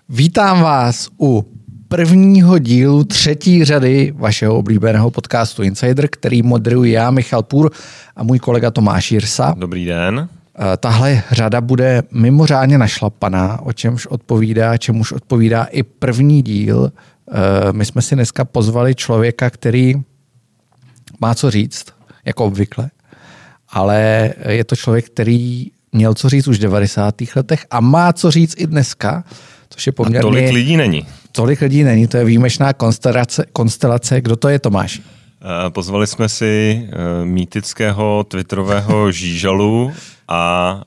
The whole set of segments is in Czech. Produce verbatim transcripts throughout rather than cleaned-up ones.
Vítám vás u prvního dílu třetí řady vašeho oblíbeného podcastu Insider, který moderuji já, Michal Půr, a můj kolega Tomáš Jirsa. Dobrý den. Tahle řada bude mimořádně našlapaná, o čemž odpovídá, čemuž odpovídá i první díl. My jsme si dneska pozvali člověka, který má co říct, jako obvykle, ale je to člověk, který měl co říct už v devadesátých letech a má co říct i dneska, což je poměrně... A tolik lidí není. Tolik lidí není, to je výjimečná konstelace. konstelace. Kdo to je, Tomáš? Pozvali jsme si mýtického twitterového žížalu a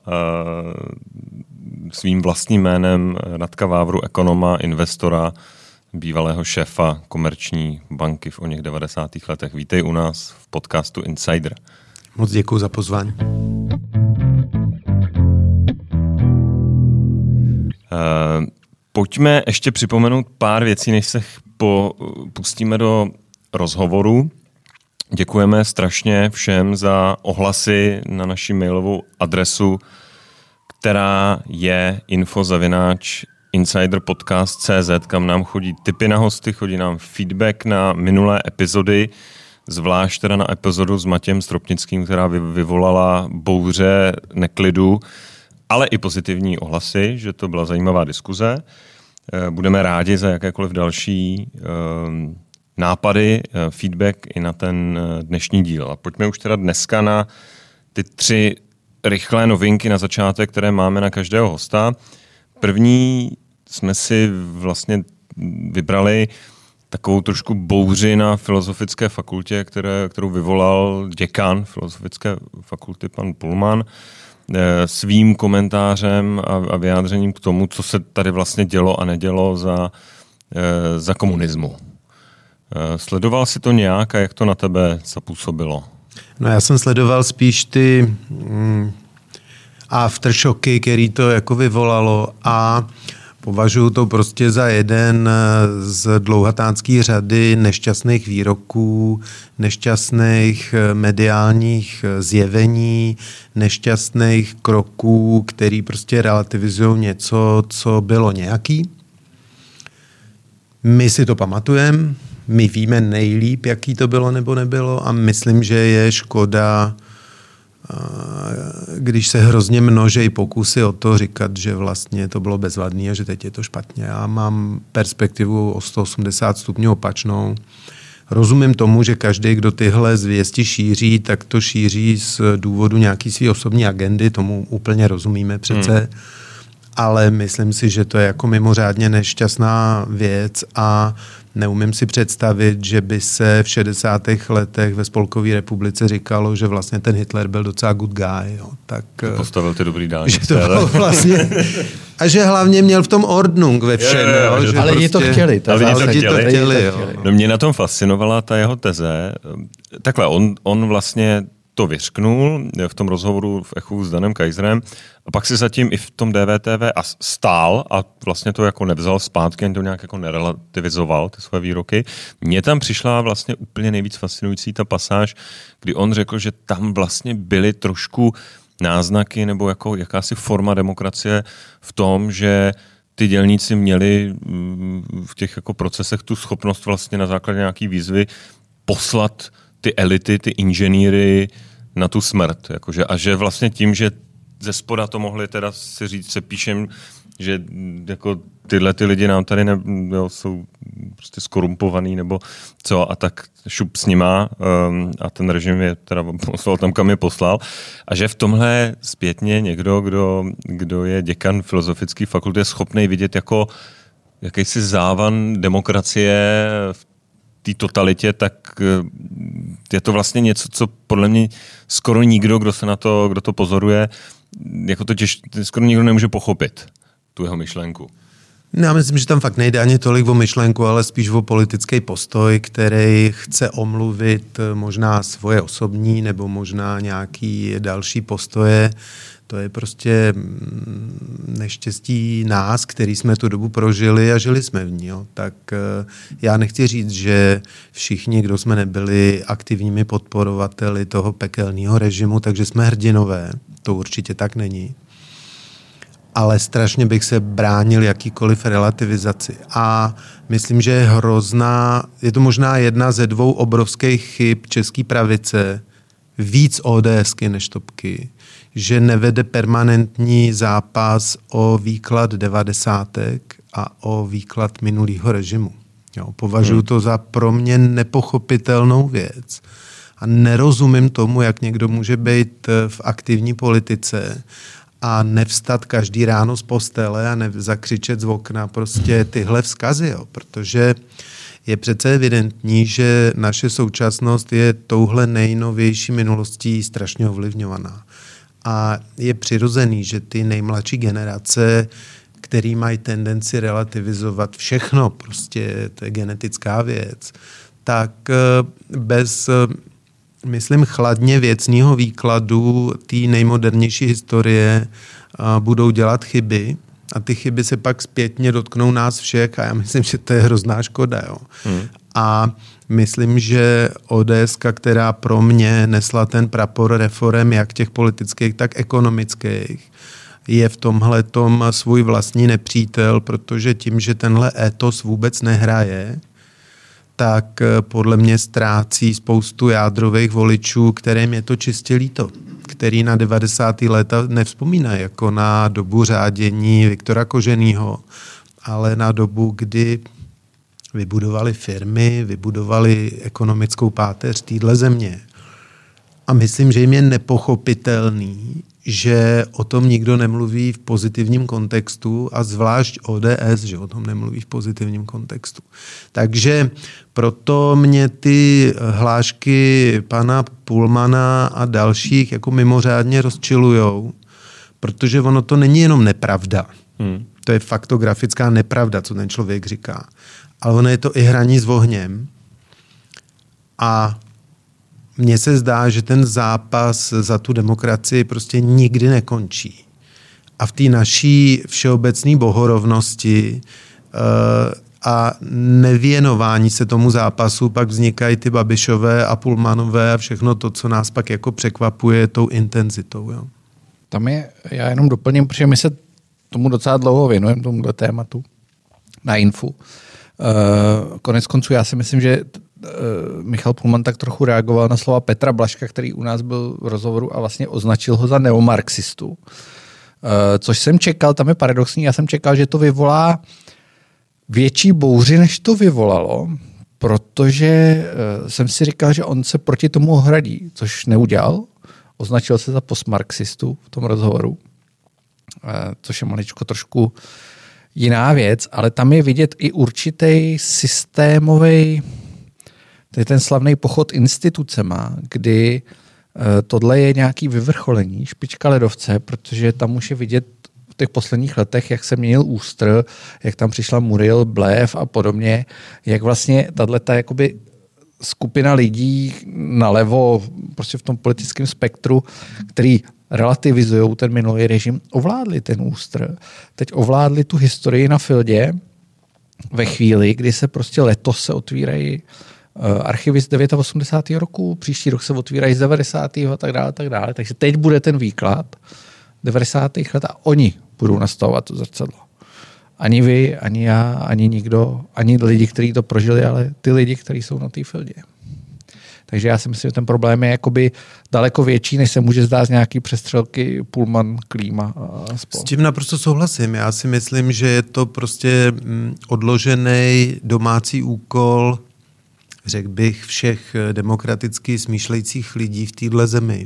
svým vlastním jménem Radka Vávru, ekonoma, investora, bývalého šéfa komerční banky v oněch devadesátých letech. Vítej u nás v podcastu Insider. Moc děkuji za pozvání. Uh, pojďme ještě připomenout pár věcí, než se po, pustíme do rozhovoru. Děkujeme strašně všem za ohlasy na naši mailovou adresu, která je info zavináč insiderpodcast tečka cé zet, kam nám chodí tipy na hosty, chodí nám feedback na minulé epizody, zvlášť teda na epizodu s Matějem Stropnickým, která vyvolala bouře neklidu, ale i pozitivní ohlasy, že to byla zajímavá diskuze. Budeme rádi za jakékoliv další nápady, feedback i na ten dnešní díl. A pojďme už teda dneska na ty tři rychlé novinky na začátek, které máme na každého hosta. První jsme si vlastně vybrali takovou trošku bouři na Filozofické fakultě, které, kterou vyvolal děkan Filozofické fakulty, pan Pullman, svým komentářem a, a vyjádřením k tomu, co se tady vlastně dělo a nedělo za, za komunismu. Sledoval jsi to nějak a jak to na tebe zapůsobilo? No já jsem sledoval spíš ty mm, aftershocky, který to jako vyvolalo, a považuji to prostě za jeden z dlouhatánské řady nešťastných výroků, nešťastných mediálních zjevení, nešťastných kroků, který prostě relativizují něco, co bylo nějaký. My si to pamatujeme, my víme nejlíp, jaký to bylo nebo nebylo, a myslím, že je škoda, když se hrozně množej pokusy o to říkat, že vlastně to bylo bezvadný a že teď je to špatně. Já mám perspektivu o sto osmdesát stupňů opačnou. Rozumím tomu, že každý, kdo tyhle zvěsti šíří, tak to šíří z důvodu nějaký své osobní agendy, tomu úplně rozumíme přece. Hmm. Ale myslím si, že to je jako mimořádně nešťastná věc a neumím si představit, že by se v šedesátých letech ve Spolkové republice říkalo, že vlastně ten Hitler byl docela good guy. Jo. Tak, postavil ty dobrý dálnice. Že to bylo vlastně, a že hlavně měl v tom Ordnung ve všem. Je, je, jo, že že ale prostě, lidi to chtěli. Ale lidi to chtěli. To chtěli jo. No mě na tom fascinovala ta jeho teze. Takhle, on, on vlastně to vyřknul v tom rozhovoru v Echu s Danem Kaiserem a pak si zatím i v tom D V T V a stál a vlastně to jako nevzal zpátky, ani to nějak jako nerelativizoval, ty své výroky. Mně tam přišla vlastně úplně nejvíc fascinující ta pasáž, kdy on řekl, že tam vlastně byly trošku náznaky nebo jako jakási forma demokracie v tom, že ty dělníci měli v těch jako procesech tu schopnost vlastně na základě nějaký výzvy poslat ty elity, ty inženýry na tu smrt. Jakože, a že vlastně tím, že ze spoda to mohli teda si říct, se píšem, že jako tyhle ty lidi nám tady ne, jo, jsou prostě skorumpovaný nebo co, a tak šup s nima um, a ten režim je teda poslal tam, kam je poslal. A že v tomhle zpětně někdo, kdo, kdo je děkan Filozofické fakulty, je schopný vidět jako jakýsi závan demokracie v té totalitě, tak je to vlastně něco, co podle mě skoro nikdo, kdo se na to, kdo to pozoruje, jako to těž, skoro nikdo nemůže pochopit tu jeho myšlenku. Já myslím, že tam fakt nejde ani tolik o myšlenku, ale spíš o politický postoj, který chce omluvit možná svoje osobní nebo možná nějaký další postoje. To je prostě neštěstí nás, který jsme tu dobu prožili a žili jsme v ní. Jo. Tak já nechci říct, že všichni, kdo jsme nebyli aktivními podporovateli toho pekelného režimu, takže jsme hrdinové. To určitě tak není. ale strašně bych se bránil jakýkoliv relativizaci. A myslím, že je hrozná, je to možná jedna ze dvou obrovských chyb české pravice, víc ODSky než topky, že nevede permanentní zápas o výklad devadesátek a o výklad minulého režimu. Jo, považuji hmm. to za pro mě nepochopitelnou věc. A nerozumím tomu, jak někdo může být v aktivní politice a nevstat každý ráno z postele a nezakřičet z okna prostě tyhle vzkazy, jo. Protože je přece evidentní, že naše současnost je touhle nejnovější minulostí strašně ovlivňovaná. A je přirozený, že ty nejmladší generace, který mají tendenci relativizovat všechno, prostě to je genetická věc, tak bez, myslím, chladně věcného výkladu té nejmodernější historie budou dělat chyby a ty chyby se pak zpětně dotknou nás všech a já myslím, že to je hrozná škoda. Jo. Hmm. A myslím, že ODSka, která pro mě nesla ten prapor reforem jak těch politických, tak ekonomických, je v tomhletom svůj vlastní nepřítel, protože tím, že tenhle étos vůbec nehraje, tak podle mě ztrácí spoustu jádrových voličů, kterým je to čistě líto, který na devadesátá léta nevzpomínají jako na dobu řádění Viktora Koženýho, ale na dobu, kdy vybudovali firmy, vybudovali ekonomickou páteř téhle země. A myslím, že jim je nepochopitelný, že o tom nikdo nemluví v pozitivním kontextu a zvlášť O D S, že o tom nemluví v pozitivním kontextu. Takže proto mě ty hlášky pana Pullmana a dalších jako mimořádně rozčilujou, protože ono to není jenom nepravda. Hmm. To je faktografická nepravda, co ten člověk říká. Ale ono je to i hraní s ohněm. A mně se zdá, že ten zápas za tu demokracii prostě nikdy nekončí. A v té naší všeobecné bohorovnosti uh, a nevěnování se tomu zápasu pak vznikají ty Babišové a Pullmanové a všechno to, co nás pak jako překvapuje tou intenzitou. Jo. Tam je, já jenom doplním, protože my se tomu docela dlouho věnujeme, tomuhle tématu na Infu. Uh, konec konců já si myslím, že Michal Pullman tak trochu reagoval na slova Petra Blažka, který u nás byl v rozhovoru a vlastně označil ho za neomarxistu. Což jsem čekal, tam je paradoxní, já jsem čekal, že to vyvolá větší bouři, než to vyvolalo, protože jsem si říkal, že on se proti tomu ohradí, což neudělal. Označil se za postmarxistu v tom rozhovoru, což je maličko trošku jiná věc, ale tam je vidět i určitý systémový. To je ten slavný pochod institucema, kdy uh, tohle je nějaký vyvrcholení, špička ledovce, protože tam už je vidět v těch posledních letech, jak se měnil ústr, jak tam přišla Muriel Blév a podobně, jak vlastně tato jakoby skupina lidí nalevo prostě v tom politickém spektru, který relativizují ten minulý režim, ovládli ten ústr. Teď ovládli tu historii na Fildě ve chvíli, kdy se prostě letos se otvírají archivy z osmdesátého devátého roku, příští rok se otvírají z devadesátého a tak dále, tak dále. Takže teď bude ten výklad devadesátých let a oni budou nastavovat to zrcadlo. Ani vy, ani já, ani nikdo, ani lidi, kteří to prožili, ale ty lidi, kteří jsou na té Fildě. Takže já si myslím, že ten problém je jakoby daleko větší, než se může zdát z nějaký přestřelky Pullman, Klíma a spol. S tím naprosto souhlasím. Já si myslím, že je to prostě odložený domácí úkol, řekl bych, všech demokraticky smýšlejících lidí v téhle zemi.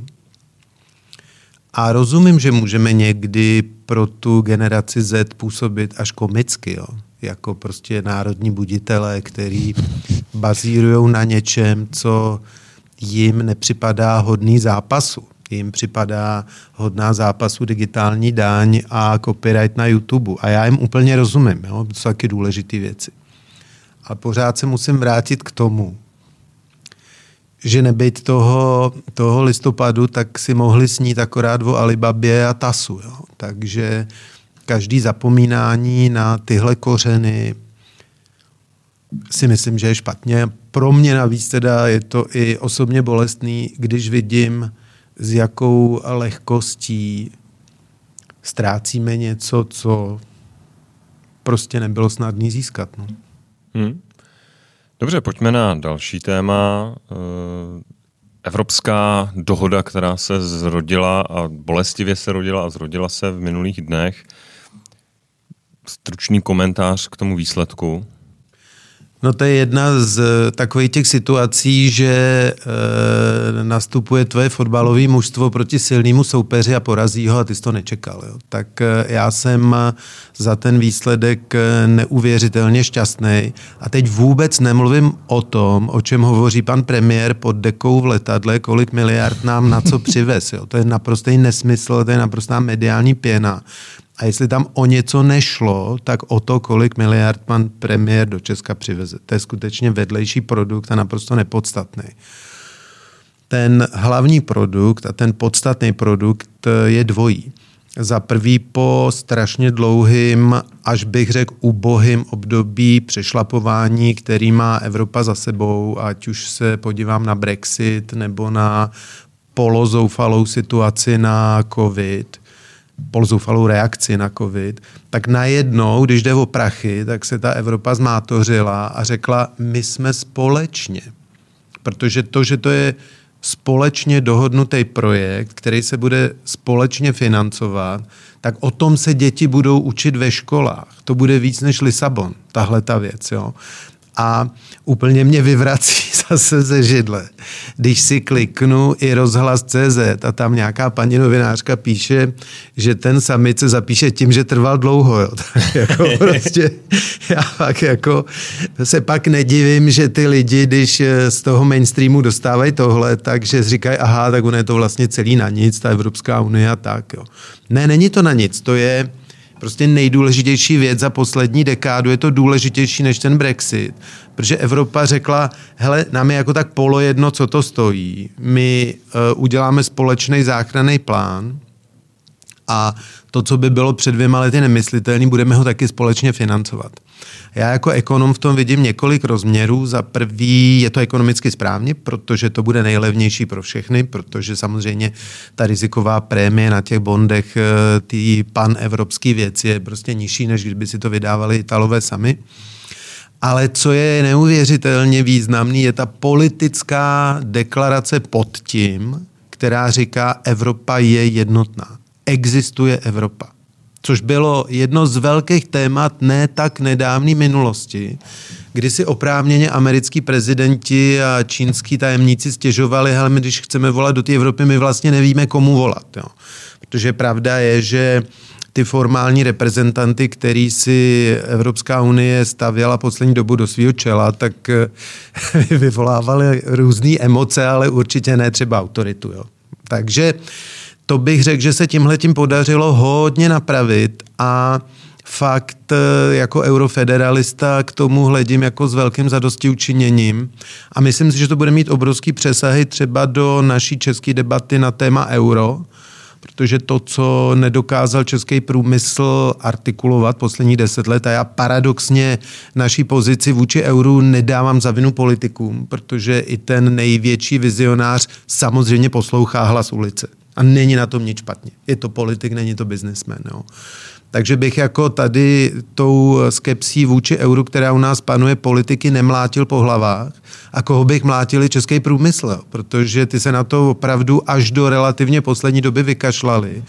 A rozumím, že můžeme někdy pro tu generaci Z působit až komicky, jo? Jako prostě národní buditelé, který bazírují na něčem, co jim nepřipadá hodný zápasu. Jim připadá hodná zápasu digitální daň a copyright na YouTube. A já jim úplně rozumím, jo? To jsou taky důležité věci. A pořád se musím vrátit k tomu, že nebejt toho, toho listopadu, tak si mohli snít akorát o Alibabě a Tasu. Jo? Takže každý zapomínání na tyhle kořeny si myslím, že je špatně. Pro mě navíc teda je to i osobně bolestný, když vidím, s jakou lehkostí ztrácíme něco, co prostě nebylo snadné získat. No. Hmm. Dobře, pojďme na další téma. Evropská dohoda, která se zrodila a bolestivě se rodila a zrodila se v minulých dnech. Stručný komentář k tomu výsledku. No to je jedna z takových těch situací, že e, nastupuje tvoje fotbalové mužstvo proti silnému soupeři a porazí ho a ty jsi to nečekal. Jo. Tak e, já jsem za ten výsledek neuvěřitelně šťastný. A teď vůbec nemluvím o tom, o čem hovoří pan premiér pod dekou v letadle, kolik miliard nám na co přivez. Jo. To je naprostý nesmysl, to je naprostá mediální pěna. A jestli tam o něco nešlo, tak o to, kolik miliard pan premiér do Česka přiveze. To je skutečně vedlejší produkt a naprosto nepodstatný. Ten hlavní produkt a ten podstatný produkt je dvojí. Za prvý po strašně dlouhým, až bych řekl ubohým období přešlapování, který má Evropa za sebou, ať už se podívám na Brexit nebo na polozoufalou situaci na covid, polozoufalou reakci na covid, tak najednou, když jde o prachy, tak se ta Evropa zmátořila a řekla, my jsme společně. Protože to, že to je společně dohodnutý projekt, který se bude společně financovat, tak o tom se děti budou učit ve školách. To bude víc než Lisabon, tahle ta věc. Jo. A úplně mě vyvrací zase ze židle. Když si kliknu i rozhlas tečka cé zet a tam nějaká paní novinářka píše, že ten summit se zapíše tím, že trval dlouho. Jo. Tak jako prostě já pak jako se pak nedivím, že ty lidi, když z toho mainstreamu dostávají tohle, takže říkají, aha, tak ono je to vlastně celý na nic, ta Evropská unie a tak. Jo. Ne, není to na nic, to je prostě nejdůležitější věc za poslední dekádu, je to důležitější než ten Brexit, protože Evropa řekla, hele, nám je jako tak polo jedno, co to stojí, my uh, uděláme společný záchranný plán a to, co by bylo před dvěma lety nemyslitelný, budeme ho taky společně financovat. Já jako ekonom v tom vidím několik rozměrů. Za prvý je to ekonomicky správně, protože to bude nejlevnější pro všechny, protože samozřejmě ta riziková prémie na těch bondech, ty panevropské věci je prostě nižší, než kdyby si to vydávali Italové sami. Ale co je neuvěřitelně významný, je ta politická deklarace pod tím, která říká, Evropa je jednotná. Existuje Evropa. Což bylo jedno z velkých témat ne tak nedávné minulosti, kdy si oprávněně americký prezidenti a čínský tajemníci stěžovali, hele, my když chceme volat do té Evropy, my vlastně nevíme, komu volat. Jo. Protože pravda je, že ty formální reprezentanty, který si Evropská unie stavěla poslední dobu do svého čela, tak vyvolávali různé emoce, ale určitě ne třeba autoritu. Jo. Takže to bych řekl, že se tímhletím podařilo hodně napravit a fakt jako eurofederalista k tomu hledím jako s velkým zadostiučiněním a myslím si, že to bude mít obrovský přesahy třeba do naší české debaty na téma euro, protože to, co nedokázal český průmysl artikulovat poslední deset let a já paradoxně naší pozici vůči euru nedávám za vinu politikům, protože i ten největší vizionář samozřejmě poslouchá hlas ulice. A není na tom nic špatně. Je to politik, není to biznesmen. Jo. Takže bych jako tady tou skepsí vůči euru, která u nás panuje, politiky nemlátil po hlavách. A koho bych mlátili český průmysl, jo. Protože ty se na to opravdu až do relativně poslední doby vykašlali.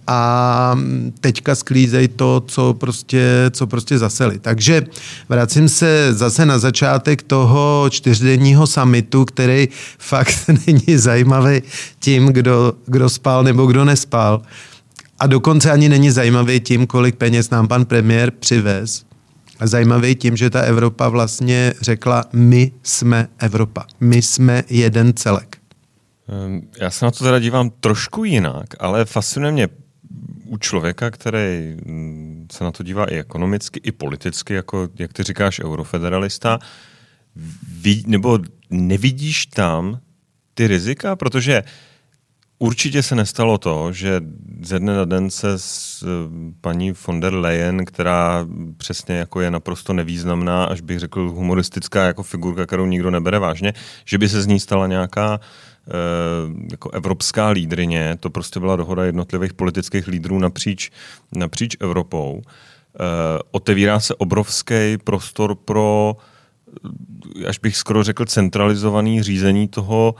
A teďka sklízej to, co prostě, co prostě zaseli. Takže vracím se zase na začátek toho čtyřdenního summitu, který fakt není zajímavý tím, kdo, kdo spal nebo kdo nespal. A dokonce ani není zajímavý tím, kolik peněz nám pan premiér přivez. A zajímavý tím, že ta Evropa vlastně řekla, my jsme Evropa. My jsme jeden celek. Já se na to teda dívám trošku jinak, ale fascinuje mě u člověka, který se na to dívá i ekonomicky, i politicky, jako jak ty říkáš, eurofederalista, ví, nebo nevidíš tam ty rizika? Protože určitě se nestalo to, že ze dne na den se s paní von der Leyen, která přesně jako je naprosto nevýznamná, až bych řekl humoristická jako figurka, kterou nikdo nebere vážně, že by se z ní stala nějaká jako evropská lídryně. To prostě byla dohoda jednotlivých politických lídrů napříč, napříč Evropou. Otevírá se obrovský prostor pro, až bych skoro řekl, centralizovaný řízení toho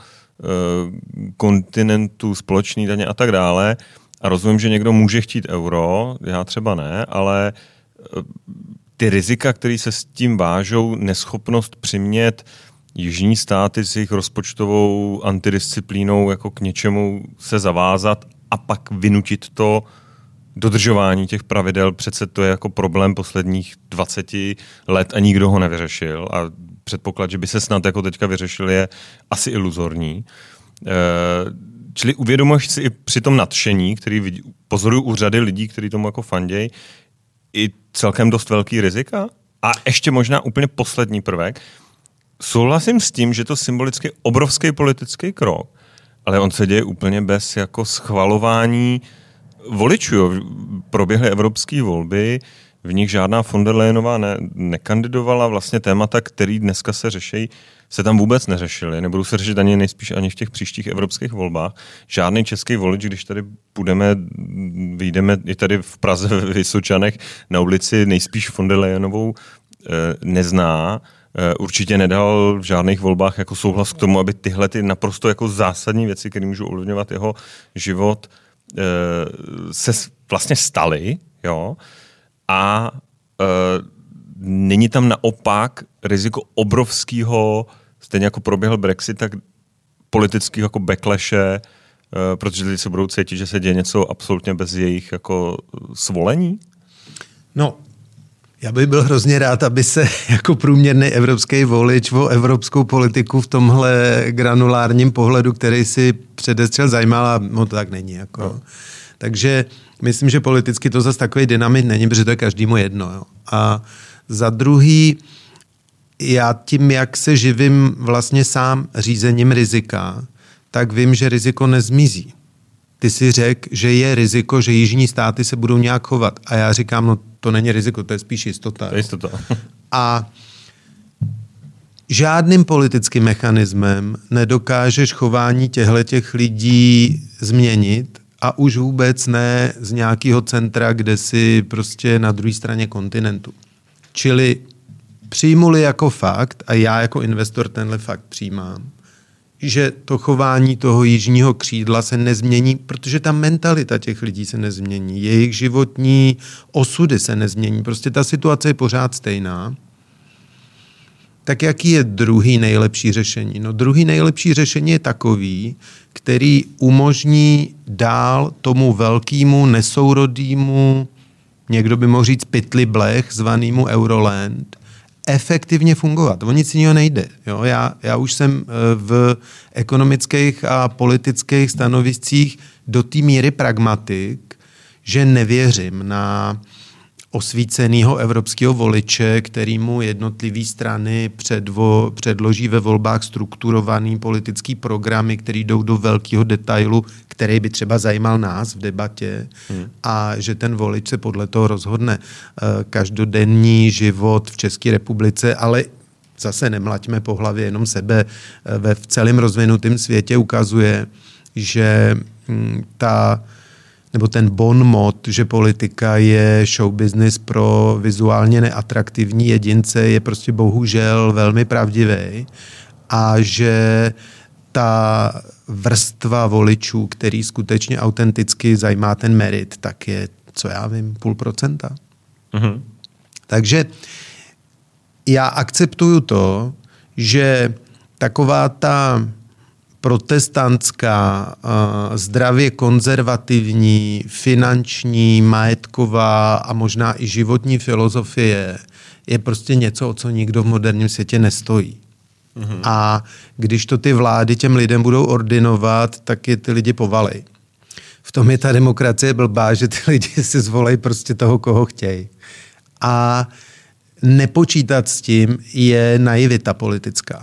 kontinentu, společný daně a tak dále. A rozumím, že někdo může chtít euro, já třeba ne, ale ty rizika, které se s tím vážou, neschopnost přimět jižní státy s jejich rozpočtovou antidisciplínou jako k něčemu se zavázat a pak vynutit to dodržování těch pravidel, přece to je jako problém posledních dvacet let a nikdo ho nevyřešil a předpoklad, že by se snad jako teďka vyřešil, je asi iluzorní. E, čili uvědomuješ si i při tom nadšení, který pozoruju u řady lidí, kteří tomu jako fandějí, i celkem dost velký rizika? A ještě možná úplně poslední prvek. Souhlasím s tím, že to symbolicky obrovský politický krok, ale on se děje úplně bez jako schvalování voličů. Jo. Proběhly evropské volby, v nich žádná von der Leyenová ne, nekandidovala, vlastně témata, které dneska se řeší, se tam vůbec neřešily. Nebudou se řešit ani nejspíš ani v těch příštích evropských volbách. Žádný český volič, když tady půjdeme, vyjdeme i tady v Praze, v Vysočanech, na ulici nejspíš von der Leyenovou e, nezná. E, určitě nedal v žádných volbách jako souhlas k tomu, aby tyhle ty naprosto jako zásadní věci, které můžou ovlivňovat jeho život, e, se vlastně staly, jo. A e, není tam naopak riziko obrovského, stejně jako proběhl Brexit, tak politického jako backlashe, e, protože lidi se budou cítit, že se děje něco absolutně bez jejich jako svolení? No, já bych byl hrozně rád, aby se jako průměrný evropský volič o evropskou politiku v tomhle granulárním pohledu, který si předestřel, zajímal, a no to tak není. Jako. No. Takže myslím, že politicky to zase takový dynamit není, protože to je každému jedno. Jo. A za druhý, já tím, jak se živím vlastně sám řízením rizika, tak vím, že riziko nezmizí. Ty si řekl, že je riziko, že jižní státy se budou nějak chovat. A já říkám, no to není riziko, to je spíš jistota. To je jistota. A žádným politickým mechanismem nedokážeš chování těchto lidí změnit, a už vůbec ne z nějakého centra, kde si prostě na druhé straně kontinentu. Čili přijmu-li jako fakt, a já jako investor tenhle fakt přijímám, že to chování toho jižního křídla se nezmění, protože ta mentalita těch lidí se nezmění, jejich životní osudy se nezmění, prostě ta situace je pořád stejná. Tak jaký je druhý nejlepší řešení? No druhý nejlepší řešení je takový, který umožní dál tomu velkému, nesourodému, někdo by mohl říct pytli blech, zvanému Euroland, efektivně fungovat. O nic jiného nejde. Jo? Já, já už jsem v ekonomických a politických stanoviscích do té míry pragmatik, že nevěřím na osvícenýho evropského voliče, kterýmu jednotlivý strany předvo, předloží ve volbách strukturovaný politický programy, které jdou do velkého detailu, který by třeba zajímal nás v debatě, hmm. a že ten volič se podle toho rozhodne. Každodenní život v České republice, ale zase nemlaťme po hlavě jenom sebe, ve v celém rozvinutém světě ukazuje, že ta nebo ten bon mot, že politika je show business pro vizuálně neatraktivní jedince, je prostě bohužel velmi pravdivý a že ta vrstva voličů, který skutečně autenticky zajímá ten merit, tak je, co já vím, půl procenta. Mm-hmm. Takže já akceptuju to, že taková ta protestantská, zdravě konzervativní, finanční, majetková a možná i životní filozofie je prostě něco, o co nikdo v moderním světě nestojí. Mm-hmm. A když to ty vlády těm lidem budou ordinovat, tak je ty lidi povalej. V tom je ta demokracie blbá, že ty lidi si zvolej prostě toho, koho chtějí. A nepočítat s tím je naivita politická.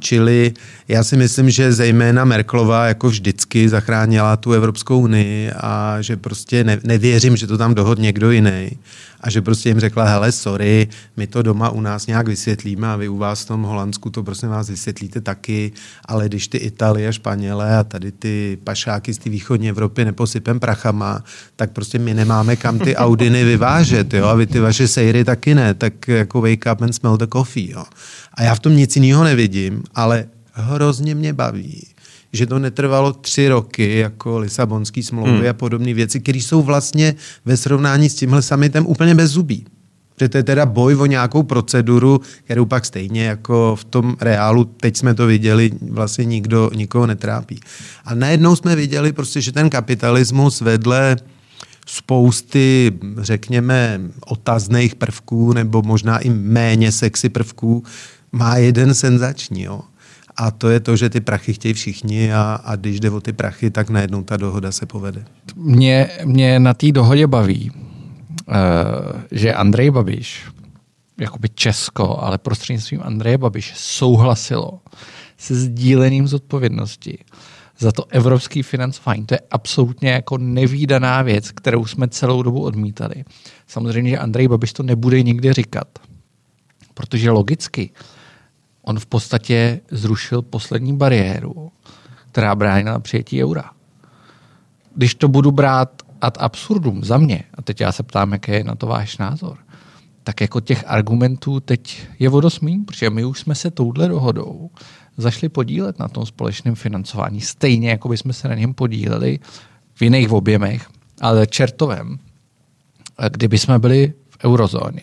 Čili já si myslím, že zejména Merkelová jako vždycky zachránila tu Evropskou unii a že prostě ne, nevěřím, že to tam dohod někdo jiný. A že prostě jim řekla, hele, sorry, my to doma u nás nějak vysvětlíme a vy u vás v tom Holandsku to prostě vás vysvětlíte taky, ale když ty Italie a Španělé a tady ty pašáky z té východní Evropy neposypem prachama, tak prostě my nemáme kam ty Audiny vyvážet, jo, a vy ty vaše sejry taky ne, tak jako wake up and smell the coffee, jo. A já v tom nic jiného nevidím, ale hrozně mě baví, že to netrvalo tři roky jako Lisabonský smlouvy hmm. a podobné věci, které jsou vlastně ve srovnání s tímhle summitem úplně bez zubí. Protože to je teda boj o nějakou proceduru, kterou pak stejně jako v tom reálu, teď jsme to viděli, vlastně nikdo, nikoho netrápí. A najednou jsme viděli prostě, že ten kapitalismus vedle spousty, řekněme, otazných prvků nebo možná i méně sexy prvků má jeden senzační, jo. A to je to, že ty prachy chtějí všichni a, a když jde o ty prachy, tak najednou ta dohoda se povede. Mě, mě na té dohodě baví, uh, že Andrej Babiš, jakoby Česko, ale prostřednictvím Andreje Babiše souhlasilo se sdílením zodpovědnosti za to evropské financování. To je absolutně jako nevídaná věc, kterou jsme celou dobu odmítali. Samozřejmě, že Andrej Babiš to nebude nikdy říkat, protože logicky on v podstatě zrušil poslední bariéru, která bránila přijetí eura. Když to budu brát ad absurdum za mě, a teď já se ptám, jaký je na to váš názor, tak jako těch argumentů teď je vodosmín, protože my už jsme se touhle dohodou zašli podílet na tom společném financování, stejně jako bychom se na něm podíleli v jiných objemech, ale čertovém, kdyby jsme byli v eurozóně.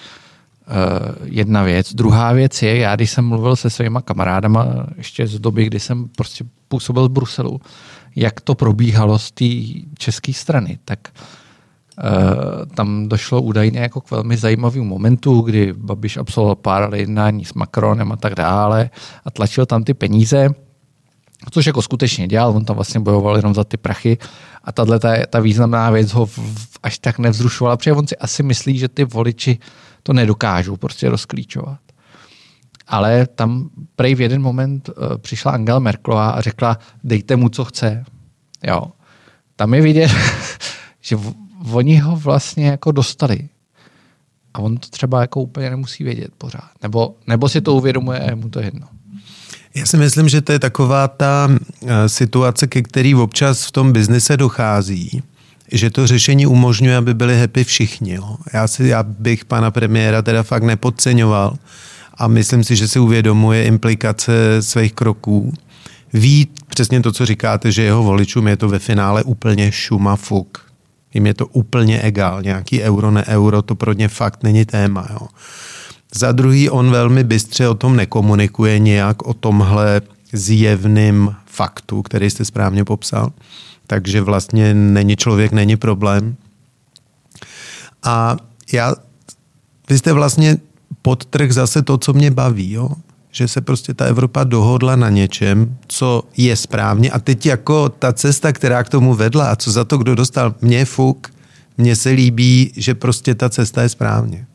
Uh, jedna věc. Druhá věc je, já když jsem mluvil se svýma kamarádama ještě z doby, kdy jsem prostě působil v Bruselu, jak to probíhalo z té české strany, tak uh, tam došlo údajně jako k velmi zajímavému momentu, kdy Babiš absolvoval pár jednání s Macronem a tak dále a tlačil tam ty peníze, což jako skutečně dělal, on tam vlastně bojoval jenom za ty prachy a tahle ta, ta významná věc ho v, až tak nevzrušovala, protože on si asi myslí, že ty voliči to nedokážou prostě rozklíčovat. Ale tam prej v jeden moment uh, přišla Angela Merkelová a řekla, dejte mu, co chce. Jo. Tam je vidět, že v, oni ho vlastně jako dostali. A on to třeba jako úplně nemusí vědět pořád. Nebo, nebo si to uvědomuje a je mu to jedno. Já si myslím, že to je taková ta uh, situace, ke který občas v tom biznise dochází, že to řešení umožňuje, aby byli happy všichni. Jo. Já, si, já bych pana premiéra teda fakt nepodceňoval a myslím si, že si uvědomuje implikace svých kroků. Ví přesně to, co říkáte, že jeho voličům je to ve finále úplně šuma fuk. Jim je to úplně egál. Nějaký euro, ne euro, to pro ně fakt není téma. Jo. Za druhý, on velmi bystře o tom nekomunikuje nějak, o tomhle zjevným faktu, který jste správně popsal. Takže vlastně není člověk, není problém. A já, vy jste vlastně podtrh zase to, co mě baví, jo? Že se prostě ta Evropa dohodla na něčem, co je správně a teď jako ta cesta, která k tomu vedla a co za to kdo dostal, mně fuk, mně se líbí, že prostě ta cesta je správně.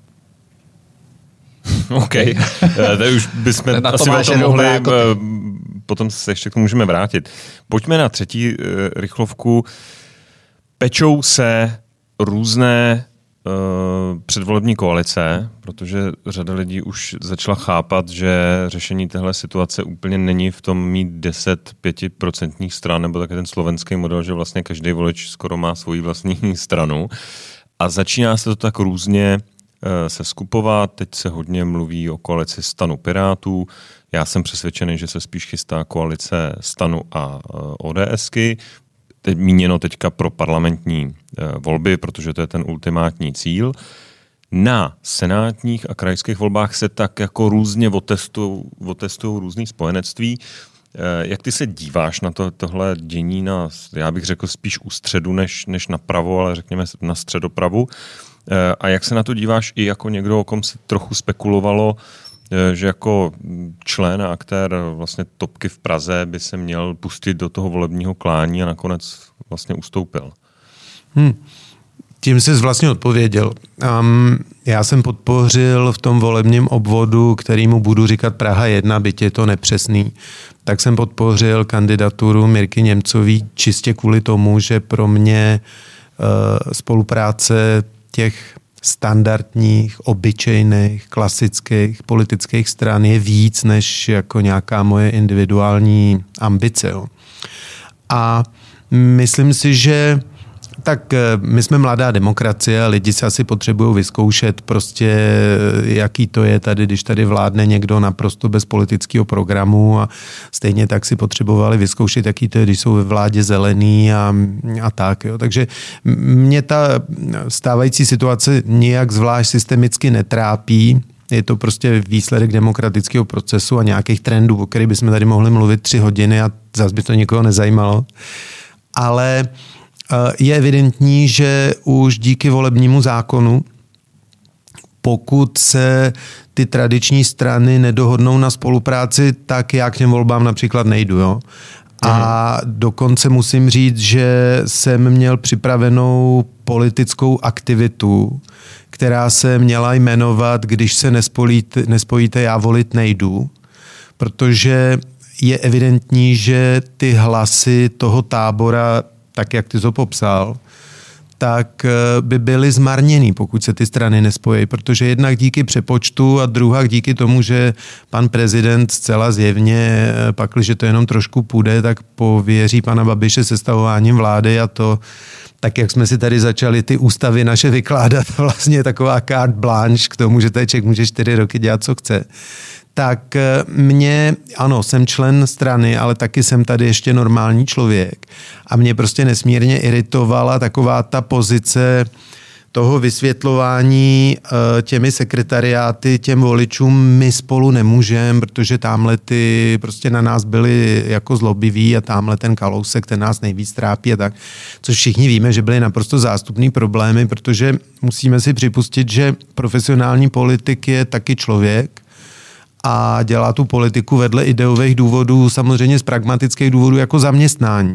OK. Tady už bychom asi o tom mohli, jako potom se ještě k tomu můžeme vrátit. Pojďme na třetí uh, rychlovku. Pečou se různé uh, předvolební koalice, protože řada lidí už začala chápat, že řešení téhle situace úplně není v tom mít deset pětiprocentních stran, nebo také ten slovenský model, že vlastně každý volič skoro má svoji vlastní stranu. A začíná se to tak různě se skupovat. Teď se hodně mluví o koalici Stanu Pirátů. Já jsem přesvědčený, že se spíš chystá koalice Stanu a ODSky. Teď míněno teďka pro parlamentní volby, protože to je ten ultimátní cíl. Na senátních a krajských volbách se tak jako různě otestují otestují různý spojenectví. Jak ty se díváš na to, tohle dění na, já bych řekl spíš u středu než, než na pravo, ale řekněme na středopravu? A jak se na to díváš i jako někdo, o kom se trochu spekulovalo, že jako člen a aktér vlastně topky v Praze by se měl pustit do toho volebního klání a nakonec vlastně ustoupil? Hmm. Tím jsi vlastně odpověděl. Um, já jsem podpořil v tom volebním obvodu, kterýmu budu říkat Praha jedna, byť je to nepřesný, tak jsem podpořil kandidaturu Mirky Němcový čistě kvůli tomu, že pro mě uh, spolupráce těch standardních, obyčejných, klasických politických stran je víc než jako nějaká moje individuální ambice. Jo. A myslím si, že tak my jsme mladá demokracie a lidi se asi potřebují vyzkoušet prostě, jaký to je tady, když tady vládne někdo naprosto bez politického programu a stejně tak si potřebovali vyzkoušet, jaký to je, když jsou ve vládě zelený a, a tak. Jo. Takže mě ta stávající situace nijak zvlášť systemicky netrápí. Je to prostě výsledek demokratického procesu a nějakých trendů, o kterých bychom tady mohli mluvit tři hodiny a zase by to nikoho nezajímalo. Ale je evidentní, že už díky volebnímu zákonu, pokud se ty tradiční strany nedohodnou na spolupráci, tak já k těm volbám například nejdu. Jo? A dokonce musím říct, že jsem měl připravenou politickou aktivitu, která se měla jmenovat Když se nespojíte, nespojíte já volit nejdu, protože je evidentní, že ty hlasy toho tábora, tak jak ty to popsal, tak by byly zmarněný, pokud se ty strany nespojí, protože jednak díky přepočtu a druhá díky tomu, že pan prezident zcela zjevně, pakliže to jenom trošku půjde, tak pověří pana Babiše sestavováním vlády a to, tak jak jsme si tady začali ty ústavy naše vykládat, vlastně taková carte blanche k tomu, že ten člověk může čtyři roky dělat, co chce. Tak mě, ano, jsem člen strany, ale taky jsem tady ještě normální člověk. A mě prostě nesmírně iritovala taková ta pozice toho vysvětlování těmi sekretariáty, těm voličům, my spolu nemůžeme, protože tamhle ty prostě na nás byli jako zlobiví a tamhle ten Kalousek, ten nás nejvíc trápí a tak. Což všichni víme, že byly naprosto zástupný problémy, protože musíme si připustit, že profesionální politik je taky člověk, a dělá tu politiku vedle ideových důvodů, samozřejmě z pragmatických důvodů jako zaměstnání.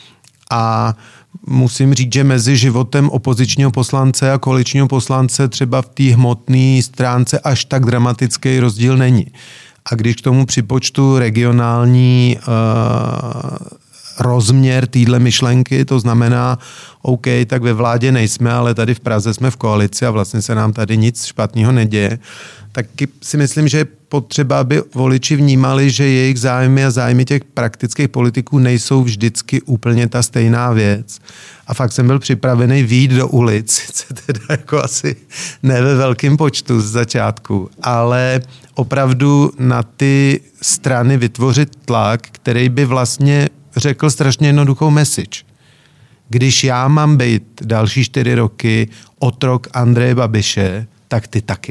A musím říct, že mezi životem opozičního poslance a koaličního poslance třeba v té hmotné stránce až tak dramatický rozdíl není. A když k tomu připočtu regionální uh, rozměr téhle myšlenky, to znamená, OK, tak ve vládě nejsme, ale tady v Praze jsme v koalici a vlastně se nám tady nic špatného neděje, tak si myslím, že je potřeba, aby voliči vnímali, že jejich zájmy a zájmy těch praktických politiků nejsou vždycky úplně ta stejná věc. A fakt jsem byl připravený vyjít do ulic, sice teda jako asi ne ve velkém počtu z začátku, ale opravdu na ty strany vytvořit tlak, který by vlastně řekl strašně jednoduchou message. Když já mám být další čtyři roky otrok Andreje Babiše, tak ty taky.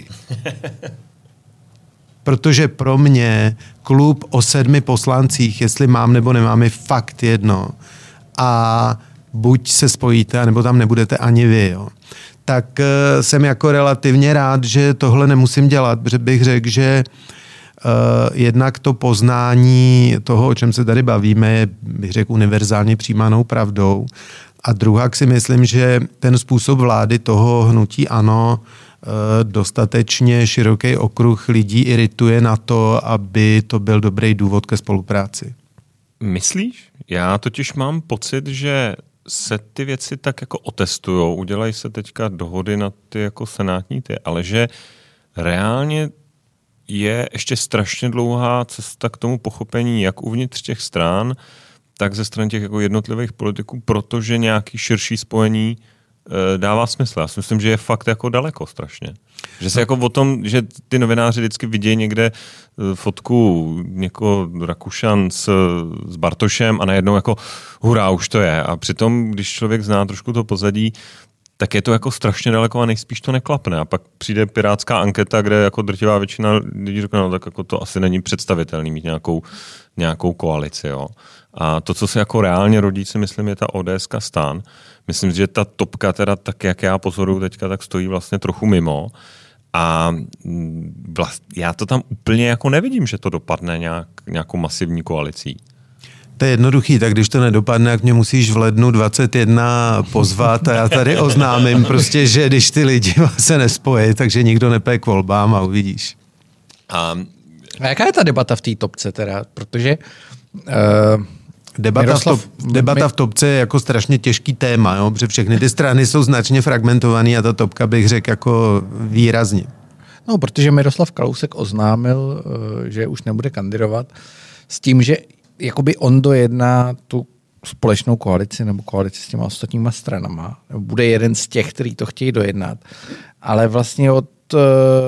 Protože pro mě klub o sedmi poslancích, jestli mám nebo nemám, je fakt jedno. A buď se spojíte, nebo tam nebudete ani vy. Jo. Tak uh, jsem jako relativně rád, že tohle nemusím dělat, protože bych řekl, že uh, jednak to poznání toho, o čem se tady bavíme, je, bych řekl, univerzálně přijímanou pravdou. A druhak si myslím, že ten způsob vlády toho hnutí ANO dostatečně široký okruh lidí irituje na to, aby to byl dobrý důvod ke spolupráci. Myslíš? Já totiž mám pocit, že se ty věci tak jako otestujou, udělají se teďka dohody na ty jako senátní ty, ale že reálně je ještě strašně dlouhá cesta k tomu pochopení jak uvnitř těch stran, tak ze strany těch jako jednotlivých politiků, protože nějaký širší spojení dává smysl. Já si myslím, že je fakt jako daleko strašně. Že se jako o tom, že ty novináři vždycky vidějí někde fotku někoho Rakušan s, s Bartošem a najednou jako hurá, už to je. A přitom, když člověk zná trošku to pozadí, tak je to jako strašně daleko a nejspíš to neklapne. A pak přijde pirátská anketa, kde jako drtivá většina lidí řekne, no tak jako to asi není představitelný mít nějakou, nějakou koalici. Jo. A to, co se jako reálně rodí, si myslím, je ta ODSka STAN. Myslím, že ta topka teda tak, jak já pozoruju teďka, tak stojí vlastně trochu mimo. A vlast, já to tam úplně jako nevidím, že to dopadne nějak, nějakou masivní koalicí. To je jednoduchý, tak když to nedopadne, jak mě musíš v lednu dvacet jedna pozvat a já tady oznámím prostě, že když ty lidi se nespojí, takže nikdo nepije k volbám a uvidíš. A, a jaká je ta debata v té topce teda? Protože uh, debata, Miroslav, v, top, debata my... v topce je jako strašně těžký téma, jo? Protože všechny ty strany jsou značně fragmentované a ta topka bych řekl jako výrazně. No, protože Miroslav Kalousek oznámil, že už nebude kandidovat s tím, že jakoby on dojedná tu společnou koalici nebo koalici s těma ostatníma stranama. Bude jeden z těch, který to chtějí dojednat. Ale vlastně od uh,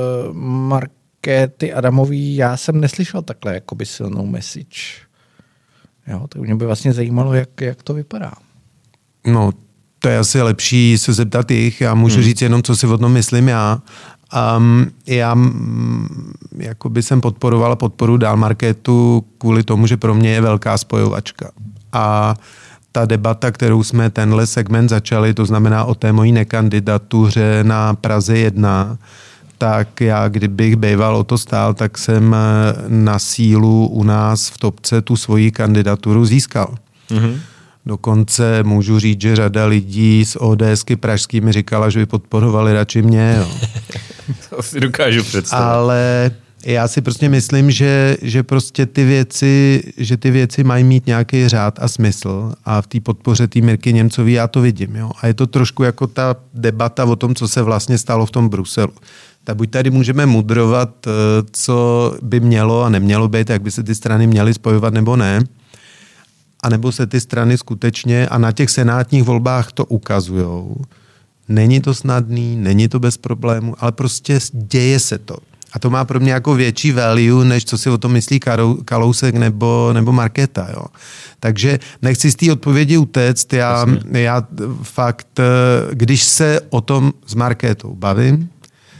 Markéty Adamový já jsem neslyšel takhle jakoby silnou message. Jo, tak mě by vlastně zajímalo, jak, jak to vypadá. No, to je asi lepší se zeptat jich. Já můžu hmm. říct jenom, co si o tom myslím já. Um, já um, jakoby jsem podporovala podporu dál Markétu kvůli tomu, že pro mě je velká spojovačka. A ta debata, kterou jsme tenhle segment začali, to znamená o té mojí nekandidatuře na Praze jedna, tak já, kdybych býval o to stál, tak jsem na sílu u nás v topce tu svoji kandidaturu získal. Mm-hmm. Dokonce můžu říct, že řada lidí z ODSky pražský mi říkala, že by podporovali radši mě. Jo. To si dokážu představit. Ale já si prostě myslím, že, že prostě ty věci, že ty věci mají mít nějaký řád a smysl a v té podpoře té Mirky Němcové já to vidím. Jo. A je to trošku jako ta debata o tom, co se vlastně stalo v tom Bruselu. Tak buď tady můžeme mudrovat, co by mělo a nemělo být, jak by se ty strany měly spojovat nebo ne, a nebo se ty strany skutečně, a na těch senátních volbách to ukazujou. Není to snadný, není to bez problémů, ale prostě děje se to. A to má pro mě jako větší value, než co si o tom myslí Kalousek nebo, nebo Markéta. Jo. Takže nechci z té odpovědi utéct. Já, já fakt, když se o tom s Markétou bavím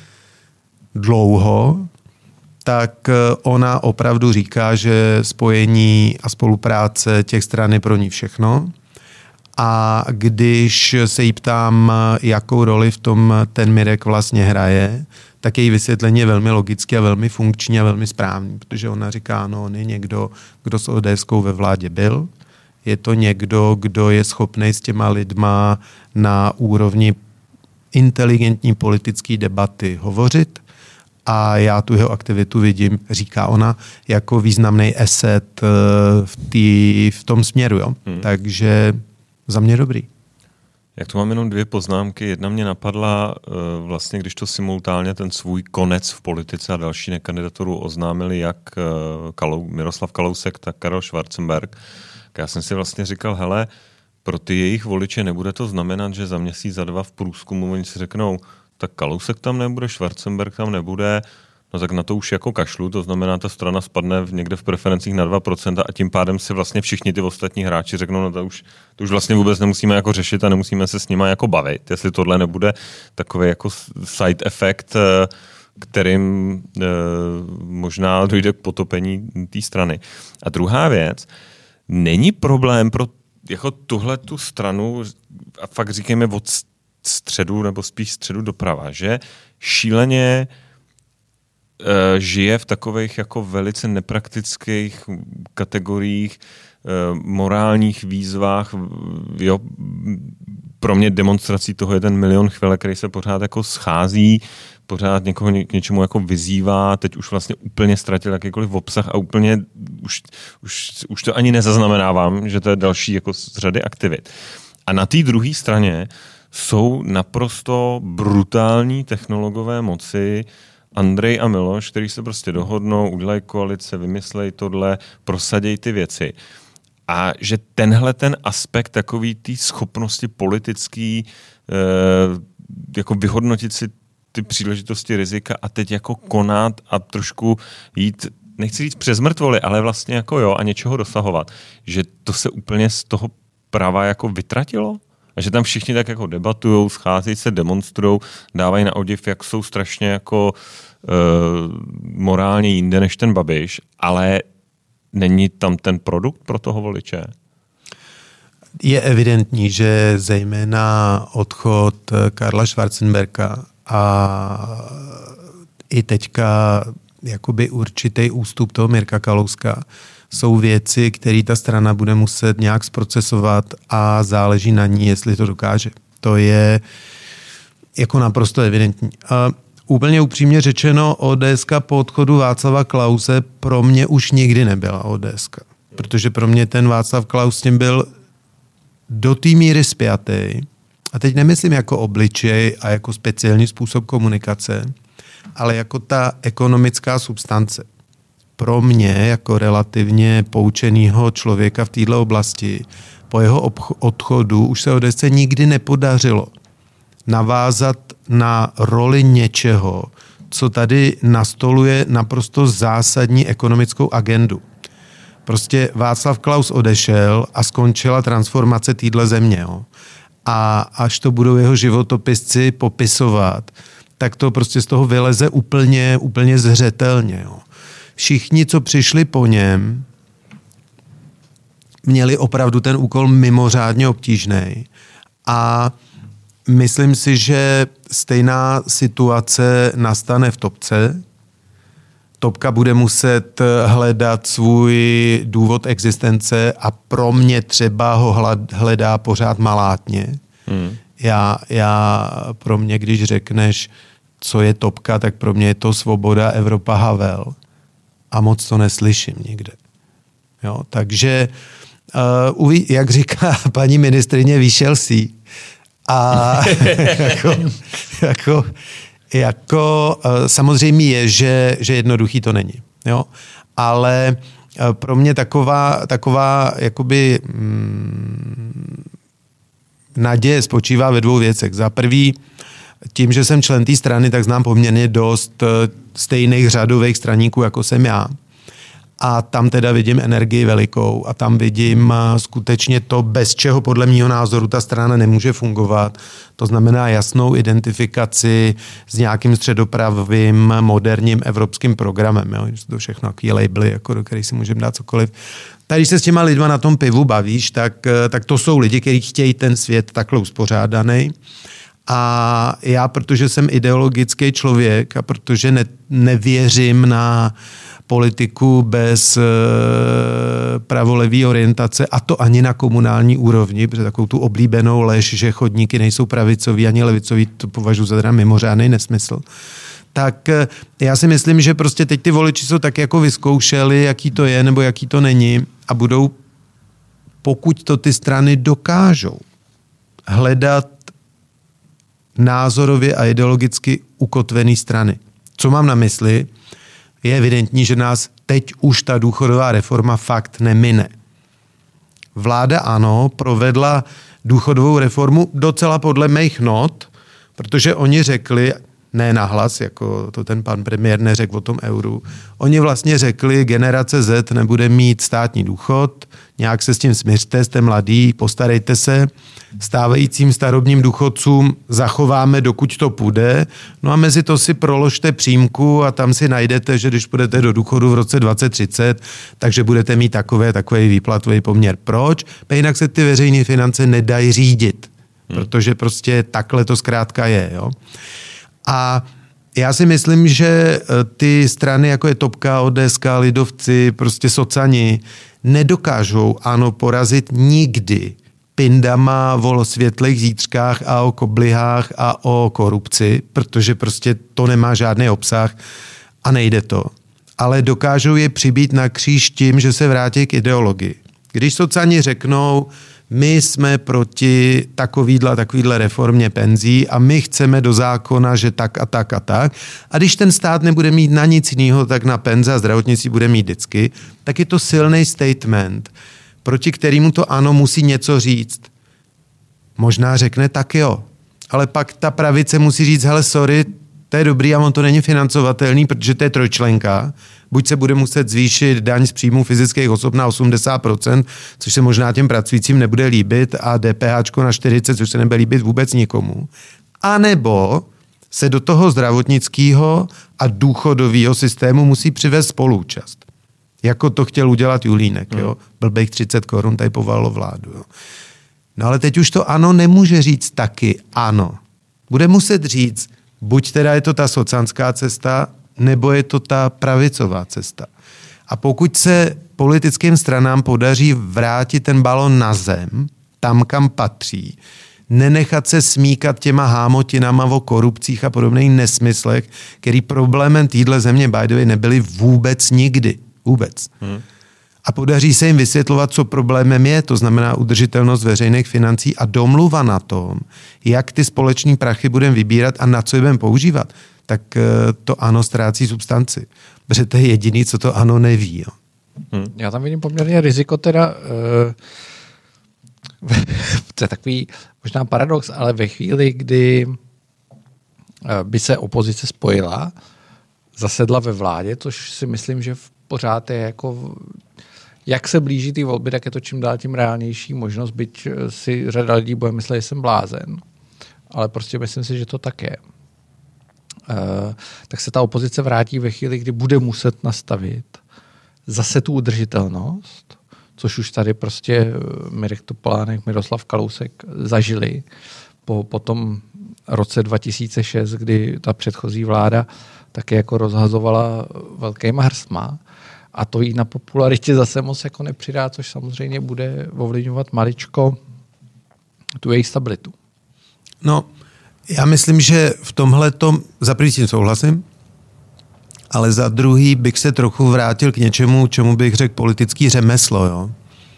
dlouho, tak ona opravdu říká, že spojení a spolupráce těch stran je pro ní všechno. A když se jí ptám, jakou roli v tom ten Mirek vlastně hraje, tak její vysvětlení je velmi logické a velmi funkční a velmi správný, protože ona říká, no, on je někdo, kdo s ODSkou ve vládě byl, je to někdo, kdo je schopný s těma lidma na úrovni inteligentní politické debaty hovořit, a já tu jeho aktivitu vidím, říká ona, jako významný asset v, tý, v tom směru. Jo? Hmm. Takže za mě dobrý. Jak tu mám jenom dvě poznámky. Jedna mě napadla, vlastně když to simultánně ten svůj konec v politice a další nekandidaturu oznámili jak Kalou, Miroslav Kalousek, tak Karel Schwarzenberg. Já jsem si vlastně říkal, hele, pro ty jejich voliče nebude to znamenat, že za měsíc, za dva v průzkumu oni si řeknou, tak Kalousek tam nebude, Schwarzenberg tam nebude, no tak na to už jako kašlu, to znamená, ta strana spadne v, někde v preferencích na dva procenta a tím pádem si vlastně všichni ty ostatní hráči řeknou, no to už, to už vlastně vůbec nemusíme jako řešit a nemusíme se s nima jako bavit, jestli tohle nebude takový jako side effect, kterým eh, možná dojde k potopení té strany. A druhá věc, není problém pro jako tuhle tu stranu, a fakt říkejme od středu nebo spíš středu doprava, že šíleně e, žije v takových jako velice nepraktických kategoriích, e, morálních výzvách. Jo, pro mě demonstrací toho je ten milion chvíle, který se pořád jako schází, pořád někoho ně, k něčemu jako vyzývá, teď už vlastně úplně ztratil jakýkoliv obsah a úplně už, už, už to ani nezaznamenávám, že to je další jako z řady aktivit. A na té druhé straně jsou naprosto brutální technologové moci Andrej a Miloš, který se prostě dohodnou, udělají koalice, vymyslejí tohle, prosadějí ty věci. A že tenhle ten aspekt takový té schopnosti politický, eh, jako vyhodnotit si ty příležitosti, rizika a teď jako konat a trošku jít, nechci říct přes mrtvoly, ale vlastně jako jo a něčeho dosahovat. Že to se úplně z toho prava jako vytratilo? A že tam všichni tak jako debatujou, scházejí se, demonstrujou, dávají na odiv, jak jsou strašně jako e, morálně jinde než ten Babiš, ale není tam ten produkt pro toho voliče? Je evidentní, že zejména odchod Karla Schwarzenberga a i teďka jakoby určitý ústup toho Mirka Kalouska. Jsou věci, které ta strana bude muset nějak zprocesovat a záleží na ní, jestli to dokáže. To je jako naprosto evidentní. A úplně upřímně řečeno, ODSka po odchodu Václava Klause pro mě už nikdy nebyla ODSka. Protože pro mě ten Václav Klaus s tím byl do té míry spjatý. A teď nemyslím jako obličej a jako speciální způsob komunikace, ale jako ta ekonomická substance. Pro mě, jako relativně poučenýho člověka v této oblasti, po jeho odchodu už se ODSce nikdy nepodařilo navázat na roli něčeho, co tady nastoluje naprosto zásadní ekonomickou agendu. Prostě Václav Klaus odešel a skončila transformace téhle země. Jo. A až to budou jeho životopisci popisovat, tak to prostě z toho vyleze úplně, úplně zřetelně. Jo. Všichni, co přišli po něm, měli opravdu ten úkol mimořádně obtížný. A myslím si, že stejná situace nastane v Topce. Topka bude muset hledat svůj důvod existence a pro mě třeba ho hledá pořád malátně. Hmm. Já, já pro mě, když řekneš, co je Topka, tak pro mě je to Svoboda, Evropa, Havel. A moc to neslyším nikde. Jo, takže, uh, jak říká paní ministryně, vyšel si. A jako, jako, jako uh, samozřejmě je, že, že jednoduchý to není. Jo? Ale uh, pro mě taková, taková jakoby mm, naděje spočívá ve dvou věcech. Za prvý, tím, že jsem člen té strany, tak znám poměrně dost stejných řadových straníků, jako jsem já. A tam teda vidím energii velikou a tam vidím skutečně to, bez čeho podle mýho názoru ta strana nemůže fungovat. To znamená jasnou identifikaci s nějakým středopravým, moderním evropským programem. Jo? To všechno takový labely, jako do kterých si můžeme dát cokoliv. Tady, když se s těma lidma na tom pivu bavíš, tak, tak to jsou lidi, kteří chtějí ten svět takhle uspořádaný. A já, protože jsem ideologický člověk a protože ne, nevěřím na politiku bez e, pravolevý orientace, a to ani na komunální úrovni, protože takovou tu oblíbenou lež, že chodníky nejsou pravicový ani levicový, to považuji za teda mimořádný nesmysl. Tak e, já si myslím, že prostě teď ty voliči jsou tak jako vyzkoušeli, jaký to je nebo jaký to není a budou, pokud to ty strany dokážou, hledat názorově a ideologicky ukotvený strany. Co mám na mysli? Je evidentní, že nás teď už ta důchodová reforma fakt nemine. Vláda ano, provedla důchodovou reformu docela podle mých not, protože oni řekli, ne nahlas, jako to ten pan premiér neřekl o tom euru, oni vlastně řekli, generace Z nebude mít státní důchod, nějak se s tím smiřte, jste mladí, postarejte se, stávajícím starobním důchodcům zachováme, dokud to půjde, no a mezi to si proložte přímku a tam si najdete, že když půjdete do důchodu v roce dvacet třicet, takže budete mít takové, takový výplatový poměr. Proč? Jinak se ty veřejné finance nedají řídit, hmm. protože prostě takhle to zkrátka je, jo. A já si myslím, že ty strany, jako je Topka, ODSka, Lidovci, prostě socani, nedokážou ano porazit nikdy pindama o světlých zítřkách a o koblihách a o korupci, protože prostě to nemá žádný obsah a nejde to. Ale dokážou je přibít na kříž tím, že se vrátí k ideologii. Když socani řeknou, my jsme proti takovýhle, takovýhle reformě penzí a my chceme do zákona, že tak a tak a tak. A když ten stát nebude mít na nic jiného, tak na penze a zdravotnictví bude mít vždycky, tak je to silný statement, proti kterému to ano musí něco říct. Možná řekne tak jo, ale pak ta pravice musí říct, hele sorry, to je dobrý a on to není financovatelný, protože to je trojčlenka. Buď se bude muset zvýšit daň z příjmů fyzických osob na osmdesát procent, což se možná těm pracujícím nebude líbit, a DPHčko na čtyřicet procent, což se nebude líbit vůbec nikomu. A nebo se do toho zdravotnického a důchodového systému musí přivést spoluúčast. Jako to chtěl udělat Julínek. Hmm. Jo? Blbejch třicet korun tady povalilo vládu. Jo? No ale teď už to ano nemůže říct taky ano. Bude muset říct, buď teda je to ta socanská cesta, nebo je to ta pravicová cesta. A pokud se politickým stranám podaří vrátit ten balon na zem, tam, kam patří, nenechat se smíkat těma hámotinama o korupcích a podobných nesmyslech, který problémem téhle země by the way nebyly vůbec nikdy. Vůbec. Hmm. A podaří se jim vysvětlovat, co problémem je, to znamená udržitelnost veřejných financí a domluva na tom, jak ty společní prachy budeme vybírat a na co je budeme používat, tak to ANO ztrácí substanci. Protože to je jediný, co to ANO neví. Jo. Hmm. Já tam vidím poměrně riziko teda, uh, to je takový možná paradox, ale ve chvíli, kdy uh, by se opozice spojila, zasedla ve vládě, což si myslím, že v pořád je jako, jak se blíží ty volby, tak je to čím dál tím reálnější možnost, byť si řada lidí bude myslet, že jsem blázen. Ale prostě myslím si, že to tak je. Uh, tak se ta opozice vrátí ve chvíli, kdy bude muset nastavit zase tu udržitelnost, což už tady prostě Mirek Topolánek, Miroslav Kalousek zažili po, po tom roce dva tisíce šest, kdy ta předchozí vláda taky jako rozhazovala velkýma hrstma a to jí na popularitě zase moc jako nepřidá, což samozřejmě bude ovlivňovat maličko tu její stabilitu. No, já myslím, že v tomhle tom za první tím souhlasím, ale za druhý bych se trochu vrátil k něčemu, čemu bych řekl politický řemeslo. Jo?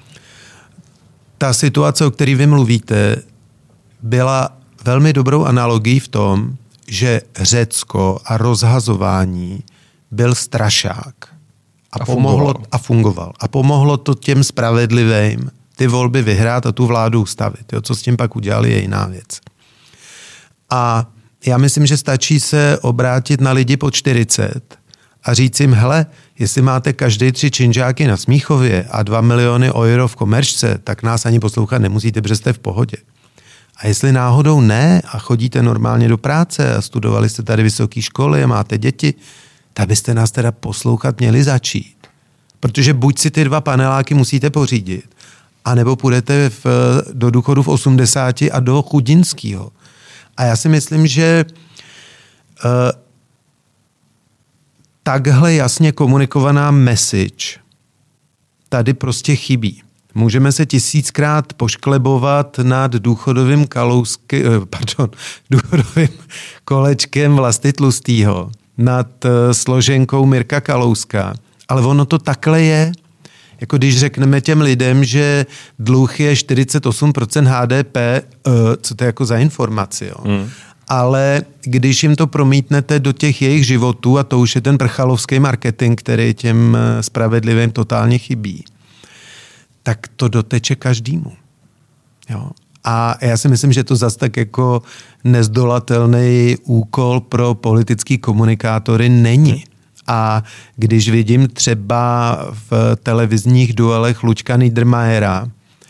Ta situace, o které vy mluvíte, byla velmi dobrou analogií v tom, že Řecko a rozhazování byl strašák. A, a, pomohlo, fungoval. a fungoval. A pomohlo to těm spravedlivým ty volby vyhrát a tu vládu ustavit. Jo? Co s tím pak udělali, je jiná věc. A já myslím, že stačí se obrátit na lidi po čtyřicet a říct jim, hele, jestli máte každý tři činžáky na Smíchově a dva miliony euro v Komerčce, tak nás ani poslouchat nemusíte, protože jste v pohodě. A jestli náhodou ne a chodíte normálně do práce a studovali jste tady vysoké školy a máte děti, tak byste nás teda poslouchat měli začít. Protože buď si ty dva paneláky musíte pořídit, anebo půjdete v, do důchodu v osmdesáti a do chudinského. A já si myslím, že uh, takhle jasně komunikovaná message tady prostě chybí. Můžeme se tisíckrát pošklebovat nad důchodovým kalousky, pardon, důchodovým kolečkem Vlasty Tlustýho, nad uh, složenkou Mirka Kalouska, ale ono to takhle je. Jako když řekneme těm lidem, že dluh je čtyřicet osm procent H D P, uh, co to je jako za informaci, jo? Hmm. Ale když jim to promítnete do těch jejich životů, a to už je ten prchalovský marketing, který těm spravedlivým totálně chybí, tak to doteče každému. Jo? A já si myslím, že to zas tak jako nezdolatelný úkol pro politický komunikátory není. Hmm. A když vidím třeba v televizních duelech Luďka Niedermayera,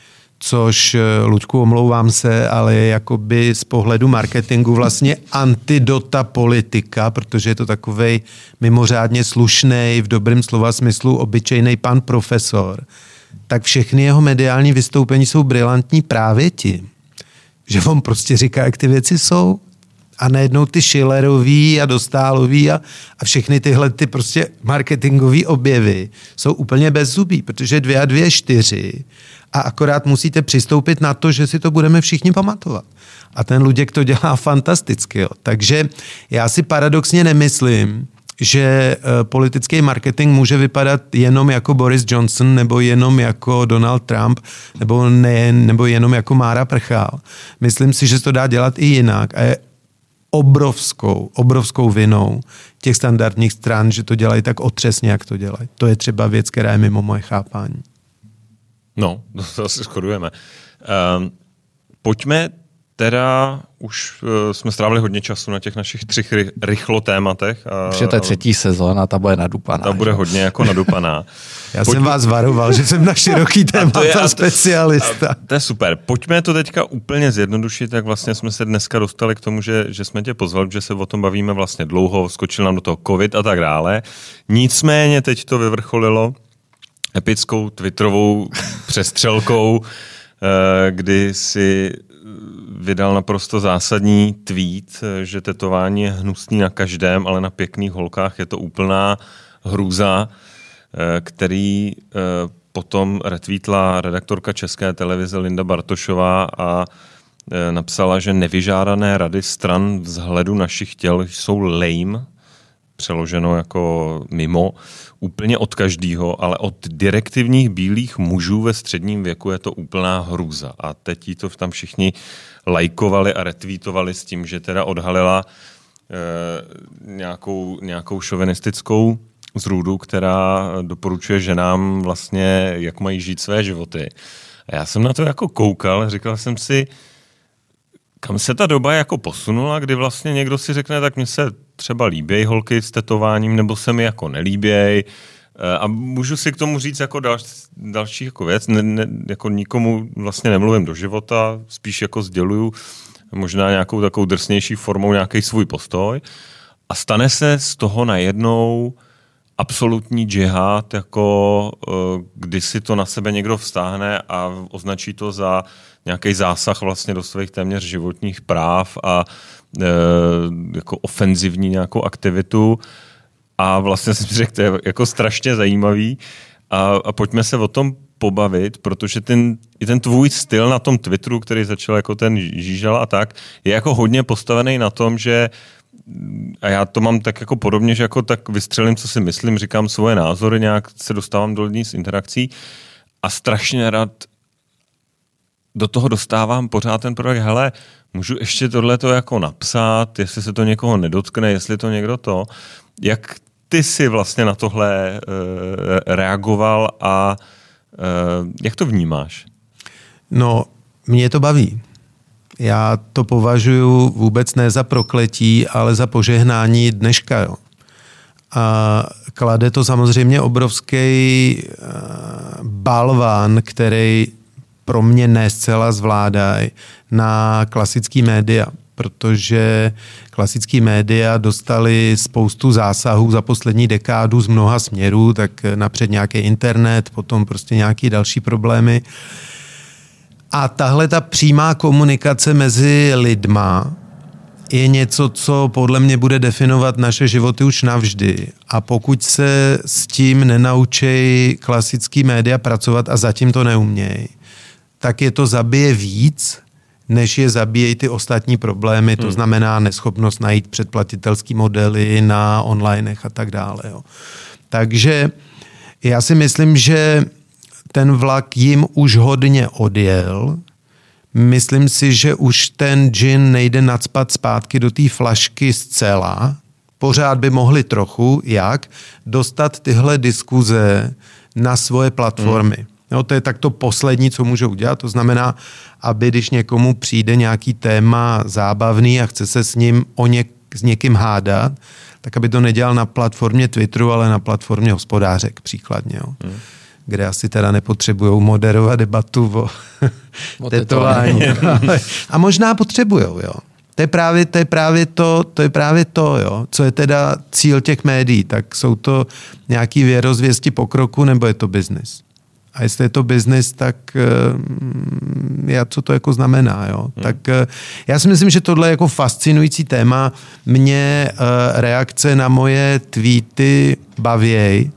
což, Luďku, omlouvám se, ale je jakoby z pohledu marketingu vlastně antidota politika, protože je to takovej mimořádně slušnej, v dobrém slova smyslu obyčejný pan profesor, tak všechny jeho mediální vystoupení jsou brilantní právě tím, že on prostě říká, jak ty věci jsou. A najednou ty Schillerový a Dostálový a, a všechny tyhle ty prostě marketingové objevy jsou úplně bezzubý, protože dvě a dvě je čtyři a akorát musíte přistoupit na to, že si to budeme všichni pamatovat. A ten Luděk to dělá fantasticky. Jo. Takže já si paradoxně nemyslím, že uh, politický marketing může vypadat jenom jako Boris Johnson nebo jenom jako Donald Trump nebo, ne, nebo jenom jako Mára Prchal. Myslím si, že se to dá dělat i jinak a je obrovskou, obrovskou vinou těch standardních stran, že to dělají tak otřesně, jak to dělají. To je třeba věc, která je mimo moje chápání. No, to asi shodujeme. Um, pojďme teda, už uh, jsme strávili hodně času na těch našich třech ry- rychlo tématech. Protože to je třetí sezóna, ta bude nadupaná. Ta bude hodně jako nadupaná. Já Pojďme... jsem vás varoval, že jsem na široký témata specialista. A to je super. Pojďme to teďka úplně zjednodušit, jak vlastně jsme se dneska dostali k tomu, že, že jsme tě pozvali, že se o tom bavíme vlastně dlouho, skočil nám do toho covid a tak dále. Nicméně teď to vyvrcholilo epickou twitterovou přestřelkou, kdy si vydal naprosto zásadní tweet, že tetování je hnusný na každém, ale na pěkných holkách je to úplná hrůza, který potom retweetla redaktorka České televize Linda Bartošová a napsala, že nevyžádané rady stran vzhledu našich těl jsou lame, přeloženo jako mimo, úplně od každého, ale od direktivních bílých mužů ve středním věku je to úplná hrůza. A teď jí to tam všichni lajkovali a retweetovali s tím, že teda odhalila eh, nějakou, nějakou šovinistickou zrůdu, která doporučuje ženám vlastně, jak mají žít své životy. A já jsem na to jako koukal, říkal jsem si, kam se ta doba jako posunula, kdy vlastně někdo si řekne, tak mně se třeba líběj holky s tetováním, nebo se mi jako nelíběj. A můžu si k tomu říct jako další, další jako věc, ne, ne, jako nikomu vlastně nemluvím do života, spíš jako sděluju možná nějakou takovou drsnější formou nějaký svůj postoj. A stane se z toho najednou absolutní džihad, jako když si to na sebe někdo vztáhne a označí to za nějaký zásah vlastně do svých téměř životních práv a e, jako ofenzivní nějakou aktivitu. A vlastně jsem si řekl, to je jako strašně zajímavý. A, a pojďme se o tom pobavit, protože ten, i ten tvůj styl na tom Twitteru, který začal jako ten Žížel a tak, je jako hodně postavený na tom, že a já to mám tak jako podobně, že jako tak vystřelím, co si myslím, říkám svoje názory, nějak se dostávám do lidí z interakcí a strašně rád do toho dostávám pořád ten projekt, hele, můžu ještě tohleto jako napsat, jestli se to někoho nedotkne, jestli to někdo to. Jak ty si vlastně na tohle e, reagoval a e, jak to vnímáš? No, mě to baví. Já to považuji vůbec ne za prokletí, ale za požehnání dneška. Jo. A klade to samozřejmě obrovský balván, který pro mě ne zcela zvládají na klasický média, protože klasický média dostali spoustu zásahů za poslední dekádu z mnoha směrů, tak napřed nějaký internet, potom prostě nějaké další problémy. A tahle ta přímá komunikace mezi lidma je něco, co podle mě bude definovat naše životy už navždy. A pokud se s tím nenaučí klasický média pracovat a zatím to neumějí, tak je to zabije víc, než je zabíjejí ty ostatní problémy, to hmm. znamená neschopnost najít předplatitelský modely na onlinech a tak dále. Jo. Takže já si myslím, že ten vlak jim už hodně odjel. Myslím si, že už ten džin nejde nacpat zpátky do té flašky zcela. Pořád by mohli trochu, jak, dostat tyhle diskuze na svoje platformy. Hmm. No, to je tak to poslední, co může udělat. To znamená, aby když někomu přijde nějaký téma zábavný a chce se s ním o něk, s někým hádat, tak aby to nedělal na platformě Twitteru, ale na platformě Hospodářek příkladně. Jo. Hmm. Kde asi teda nepotřebujou moderovat debatu o, o tetování. A možná potřebujou, jo. To je právě, to je právě to, to je právě to, jo. Co je teda cíl těch médií, tak jsou to nějaký věrozvěsti pokroku, nebo je to biznis? A jestli je to biznis, tak já, co to jako znamená, jo. Hmm. Tak já si myslím, že tohle je jako fascinující téma. Mě reakce na moje tweety bavěj,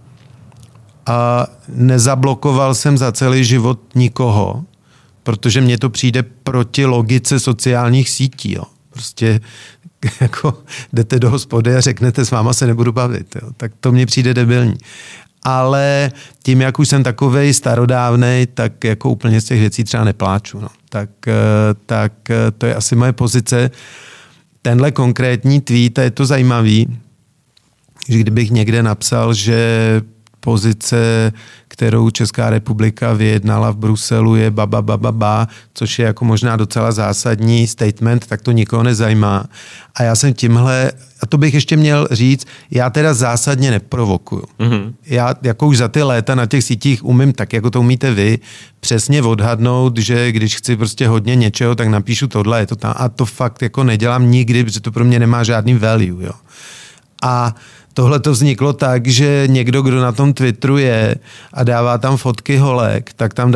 a nezablokoval jsem za celý život nikoho, protože mně to přijde proti logice sociálních sítí. Jo. Prostě jako jdete do hospody a řeknete, s váma se nebudu bavit. Jo. Tak to mně přijde debilní. Ale tím, jak už jsem takovej starodávnej, tak jako úplně z těch věcí třeba nepláču. No. Tak, tak to je asi moje pozice. Tenhle konkrétní tweet, a je to zajímavý, že kdybych někde napsal, že pozice, kterou Česká republika vyjednala v Bruselu, je ba, ba, ba, ba, ba, což je jako možná docela zásadní statement, tak to nikoho nezajímá. A já jsem tímhle, a to bych ještě měl říct, já teda zásadně neprovokuju. Mm-hmm. Já jako už za ty léta na těch sítích umím, tak jako to umíte vy, přesně odhadnout, že když chci prostě hodně něčeho, tak napíšu tohle, je to tam. A to fakt jako nedělám nikdy, protože to pro mě nemá žádný value. Jo. A tohle to vzniklo tak, že někdo, kdo na tom Twitteru je a dává tam fotky holek, tak tam dal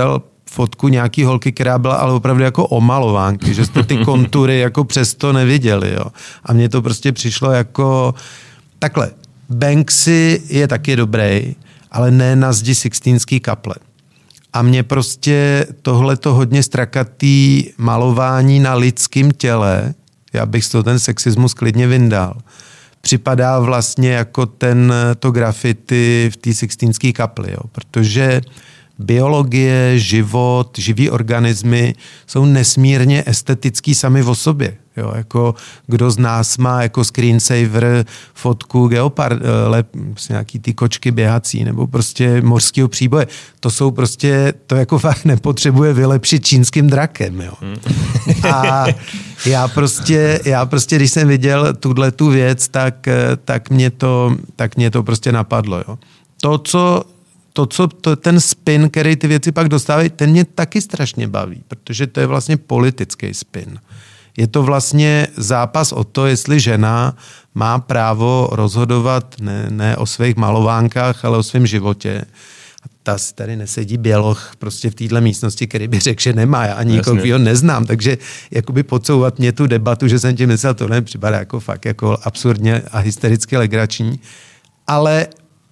fotku nějaký holky, která byla ale opravdu jako omalovánky, že jste ty kontury jako přesto neviděli, jo. A mně to prostě přišlo jako takhle. Banksy je taky dobrý, ale ne na zdi Sixtínský kaple. A mě prostě tohleto hodně strakatý malování na lidském těle, já bych z toho ten sexismus klidně vyndal, připadá vlastně jako ten, to graffiti v té Sixtínské kapli, jo. Protože biologie, život, živý organismy jsou nesmírně estetický sami o sobě. Jo, jako kdo z nás má jako screensaver fotku geopard, lep, prostě nějaký ty kočky běhací nebo prostě mořského příboje. To jsou prostě, to jako fakt nepotřebuje vylepšit čínským drakem. Jo. A já prostě, já prostě, když jsem viděl tuhle tu věc, tak, tak, mě to, tak mě to prostě napadlo. Jo. To, co To, co to, ten spin, který ty věci pak dostávají, ten mě taky strašně baví, protože to je vlastně politický spin. Je to vlastně zápas o to, jestli žena má právo rozhodovat ne, ne o svých malovánkách, ale o svém životě. A ta si tady nesedí běloch prostě v téhle místnosti, který by řekl, že nemá. Já ani nikoho neznám, takže jakoby podsouvat mě tu debatu, že jsem tím myslel, to ne, připadá jako fakt jako absurdně a hystericky legrační. Ale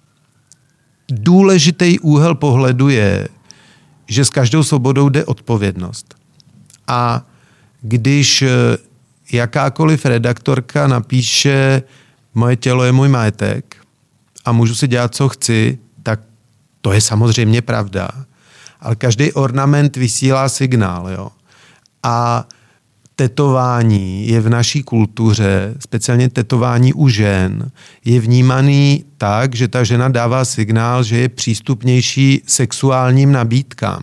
důležitý úhel pohledu je, že s každou svobodou jde odpovědnost. A když jakákoliv redaktorka napíše moje tělo je můj majetek a můžu si dělat, co chci, tak to je samozřejmě pravda. Ale každý ornament vysílá signál. Jo? A tetování je v naší kultuře, speciálně tetování u žen, je vnímaný tak, že ta žena dává signál, že je přístupnější sexuálním nabídkám.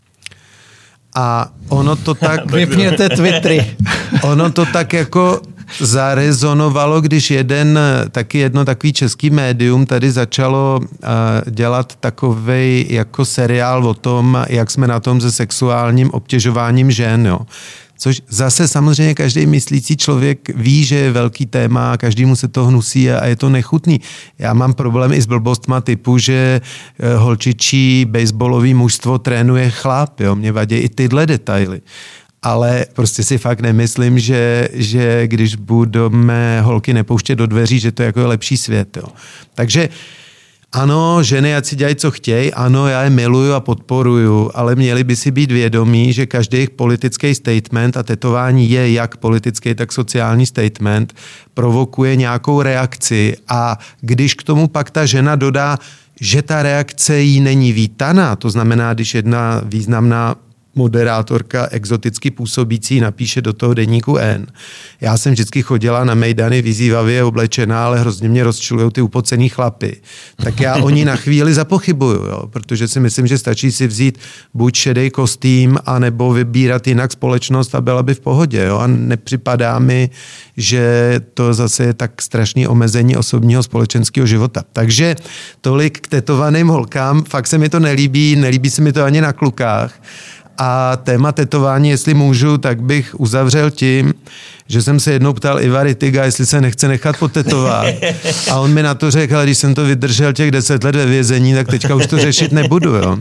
A ono to tak... Vypněte Twittery. Ono to tak jako zarezonovalo, když jeden, taky jedno takový český médium tady začalo uh, dělat takovej jako seriál o tom, jak jsme na tom se sexuálním obtěžováním žen, jo. Což zase samozřejmě každý myslící člověk ví, že je velký téma, každému se to hnusí a je to nechutný. Já mám problém i s blbostma typu, že holčičí baseballový mužstvo trénuje chlap, jo. Mě vadí i tyhle detaily. Ale prostě si fakt nemyslím, že, že když budeme holky nepouštět do dveří, že to je jako lepší svět. Jo. Takže ano, ženy ať si dělají, co chtějí, ano, já je miluju a podporuju, ale měli by si být vědomí, že každý jejich politický statement, a tetování je jak politický, tak sociální statement, provokuje nějakou reakci a když k tomu pak ta žena dodá, že ta reakce jí není vítaná, to znamená, když jedna významná moderátorka exoticky působící napíše do toho deníku N. Já jsem vždycky chodila na mejdany vyzývavě oblečená, ale hrozně mě rozčilujou ty upocený chlapy. Tak já o ní na chvíli zapochybuju, jo? Protože si myslím, že stačí si vzít buď šedej kostým, anebo vybírat jinak společnost a byla by v pohodě. Jo? A nepřipadá mi, že to zase je tak strašný omezení osobního společenského života. Takže tolik k tetovaným holkám. Fakt se mi to nelíbí, nelíbí se mi to ani na klukách. A téma tetování, jestli můžu, tak bych uzavřel tím, že jsem se jednou ptal Iva Rittiga, jestli se nechce nechat potetovat. A on mi na to řekl, ale když jsem to vydržel těch deset let ve vězení, tak teďka už to řešit nebudu. Jo.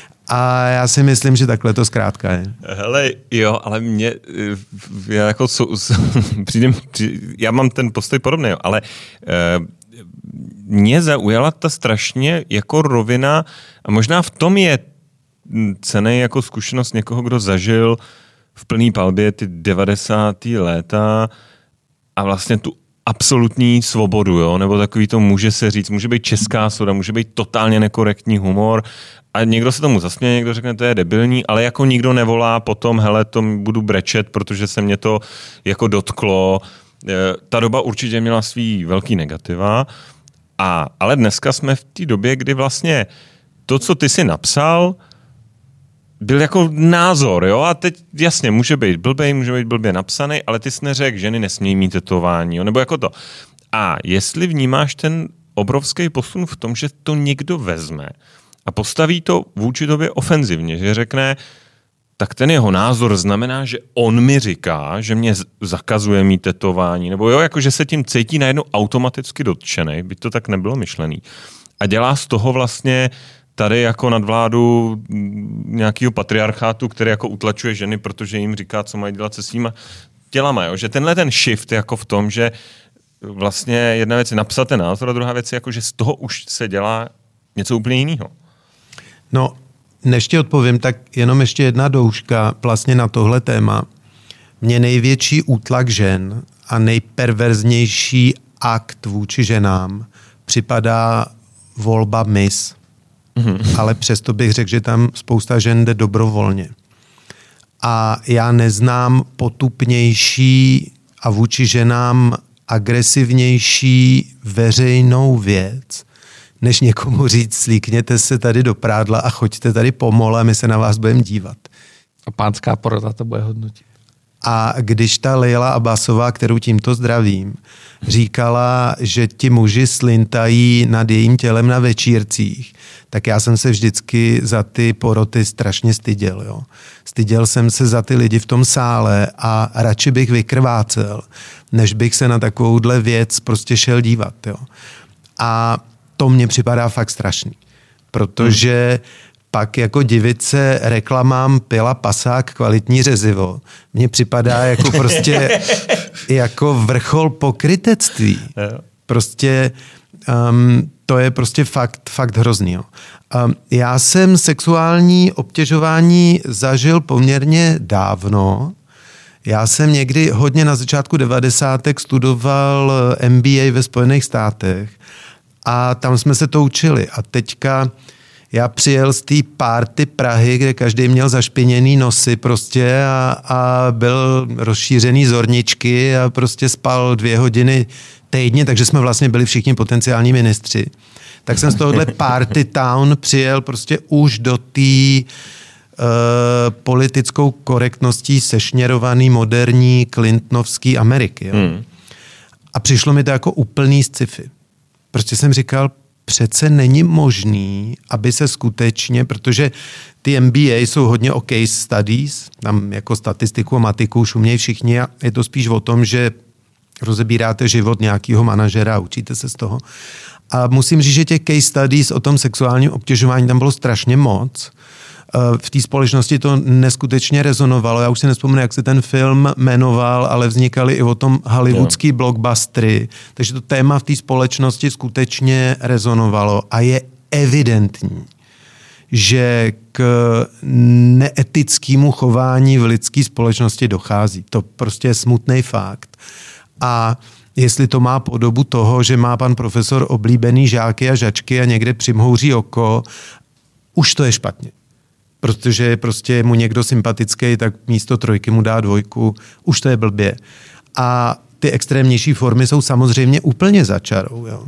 A já si myslím, že takhle to zkrátka je. Hele, jo, ale mě, já jako, přijdem, já mám ten postoj podobný, ale uh, mě zaujala ta strašně jako rovina a možná v tom je cenný jako zkušenost někoho, kdo zažil v plný palbě ty devadesátá léta a vlastně tu absolutní svobodu, jo? Nebo takový to může se říct, může být česká soda, může být totálně nekorektní humor a někdo se tomu zasměje, někdo řekne, to je debilní, ale jako nikdo nevolá potom, hele, to budu brečet, protože se mě to jako dotklo. Ta doba určitě měla svý velký negativa, a, ale dneska jsme v té době, kdy vlastně to, co ty si napsal, byl jako názor, jo, a teď jasně, může být blbej, může být blbě napsaný, ale ty jsi neřekl, ženy nesmějí mít tetování, jo, nebo jako to. A jestli vnímáš ten obrovský posun v tom, že to někdo vezme a postaví to vůči tobě ofenzivně, že řekne, tak ten jeho názor znamená, že on mi říká, že mě zakazuje mít tetování, nebo jo, jako že se tím cítí najednou automaticky dotčenej, by to tak nebylo myšlený. A dělá z toho vlastně tady jako nadvládu nějakého patriarchátu, který jako utlačuje ženy, protože jim říká, co mají dělat se svýma tělama. Jo? Že tenhle ten shift jako v tom, že vlastně jedna věc je napsat ten názor a druhá věc je jako, že z toho už se dělá něco úplně jiného. No, než ti odpovím, tak jenom ještě jedna douška vlastně na tohle téma. Mně největší útlak žen a nejperverznější akt vůči ženám připadá volba Miss. Mm-hmm. Ale přesto bych řekl, že tam spousta žen jde dobrovolně. A já neznám potupnější a vůči ženám agresivnější veřejnou věc, než někomu říct, slíkněte se tady do prádla a choďte tady pomole a my se na vás budeme dívat. A pánská porota to bude hodnotit. A když ta Leila Abbasová, kterou tímto zdravím, říkala, že ti muži slintají nad jejím tělem na večírcích, tak já jsem se vždycky za ty poroty strašně styděl. Jo. Styděl jsem se za ty lidi v tom sále a radši bych vykrvácel, než bych se na takovouhle věc prostě šel dívat. Jo. A to mně připadá fakt strašný, protože hmm. pak jako divit se reklamám pila pasák kvalitní řezivo. Mně připadá jako prostě jako vrchol pokrytectví. Prostě um, to je prostě fakt, fakt hrozný. Jo. Um, já jsem sexuální obtěžování zažil poměrně dávno. Já jsem někdy hodně na začátku devadesátek studoval M B A ve Spojených státech a tam jsme se to učili. A teďka já přijel z té party Prahy, kde každý měl zašpiněný nosy prostě a, a byl rozšířený zorničky a prostě spal dvě hodiny týdně, takže jsme vlastně byli všichni potenciální ministři. Tak jsem z tohohle party town přijel prostě už do té uh, politickou korektností sešněrovaný moderní clintonovský Ameriky. Jo? Hmm. A přišlo mi to jako úplný sci-fi. Prostě jsem říkal, přece není možný, aby se skutečně, protože ty M B A jsou hodně o case studies, tam jako statistiku a matiku už umějí všichni a je to spíš o tom, že rozebíráte život nějakého manažera a učíte se z toho. A musím říct, že těch case studies o tom sexuálním obtěžování tam bylo strašně moc. V té společnosti to neskutečně rezonovalo. Já už si nevzpomenu, jak se ten film jmenoval, ale vznikaly i o tom hollywoodský no. blockbustery. Takže to téma v té společnosti skutečně rezonovalo a je evidentní, že k neetickému chování v lidské společnosti dochází. To prostě je smutný fakt. A jestli to má podobu toho, že má pan profesor oblíbený žáky a žačky a někde přimhouří oko, už to je špatně. Protože prostě je mu někdo sympatický, tak místo trojky mu dá dvojku, už to je blbě. A ty extrémnější formy jsou samozřejmě úplně za čarou. Jo.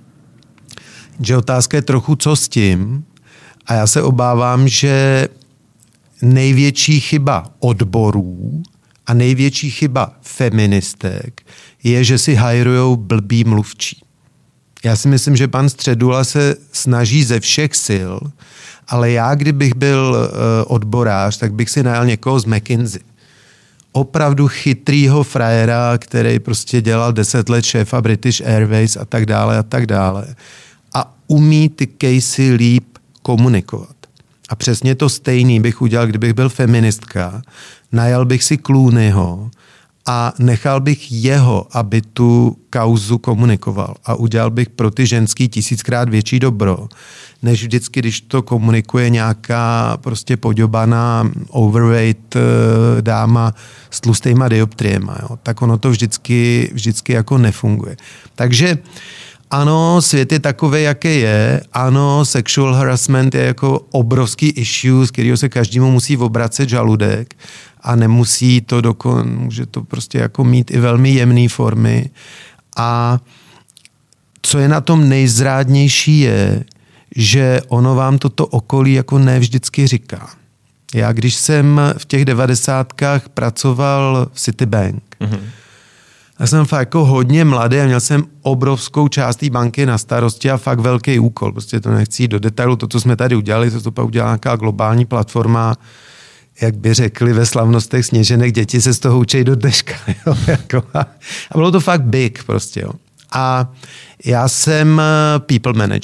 Že otázka je trochu, co s tím, a já se obávám, že největší chyba odborů a největší chyba feministek je, že si hajrujou blbý mluvčí. Já si myslím, že pan Středula se snaží ze všech sil, ale já, kdybych byl uh, odborář, tak bych si najal někoho z McKinsey. Opravdu chytrýho frajera, který prostě dělal deset let šéfa British Airways a tak dále a tak dále. A umí ty casey líp komunikovat. A přesně to stejný bych udělal, kdybych byl feministka. Najal bych si Clooneyho a nechal bych jeho, aby tu kauzu komunikoval. A udělal bych pro ty ženský tisíckrát větší dobro, než vždycky, když to komunikuje nějaká prostě poďobaná overweight dáma s tlustýma dioptriema. Jo. Tak ono to vždycky, vždycky jako nefunguje. Takže ano, svět je takový, jaký je. Ano, sexual harassment je jako obrovský issue, z kterého se každému musí obracet žaludek a nemusí to dokon, může to prostě jako mít i velmi jemné formy. A co je na tom nejzrádnější je, že ono vám toto okolí jako ne vždycky říká. Já když jsem v těch devadesátkách pracoval v Citibank, mm-hmm. já jsem fakt jako hodně mladý a měl jsem obrovskou část té banky na starosti a fakt velký úkol. Prostě to nechci jít do detailu, to, co jsme tady udělali, to, to pak udělala nějaká globální platforma, jak by řekli ve slavnostech Sněženek, děti se z toho učí do dneška. Jo? Jako, a bylo to fakt big prostě. Jo? A já jsem people manager.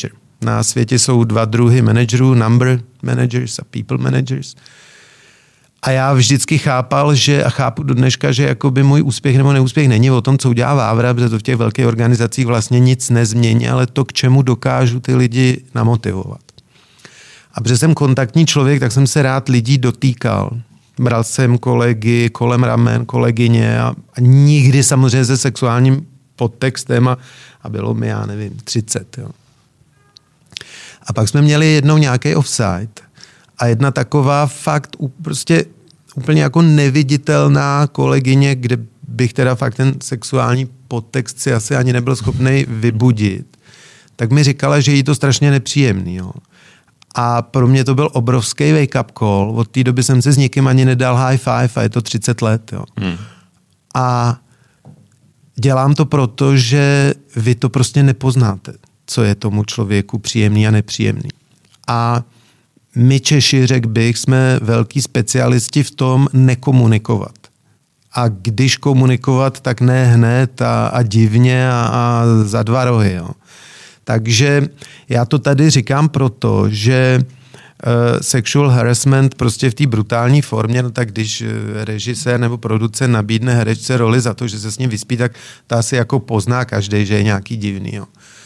Na světě jsou dva druhy managerů, number managers a people managers. A já vždycky chápal, že, a chápu do dneška, že jakoby můj úspěch nebo neúspěch není o tom, co udělá Vávra, protože to v těch velkých organizacích vlastně nic nezmění, ale to, k čemu dokážu ty lidi namotivovat. A protože jsem kontaktní člověk, tak jsem se rád lidí dotýkal. Bral jsem kolegy kolem ramen, kolegyně a, a nikdy samozřejmě se sexuálním podtextem a, a bylo mi, já nevím, třicet. Jo. A pak jsme měli jednou nějaký offside a jedna taková fakt prostě úplně jako neviditelná kolegyně, kde bych teda fakt ten sexuální podtext si asi ani nebyl schopný vybudit, tak mi říkala, že jí to strašně nepříjemný. Jo. A pro mě to byl obrovský wake-up call. Od té doby jsem si s nikým ani nedal high five a je to třicet let. Jo. Hmm. A dělám to proto, že vy to prostě nepoznáte, co je tomu člověku příjemný a nepříjemný. A my Češi, řekl bych, jsme velký specialisti v tom nekomunikovat. A když komunikovat, tak ne hned a, a divně a, a za dva rohy. Jo. Takže já to tady říkám proto, že uh, sexual harassment prostě v té brutální formě, no tak když režisér nebo producent nabídne herečce roli za to, že se s ním vyspí, tak to asi jako pozná každý, že je nějaký divný. Jo.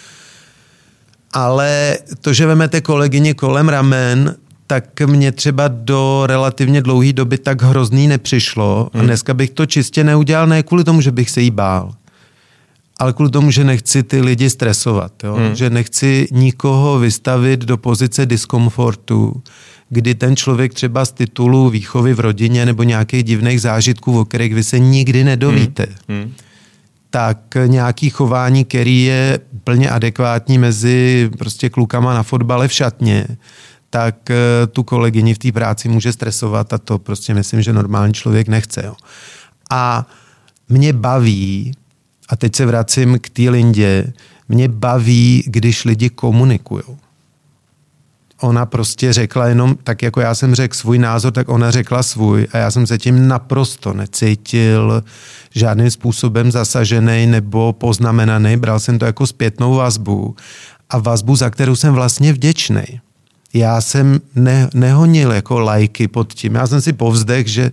Ale to, že vemete kolegyně kolem ramen, tak mě třeba do relativně dlouhé doby tak hrozný nepřišlo. Hmm. A dneska bych to čistě neudělal, ne kvůli tomu, že bych se jí bál, ale kvůli tomu, že nechci ty lidi stresovat. Jo? Hmm. Že nechci nikoho vystavit do pozice diskomfortu, kdy ten člověk třeba z titulu výchovy v rodině nebo nějakých divných zážitků, o kterých vy se nikdy nedovíte, hmm. Hmm. tak nějaký chování, který je plně adekvátní mezi prostě klukama na fotbale v šatně, tak tu kolegyni v té práci může stresovat a to prostě myslím, že normální člověk nechce. Jo. A mě baví, a teď se vracím k té Lindě, mě baví, když lidi komunikujou. Ona prostě řekla jenom, tak jako já jsem řekl svůj názor, tak ona řekla svůj a já jsem se tím naprosto necítil žádným způsobem zasažený nebo poznamenaný. Bral jsem to jako zpětnou vazbu a vazbu, za kterou jsem vlastně vděčný. Já jsem ne, nehonil jako lajky pod tím. Já jsem si povzdech, že,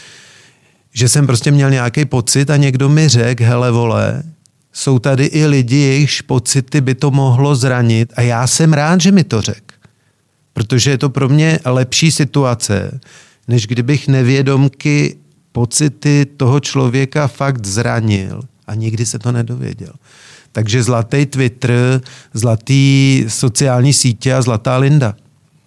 že jsem prostě měl nějaký pocit a někdo mi řekl, hele vole, jsou tady i lidi, jejichž pocity by to mohlo zranit a já jsem rád, že mi to řekl. Protože je to pro mě lepší situace, než kdybych nevědomky pocity toho člověka fakt zranil a nikdy se to nedověděl. Takže zlatý Twitter, zlatý sociální sítě a zlatá Linda.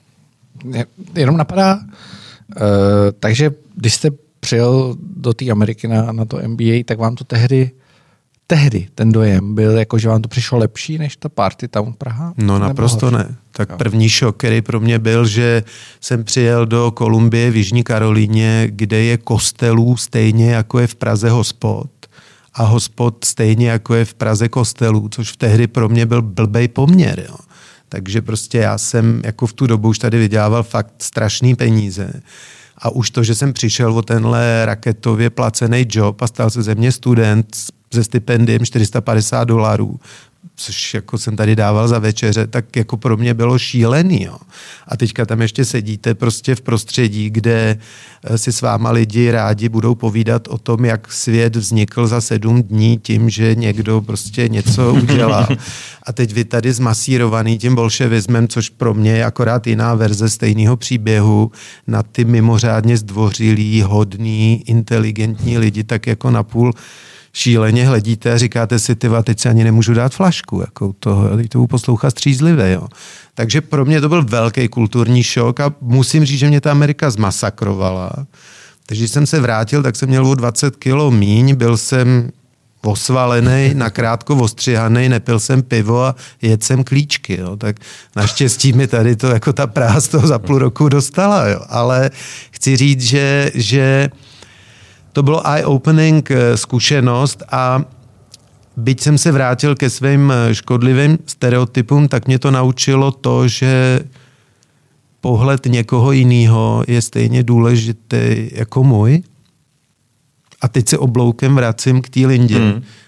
Jenom napadá, uh, takže když jste přijel do té Ameriky na, na to N B A, tak vám to tehdy, tehdy ten dojem byl, jako že vám to přišlo lepší než ta party tam v Praha? No naprosto ne. Tak první šok, který pro mě byl, že jsem přijel do Kolumbie v Jižní Karolíně, kde je kostelů stejně jako je v Praze hospod. A hospod stejně jako je v Praze kostelů, což v tehdy pro mě byl blbej poměr. Jo. Takže prostě já jsem jako v tu dobu už tady vydělával fakt strašný peníze. A už to, že jsem přišel o tenhle raketově placený job a stal se ze mě student se stipendiem čtyři sta padesát dolarů, což jako jsem tady dával za večeře, tak jako pro mě bylo šílený. Jo. A teďka tam ještě sedíte prostě v prostředí, kde si s váma lidi rádi budou povídat o tom, jak svět vznikl za sedm dní tím, že někdo prostě něco udělal. A teď vy tady zmasírovaný tím bolševismem, což pro mě je akorát jiná verze stejného příběhu, na ty mimořádně zdvořilý, hodný, inteligentní lidi, tak jako napůl šíleně hledíte a říkáte si, tyva, teď si ani nemůžu dát flašku, jako toho, teď to budu poslouchat střízlivě, jo. Takže pro mě to byl velký kulturní šok a musím říct, že mě ta Amerika zmasakrovala. Takže když jsem se vrátil, tak jsem měl o dvacet kilo míň, byl jsem osvalený, nakrátko ostřihaný, nepil jsem pivo a jedl jsem klíčky, jo. Tak naštěstí mi tady to, jako ta Praha z toho za půl roku dostala, jo. Ale chci říct, že, že to bylo eye-opening zkušenost a byť jsem se vrátil ke svým škodlivým stereotypům, tak mě to naučilo to, že pohled někoho jiného je stejně důležitý jako můj. A teď se obloukem vracím k té Lindě. Hmm.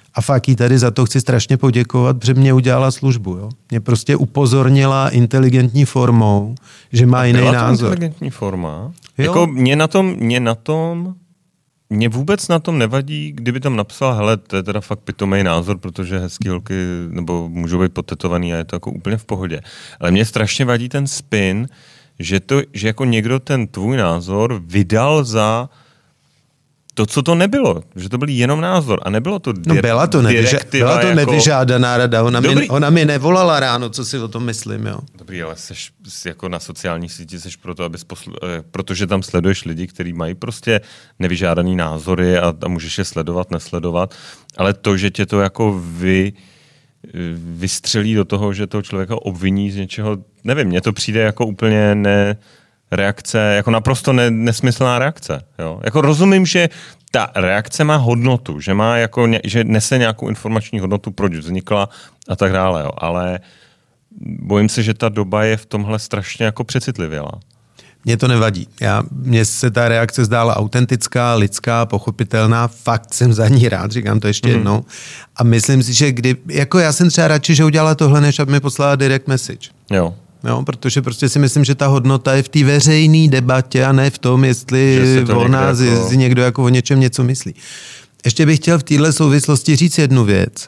A fakt jí tady za to chci strašně poděkovat, protože mě udělala službu. Jo? Mě prostě upozornila inteligentní formou, že má jiný byla názor. Byla to inteligentní forma? Jo? Jako mě na tom, mě na tom, mě vůbec na tom nevadí, kdyby tam napsal, hele, to je teda fakt pitomej názor, protože hezký holky nebo můžou být potetovaný a je to jako úplně v pohodě. Ale mě strašně vadí ten spin, že, to, že jako někdo ten tvůj názor vydal za to, co to nebylo. Že to byl jenom názor a nebylo to dir- No byla to, nevyža- byla to jako... nevyžádaná rada. Ona mi, ona mi nevolala ráno, co si o tom myslím. Jo. Dobrý, ale seš, jako na sociální síti seš proto, abys posl- protože tam sleduješ lidi, kteří mají prostě nevyžádaný názory a, a můžeš je sledovat, nesledovat. Ale to, že tě to jako vy vystřelí do toho, že toho člověka obviní z něčeho, nevím, mně to přijde jako úplně ne... reakce, jako naprosto ne, nesmyslná reakce. Jo? Jako rozumím, že ta reakce má hodnotu, že má jako, že nese nějakou informační hodnotu, proč vznikla a tak dále, jo? Ale bojím se, že ta doba je v tomhle strašně jako přecitlivěla. Mně to nevadí. Já, mně se ta reakce zdála autentická, lidská, pochopitelná, fakt jsem za ní rád, říkám to ještě mm. jednou. A myslím si, že kdy, jako já jsem třeba radši, že udělala tohle, než aby mi poslala direct message. Jo. Jo, protože prostě si myslím, že ta hodnota je v té veřejné debatě a ne v tom, jestli o nás jako... někdo jako o něčem něco myslí. Ještě bych chtěl v téhle souvislosti říct jednu věc.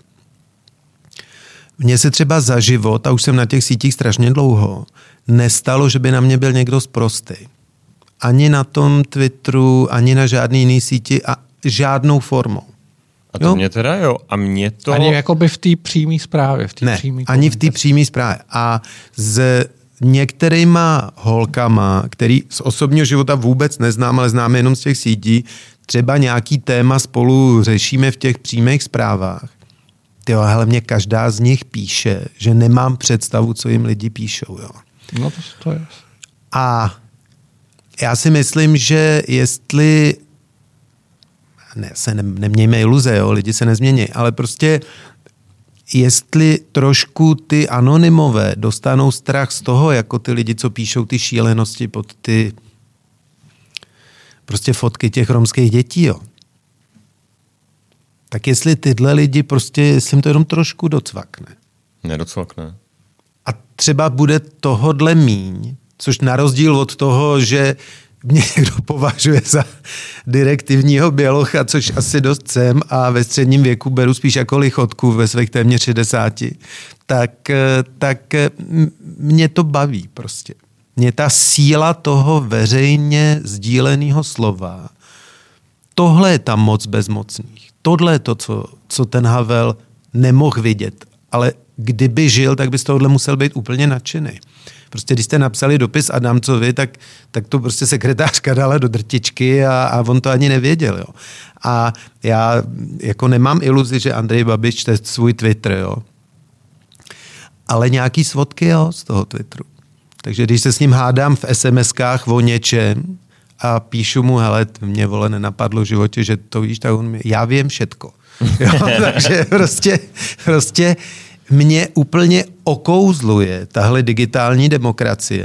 Mně se třeba za život, a už jsem na těch sítích strašně dlouho, nestalo, že by na mě byl někdo sprostej. Ani na tom Twitteru, ani na žádný jiný síti a žádnou formou. A to jo? Mě teda jo. A mě to... Ani jakoby v té přímé zprávě. V ne, přímý ani v té přímé zprávě. A s některýma holkama, který z osobního života vůbec neznám, ale známe jenom z těch sítí, třeba nějaký téma spolu řešíme v těch přímých zprávách. Tyjo, hele, mě každá z nich píše, že nemám představu, co jim lidi píšou. Jo. No to, to je. A já si myslím, že jestli ne, se ne, nemějme iluze, jo, lidi se nezmění, ale prostě jestli trošku ty anonymové dostanou strach z toho, jako ty lidi, co píšou ty šílenosti pod ty prostě fotky těch romských dětí, jo. Tak jestli tyhle lidi prostě, jestli jim to jenom trošku docvakne. Nedocvakne. A třeba bude tohodle míň, což na rozdíl od toho, že mě někdo považuje za direktivního bělocha, což asi dost jsem a ve středním věku beru spíš jako lichotku ve svých téměř šedesáti, tak, tak mě to baví prostě. Mě ta síla toho veřejně sdíleného slova, tohle je tam moc bezmocných. Tohle je to, co, co ten Havel nemohl vidět. Ale kdyby žil, tak by z tohohle musel být úplně nadšený. Prostě když jste napsali dopis Adamcovi, tak, tak to prostě sekretářka dala do drtičky a, a on to ani nevěděl. Jo. A já jako nemám iluzi, že Andrej Babiš čte svůj Twitter, jo. Ale nějaký svodky, jo, z toho Twitteru. Takže když se s ním hádám v es em eskách o něčem a píšu mu, hele, mě vole nenapadlo v životě, že to víš, tak on mě, já vím všetko. Jo, takže prostě, prostě mě úplně okouzluje tahle digitální demokracie.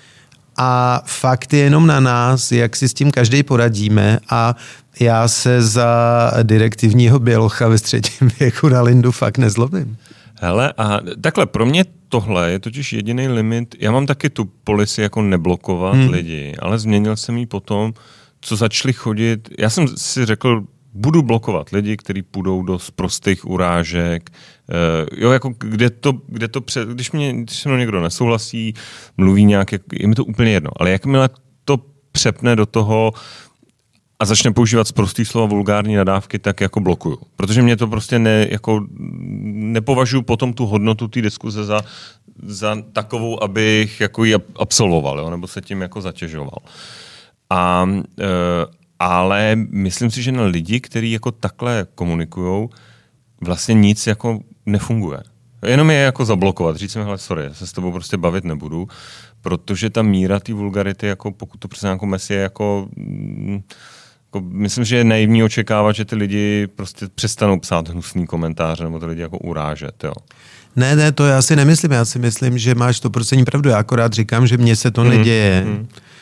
A fakt je jenom na nás, jak si s tím každý poradíme a já se za direktivního bělocha ve středním věku na Lindu fakt nezlobím. Hele, a takhle, pro mě tohle je totiž jediný limit. Já mám taky tu policy jako neblokovat hmm. lidi, ale změnil jsem ji potom, co začali chodit. Já jsem si řekl, budu blokovat lidi, kteří půjdou do sprostých urážek, uh, jo, jako kde to, kde to před, když mě, když se mnou někdo nesouhlasí, mluví nějak, jak, je mi to úplně jedno, ale jakmile to přepne do toho a začne používat sprostý slova, vulgární nadávky, tak jako blokuju. Protože mě to prostě ne, jako nepovažuji potom tu hodnotu té diskuze za, za takovou, abych jako ji absolvoval, jo, nebo se tím jako zatěžoval. A uh, ale myslím si, že na lidi, kteří jako takhle komunikujou, vlastně nic jako nefunguje. Jenom je jako zablokovat, říct mi, hele, sorry, já se s tebou prostě bavit nebudu, protože ta míra té vulgarity, jako pokud to přes nějakou mes je jako, jako, myslím, že je naivní očekávat, že ty lidi prostě přestanou psát hnusný komentáře nebo ty lidi jako urážet, jo. Ne, ne, to já si nemyslím, já si myslím, že máš sto procent pravdu, já akorát říkám, že mně se to mm, neděje. Mm.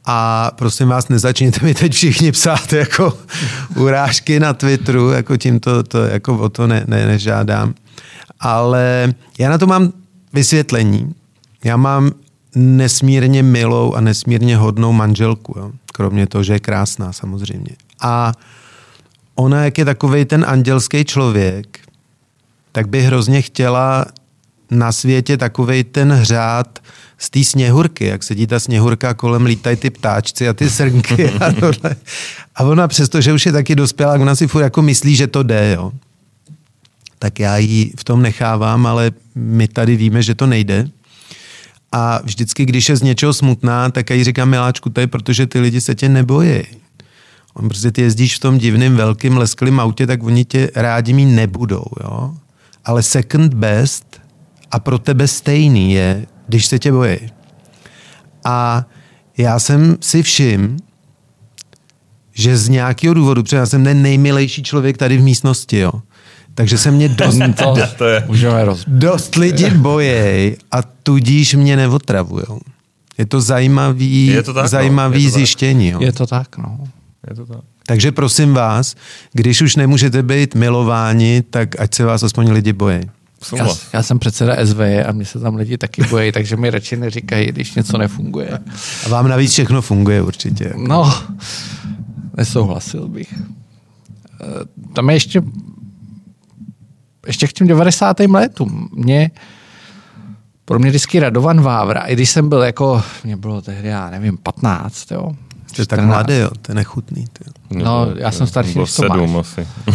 A prosím vás, nezačněte mi teď všichni psát jako urážky na Twitteru, jako tím to, to jako o to ne, ne, nežádám. Ale já na to mám vysvětlení. Já mám nesmírně milou a nesmírně hodnou manželku, jo? Kromě toho, že je krásná samozřejmě. A ona, jak je takovej ten andělský člověk, tak by hrozně chtěla na světě takovej ten hřát z té sněhurky, jak sedí ta sněhurka, kolem lítají ty ptáčci a ty srnky a tohle. A ona přesto, že už je taky dospělá, ona si furt jako myslí, že to jde, jo. Tak já ji v tom nechávám, ale my tady víme, že to nejde. A vždycky, když je z něčeho smutná, tak já jí říkám, miláčku, to je protože ty lidi se tě nebojí. On prostě ty jezdíš v tom divným, velkým, lesklým autě, tak oni tě rádi mít nebudou, jo. Ale second best a pro tebe stejný je, když se tě bojí. A já jsem si všiml, že z nějakého důvodu, protože já jsem ten nejmilejší člověk tady v místnosti, jo. Takže se mě dost, to, to je, dost lidi bojí a tudíž mě neotravujou. Je to zajímavý, je to tak, zajímavý no. je to zjištění. Jo. Je to tak, no. Je to tak. Takže prosím vás, když už nemůžete být milováni, tak ať se vás aspoň lidi bojí. Já, já jsem předseda S V a mě se tam lidi taky bojí, takže mi radši neříkají, když něco nefunguje. A vám navíc všechno funguje určitě. No, nesouhlasil bych. Tam je ještě ještě k těm devadesátým letům. Mě, pro mě vždycky Radovan Vávra, i když jsem byl jako, mě bylo tehdy, já nevím, patnáct, jo. To je tak mladý, jo, to je nechutný. Tyjo. No, já jsem starší než Tomáš. sedm asi. Uh,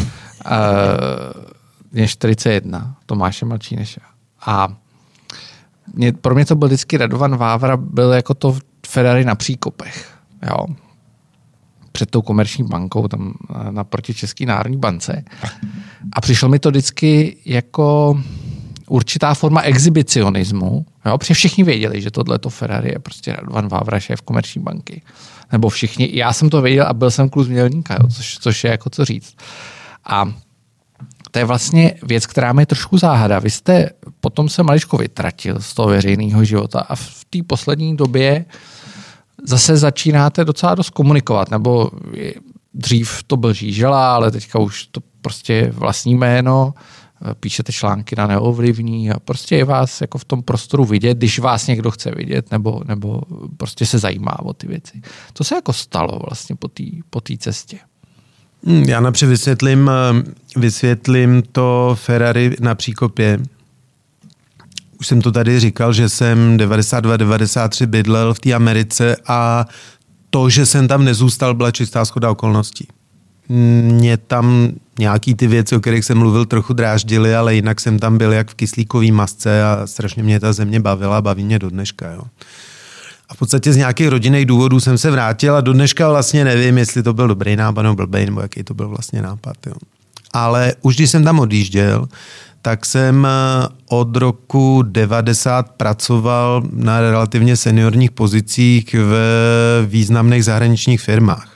mě čtyřicet jedna, Tomáš je mladší než já. A mě, pro mě to byl vždycky Radovan Vávra, byl jako to Ferrari na příkopech, jo. Před tou Komerční bankou, tam naproti České národní bance. A přišlo mi to vždycky jako určitá forma exhibicionismu. Jo? Protože všichni věděli, že tohleto Ferrari je prostě Radovan Vávra, šéf Komerční banky. Nebo všichni. Já jsem to věděl a byl jsem kluk z Mělníka, jo? Což, což je jako co říct. A to je vlastně věc, která mi je trošku záhada. Vy jste potom se maličko vytratil z toho veřejného života a v té poslední době zase začínáte docela dost komunikovat, nebo dřív to byl Žížela, ale teďka už to prostě vlastní jméno, píšete články na Neovlivní a prostě je vás jako v tom prostoru vidět, když vás někdo chce vidět, nebo, nebo prostě se zajímá o ty věci. Co se jako stalo vlastně po té po té cestě? Já napřed vysvětlím, vysvětlím to Ferrari na příkopě. Už jsem to tady říkal, že jsem devadesát dva devadesát tři bydlel v té Americe a to, že jsem tam nezůstal, byla čistá shoda okolností. Mě tam nějaký ty věci, o kterých jsem mluvil, trochu dráždily, ale jinak jsem tam byl jak v kyslíkový masce a strašně mě ta země bavila a baví mě do dneška. Jo. A v podstatě z nějakých rodinných důvodů jsem se vrátil a do dneška vlastně nevím, jestli to byl dobrý nápad nebo blbej, nebo jaký to byl vlastně nápad. Jo. Ale už když jsem tam odjížděl, tak jsem od roku devadesát pracoval na relativně seniorních pozicích v významných zahraničních firmách.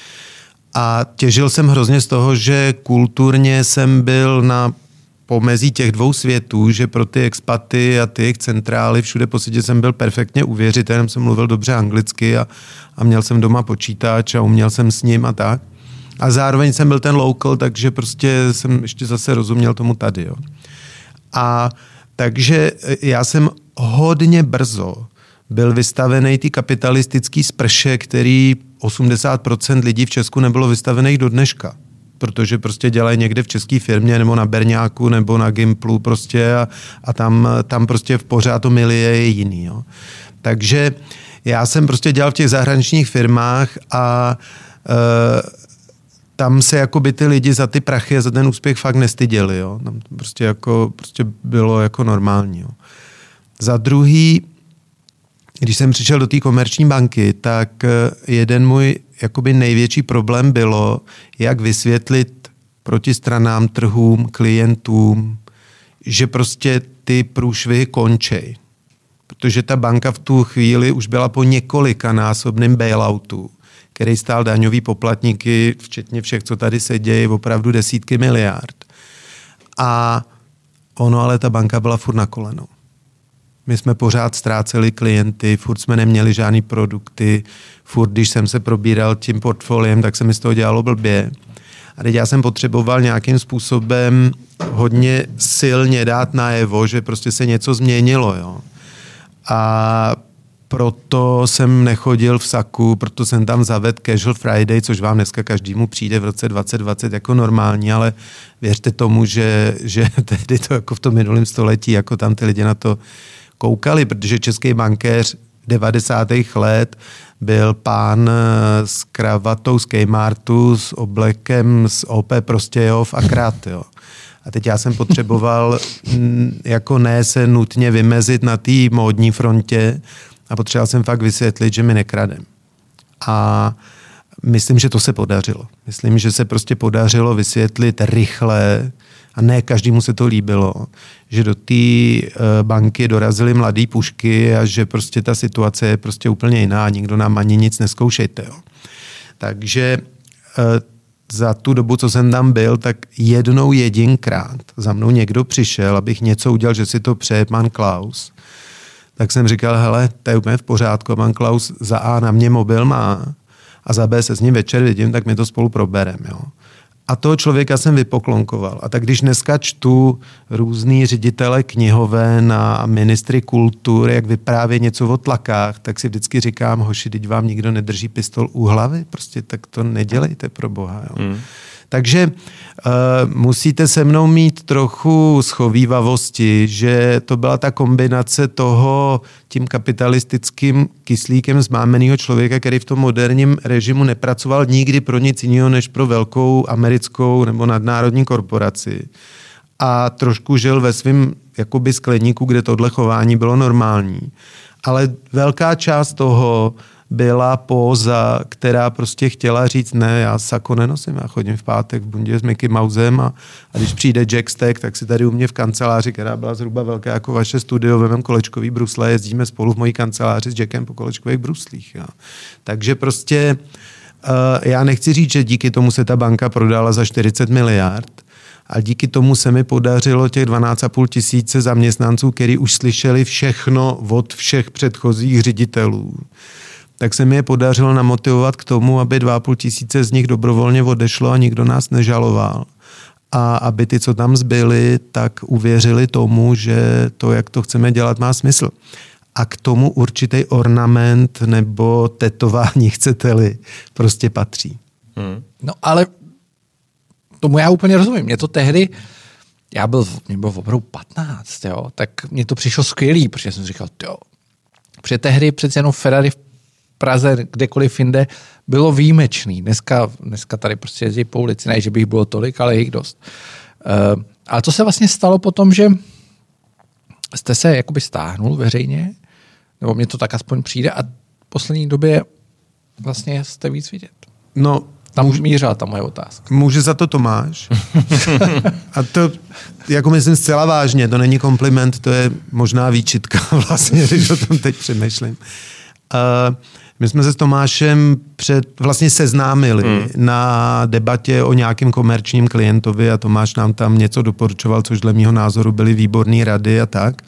A těžil jsem hrozně z toho, že kulturně jsem byl na pomezí těch dvou světů, že pro ty expaty a ty jejich centrály všude po světě jsem byl perfektně uvěřitelný, jsem mluvil dobře anglicky a, a měl jsem doma počítač a uměl jsem s ním a tak. A zároveň jsem byl ten local, takže prostě jsem ještě zase rozuměl tomu tady. Jo. A takže já jsem hodně brzo byl vystavený ty kapitalistický sprše, který osmdesát procent lidí v Česku nebylo vystavených do dneška. Protože prostě dělají někde v české firmě nebo na Berňáku nebo na Gimplu prostě a, a tam, tam prostě v pořád to milie je jiný. Jo. Takže já jsem prostě dělal v těch zahraničních firmách a e, tam se jako by ty lidi za ty prachy a za ten úspěch fakt nestyděli. Jo. Tam to prostě, jako, prostě bylo jako normální. Jo. Za druhý, když jsem přišel do té Komerční banky, tak jeden můj jakoby největší problém bylo, jak vysvětlit protistranám, trhům, klientům, že prostě ty průšvihy končej. Protože ta banka v tu chvíli už byla po několika násobným bailoutu, který stál daňový poplatníky, včetně všech, co tady sedějí, opravdu desítky miliard. A ono ale ta banka byla furt na kolenou. My jsme pořád ztráceli klienty, furt jsme neměli žádný produkty, furt, když jsem se probíral tím portfoliem, tak se mi z toho dělalo blbě. A teď já jsem potřeboval nějakým způsobem hodně silně dát najevo, že prostě se něco změnilo. Jo. A proto jsem nechodil v saku, proto jsem tam zavedl Casual Friday, což vám dneska každému přijde v roce dvacet dvacet jako normální, ale věřte tomu, že, že tehdy to jako v tom minulém století, jako tam ty lidi na to koukali, protože český bankéř devadesátých let byl pán s kravatou z Kmartu, s oblekem z O P Prostějov a Krat, jo. A teď já jsem potřeboval jako ne se nutně vymezit na té módní frontě a potřeboval jsem fakt vysvětlit, že mi nekradem. A myslím, že to se podařilo. Myslím, že se prostě podařilo vysvětlit rychle a ne každému se to líbilo, že do té banky dorazily mladý pušky a že prostě ta situace je prostě úplně jiná, nikdo nám ani nic neskoušejte. Jo. Takže za tu dobu, co jsem tam byl, tak jednou jedinkrát za mnou někdo přišel, abych něco udělal, že si to přeje pan Klaus. Tak jsem říkal, hele, to je úplně v pořádku, pan Klaus za A na mě mobil má a za B se s ním večer vidím, tak my to spolu proberem. Jo. A toho člověka jsem vypoklonkoval. A tak když dneska čtu různý ředitele knihoven a ministry kultur, jak vyprávějí něco o tlakách, tak si vždycky říkám, hoši, teď vám nikdo nedrží pistol u hlavy, prostě tak to nedělejte pro Boha. Jo. Mm. Takže uh, musíte se mnou mít trochu schovívavosti, že to byla ta kombinace toho tím kapitalistickým kyslíkem zmámenýho člověka, který v tom moderním režimu nepracoval nikdy pro nic jiného, než pro velkou americkou nebo nadnárodní korporaci. A trošku žil ve svém jakoby skleníku, kde tohle chování bylo normální. Ale velká část toho byla póza, která prostě chtěla říct, ne, já sako nenosím, já chodím v pátek v bundě s Mickey Mousem a, a když přijde Jack Stack, tak si tady u mě v kanceláři, která byla zhruba velká jako vaše studio, vemem kolečkový brusle, jezdíme spolu v mojí kanceláři s Jackem po kolečkových bruslích. Jo. Takže prostě uh, já nechci říct, že díky tomu se ta banka prodala za čtyřicet miliard, a díky tomu se mi podařilo těch dvanáct a půl tisíce zaměstnanců, kteří už slyšeli všechno od všech předchozích ředitelů, tak se mi je podařilo namotivovat k tomu, aby dva a půl tisíce z nich dobrovolně odešlo a nikdo nás nežaloval. A aby ty, co tam zbyli, tak uvěřili tomu, že to, jak to chceme dělat, má smysl. A k tomu určitý ornament nebo tetování, chcete-li, prostě patří. Hmm. No ale tomu já úplně rozumím. Mě to tehdy, já byl, mě bylo opravdu patnáct, jo, tak mně to přišlo skvělý, protože jsem říkal, jo, protože tehdy přece jenom Ferrari v Praze, kdekoliv jinde, bylo výjimečný. Dneska, dneska tady prostě jezdí po ulici, ne, že bych bylo tolik, ale jich dost. Uh, ale co se vlastně stalo potom, že jste se jakoby stáhnul veřejně, nebo mně to tak aspoň přijde a v poslední době vlastně jste víc vidět. No, tam už mířila ta moje otázka. Může za to Tomáš. A to, jako myslím zcela vážně, to není kompliment, to je možná výčitka vlastně, když o tom teď přemýšlím. Uh, my jsme se s Tomášem před, vlastně seznámili hmm. na debatě o nějakém komerčním klientovi a Tomáš nám tam něco doporučoval, což dle mýho názoru byly výborné rady a tak.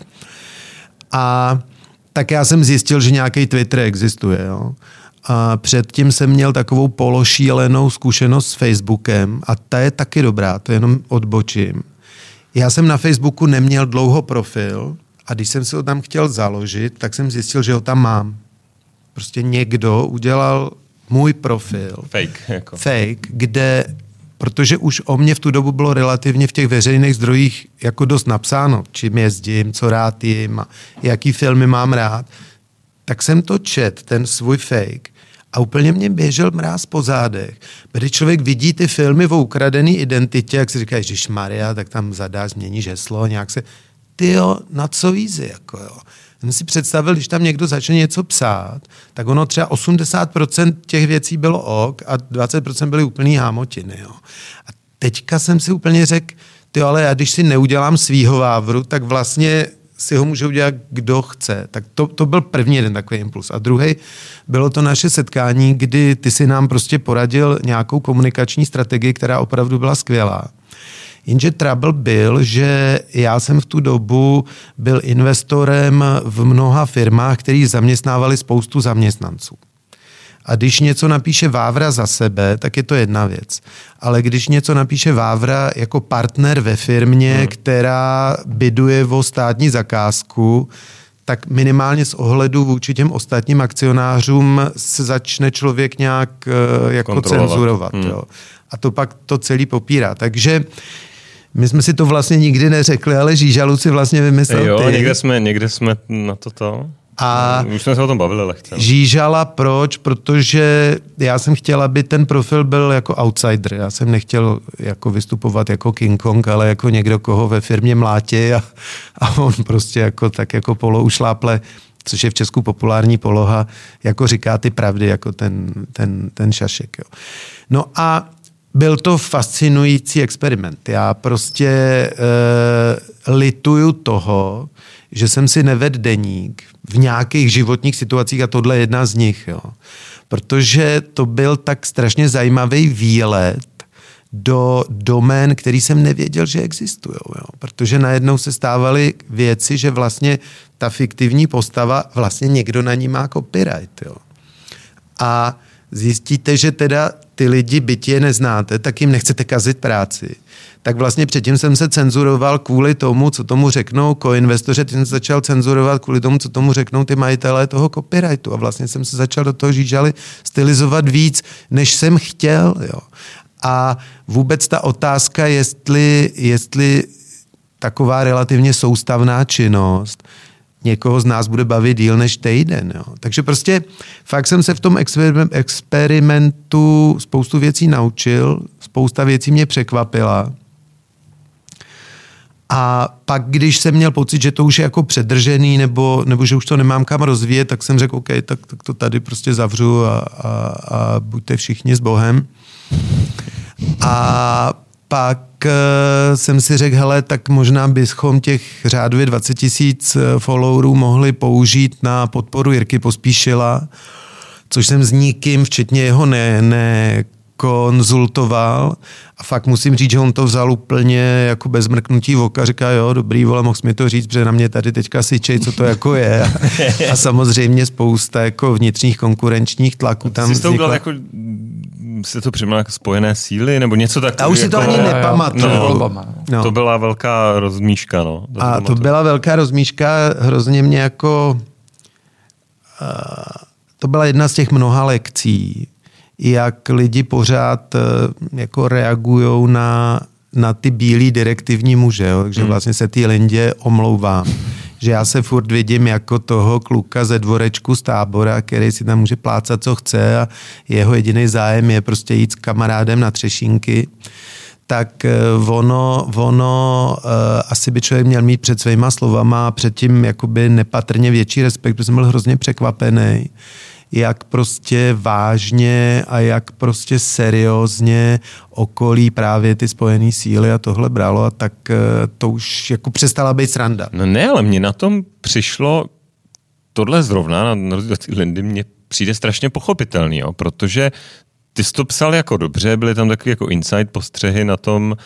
A tak já jsem zjistil, že nějaký Twitter existuje. Jo. A předtím jsem měl takovou pološílenou zkušenost s Facebookem a ta je taky dobrá, to jenom odbočím. Já jsem na Facebooku neměl dlouho profil a když jsem si ho tam chtěl založit, tak jsem zjistil, že ho tam mám. Prostě někdo udělal můj profil. Fake. Jako. Fake, kde, protože už o mě v tu dobu bylo relativně v těch veřejných zdrojích jako dost napsáno, čím jezdím, co rád jim a jaký filmy mám rád, tak jsem to čet, ten svůj fake, a úplně mě běžel mráz po zádech. Když člověk vidí ty filmy o ukradené identitě, jak si říká, ježišmarja, tak tam zadáš, změníš heslo, nějak se... Tyjo, na co vízy, jako jo. Jsem si představil, když tam někdo začne něco psát, tak ono třeba osmdesát procent těch věcí bylo ok a dvacet procent byly úplný hámotiny. Jo. A teďka jsem si úplně řekl, ty ale já když si neudělám svýho Vávru, tak vlastně si ho může udělat kdo chce. Tak to, to byl první jeden takový impuls. A druhý bylo to naše setkání, kdy ty si nám prostě poradil nějakou komunikační strategii, která opravdu byla skvělá. Jenže trouble byl, že já jsem v tu dobu byl investorem v mnoha firmách, který zaměstnávali spoustu zaměstnanců. A když něco napíše Vávra za sebe, tak je to jedna věc. Ale když něco napíše Vávra jako partner ve firmě, hmm. která biduje o státní zakázku, tak minimálně z ohledu vůči těm ostatním akcionářům se začne člověk nějak uh, jako cenzurovat. Hmm. Jo. A to pak to celý popírá. Takže my jsme si to vlastně nikdy neřekli, ale Žížalu si vlastně vymyslel jo, ty. někde jsme, někde jsme na toto... A už jsme se o tom bavili lehce. Žížala proč? Protože já jsem chtěl, aby ten profil byl jako outsider. Já jsem nechtěl jako vystupovat jako King Kong, ale jako někdo, koho ve firmě mlátí a, a on prostě jako tak jako poloušláple, což je v Česku populární poloha, jako říká ty pravdy, jako ten, ten, ten šašek. Jo. No a byl to fascinující experiment. Já prostě e, lituju toho, že jsem si nevedl deník v nějakých životních situacích a tohle je jedna z nich. Jo. Protože to byl tak strašně zajímavý výlet do domén, který jsem nevěděl, že existují. Jo. Protože najednou se stávaly věci, že vlastně ta fiktivní postava, vlastně někdo na ní má copyright. Jo. A zjistíte, že teda ty lidi, byť je neznáte, tak jim nechcete kazit práci. Tak vlastně předtím jsem se cenzuroval kvůli tomu, co tomu řeknou koinvestoři, teď jsem se začal cenzurovat kvůli tomu, co tomu řeknou ty majitelé toho copyrightu. A vlastně jsem se začal do toho Žížaly stylizovat víc, než jsem chtěl. Jo. A vůbec ta otázka, jestli, jestli taková relativně soustavná činnost někoho z nás bude bavit díl než týden. Jo. Takže prostě fakt jsem se v tom experimentu spoustu věcí naučil, spousta věcí mě překvapila. A pak, když jsem měl pocit, že to už je jako předržený, nebo, nebo že už to nemám kam rozvíjet, tak jsem řekl, OK, tak, tak to tady prostě zavřu a, a, a buďte všichni s Bohem. A pak jsem si řekl, hele, tak možná bychom těch řádově dvacet tisíc followerů mohli použít na podporu Jirky Pospíšila, což jsem s nikým, včetně jeho ne, ne konzultoval a fakt musím říct, že on to vzal úplně jako bez mrknutí oka, říká, jo, dobrý, vole, mohl jsi mi to říct, protože na mě tady teďka syčej, co to jako je. A, a samozřejmě spousta jako vnitřních konkurenčních tlaků tam vznikla. Jsi to udělal jako, jsi to přiměl jako spojené síly, nebo něco takového? A už si to jako, ani nepamatuju. No, no. To byla velká rozmíška, no. To a to byla velká rozmíška, hrozně mě jako... Uh, to byla jedna z těch mnoha lekcí, jak lidi pořád jako reagujou na, na ty bílý direktivní muže. Jo? Takže vlastně se té Lindě omlouvám. Že já se furt vidím jako toho kluka ze dvorečku z Tábora, který si tam může plácat, co chce a jeho jediný zájem je prostě jít s kamarádem na třešínky. Tak ono, ono uh, asi by člověk měl mít před svýma slovama a předtím jakoby nepatrně větší respekt, protože jsem byl hrozně překvapený, jak prostě vážně a jak prostě seriózně okolí právě ty spojené síly a tohle bralo a tak to už jako přestala být sranda. No ne, ale mně na tom přišlo tohle zrovna, na rozdíl od Lindy, mně přijde strašně pochopitelný, jo, protože ty jsi to psal jako dobře, byly tam takový jako insight postřehy na tom,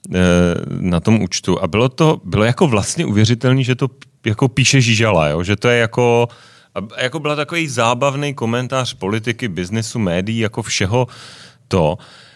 na tom účtu a bylo to, bylo jako vlastně uvěřitelný, že to jako píše Žížala, jo, že to je jako A jako byla takový zábavný komentář politiky, biznesu, médií, jako všeho to.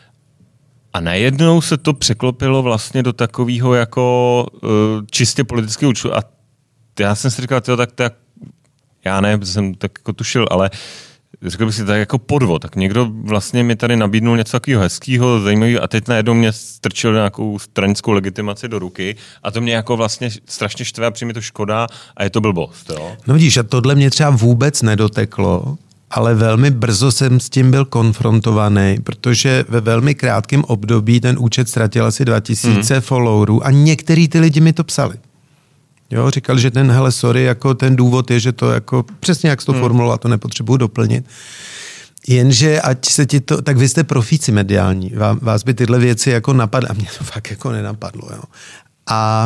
A najednou se to překlopilo vlastně do takového jako uh, čistě politického účtu. A já jsem si říkal, tyjo, tak, tak já ne, jsem tak jako tušil, ale řekl bych si tak jako podvod. Tak někdo vlastně mi tady nabídnul něco takového hezkého, zajímavého a teď najednou mě strčil nějakou stranickou legitimaci do ruky a to mě jako vlastně strašně štve a přijde mi to škoda a je to blbost. Jo? No vidíš, a tohle mě třeba vůbec nedoteklo, ale velmi brzo jsem s tím byl konfrontovaný, protože ve velmi krátkém období ten účet ztratil asi dva tisíce hmm. followerů a některý ty lidi mi to psali. Jo, říkal, že ten, hele, sorry, jako ten důvod je, že to jako, přesně jak jsi to hmm. formuloval, to nepotřebuji doplnit. Jenže ať se ti to, tak vy jste profíci mediální, vás by tyhle věci jako napadly, a mě to fakt jako nenapadlo, jo. A,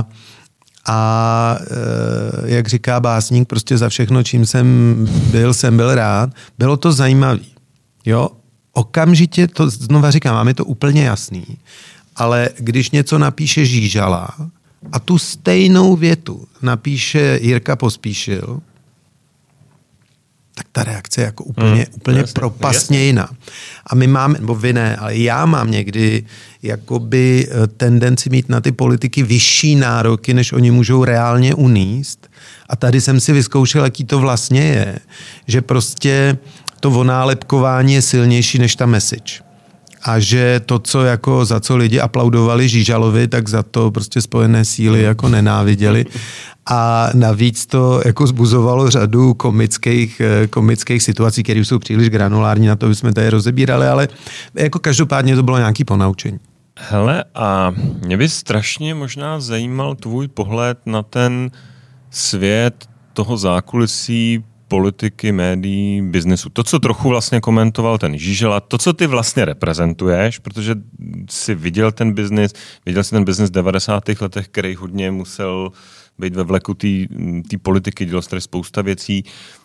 a e, jak říká básník, prostě za všechno, čím jsem byl, jsem byl rád, bylo to zajímavý, jo. Okamžitě, to znova říkám, máme to úplně jasný, Ale když něco napíše Žížala a tu stejnou větu napíše Jirka Pospíšil, tak ta reakce je jako úplně, hmm, úplně jasný, propastně jiná. A my máme, nebo vy ne, ale já mám někdy jakoby tendenci mít na ty politiky vyšší nároky, než oni můžou reálně uníst. A tady jsem si vyzkoušel, jaký to vlastně je. Že prostě to onálepkování je silnější než ta message. A že to, co jako za co lidi aplaudovali Žížalovi, tak za to prostě spojené síly jako nenáviděli. A navíc to jako zbuzovalo řadu komických, komických situací, které jsou příliš granulární, na to bychom tady rozebírali, ale jako každopádně to bylo nějaký ponaučení. Hele, a mě by strašně možná zajímal tvůj pohled na ten svět toho zákulisí politiky, médií, biznesu. To, co trochu vlastně komentoval ten Žížela, to, co ty vlastně reprezentuješ, protože jsi viděl ten biznis, viděl jsi ten biznis v devadesátých letech, který hodně musel být ve vleku té politiky, dělal jsi tady spousta věcí.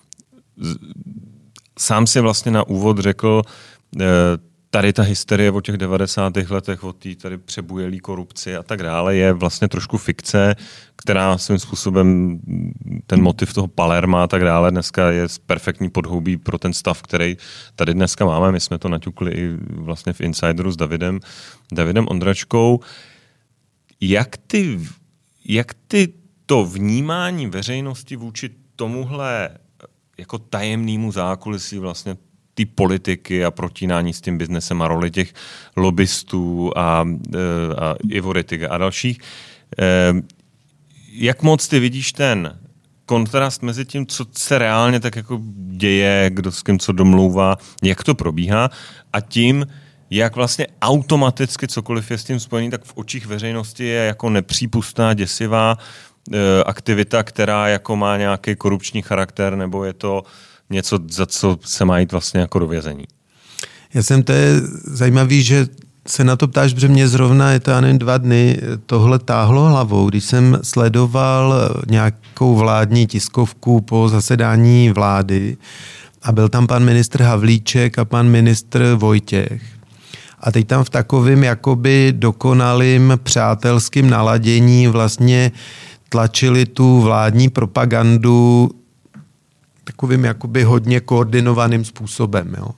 Sám si vlastně na úvod řekl, tady ta hysterie o těch devadesátých letech, o té tady přebujelý korupci a tak dále je vlastně trošku fikce, která svým způsobem ten motiv toho Palerma a tak dále dneska je perfektní podhoubí pro ten stav, který tady dneska máme. My jsme to naťukli i vlastně v Insideru s Davidem, Davidem Ondračkou. Jak ty, jak ty to vnímání veřejnosti vůči tomuhle jako tajemnému zákulisí vlastně ty politiky a protínání s tím biznesem a roli těch lobbystů a, a Ivory Tiga a dalších. Jak moc ty vidíš ten kontrast mezi tím, co se reálně tak jako děje, kdo s kým co domlouvá, jak to probíhá a tím, jak vlastně automaticky cokoliv je s tím spojený, tak v očích veřejnosti je jako nepřípustná, děsivá e, aktivita, která jako má nějaký korupční charakter, nebo je to něco, za co se má jít vlastně jako do vězení. Já jsem, to je zajímavý, že se na to ptáš, protože mě zrovna, je to já nevím, dva dny, tohle táhlo hlavou, když jsem sledoval nějakou vládní tiskovku po zasedání vlády a byl tam pan ministr Havlíček a pan ministr Vojtěch. A teď tam v takovém jakoby dokonalým přátelským naladění vlastně tlačili tu vládní propagandu takovým jakoby hodně koordinovaným způsobem. Jo.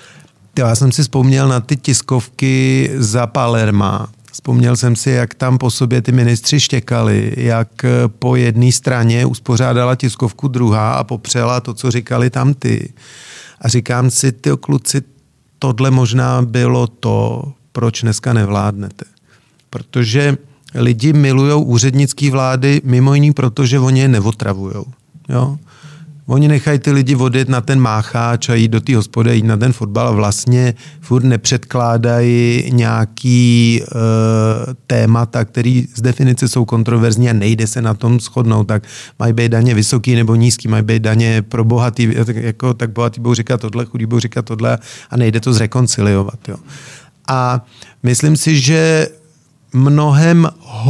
Já jsem si vzpomněl na ty tiskovky za Palerma. Vzpomněl jsem si, jak tam po sobě ty ministři štěkali, jak po jedné straně uspořádala tiskovku druhá a popřela to, co říkali tam ty. A říkám si, ty kluci, tohle možná bylo to, proč dneska nevládnete. Protože lidi milujou úřednický vlády mimo jiný, protože oni je neotravujou. Jo? Oni nechají ty lidi odjet na ten mácháč a jít do té hospody, jít na ten fotbal a vlastně furt nepředkládají nějaký e, témata, který z definice jsou kontroverzní a nejde se na tom shodnout. Tak mají být daně vysoký nebo nízký, mají být daně pro bohatý, jako, tak bohatý budou říkat tohle, chudý budou říkat tohle a nejde to zrekonciliovat. Jo. A myslím si, že mnohem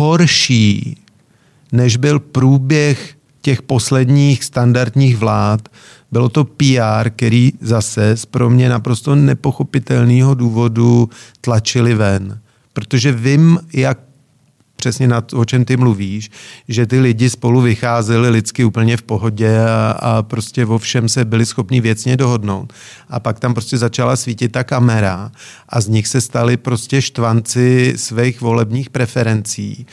horší, než byl průběh těch posledních standardních vlád, bylo to P R, který zase z pro mě naprosto nepochopitelného důvodu tlačili ven. Protože vím, jak přesně na to, o čem ty mluvíš, že ty lidi spolu vycházeli lidsky úplně v pohodě a, a prostě vo všem se byli schopni věcně dohodnout. A pak tam prostě začala svítit ta kamera a z nich se stali prostě štvanci svých volebních preferencí.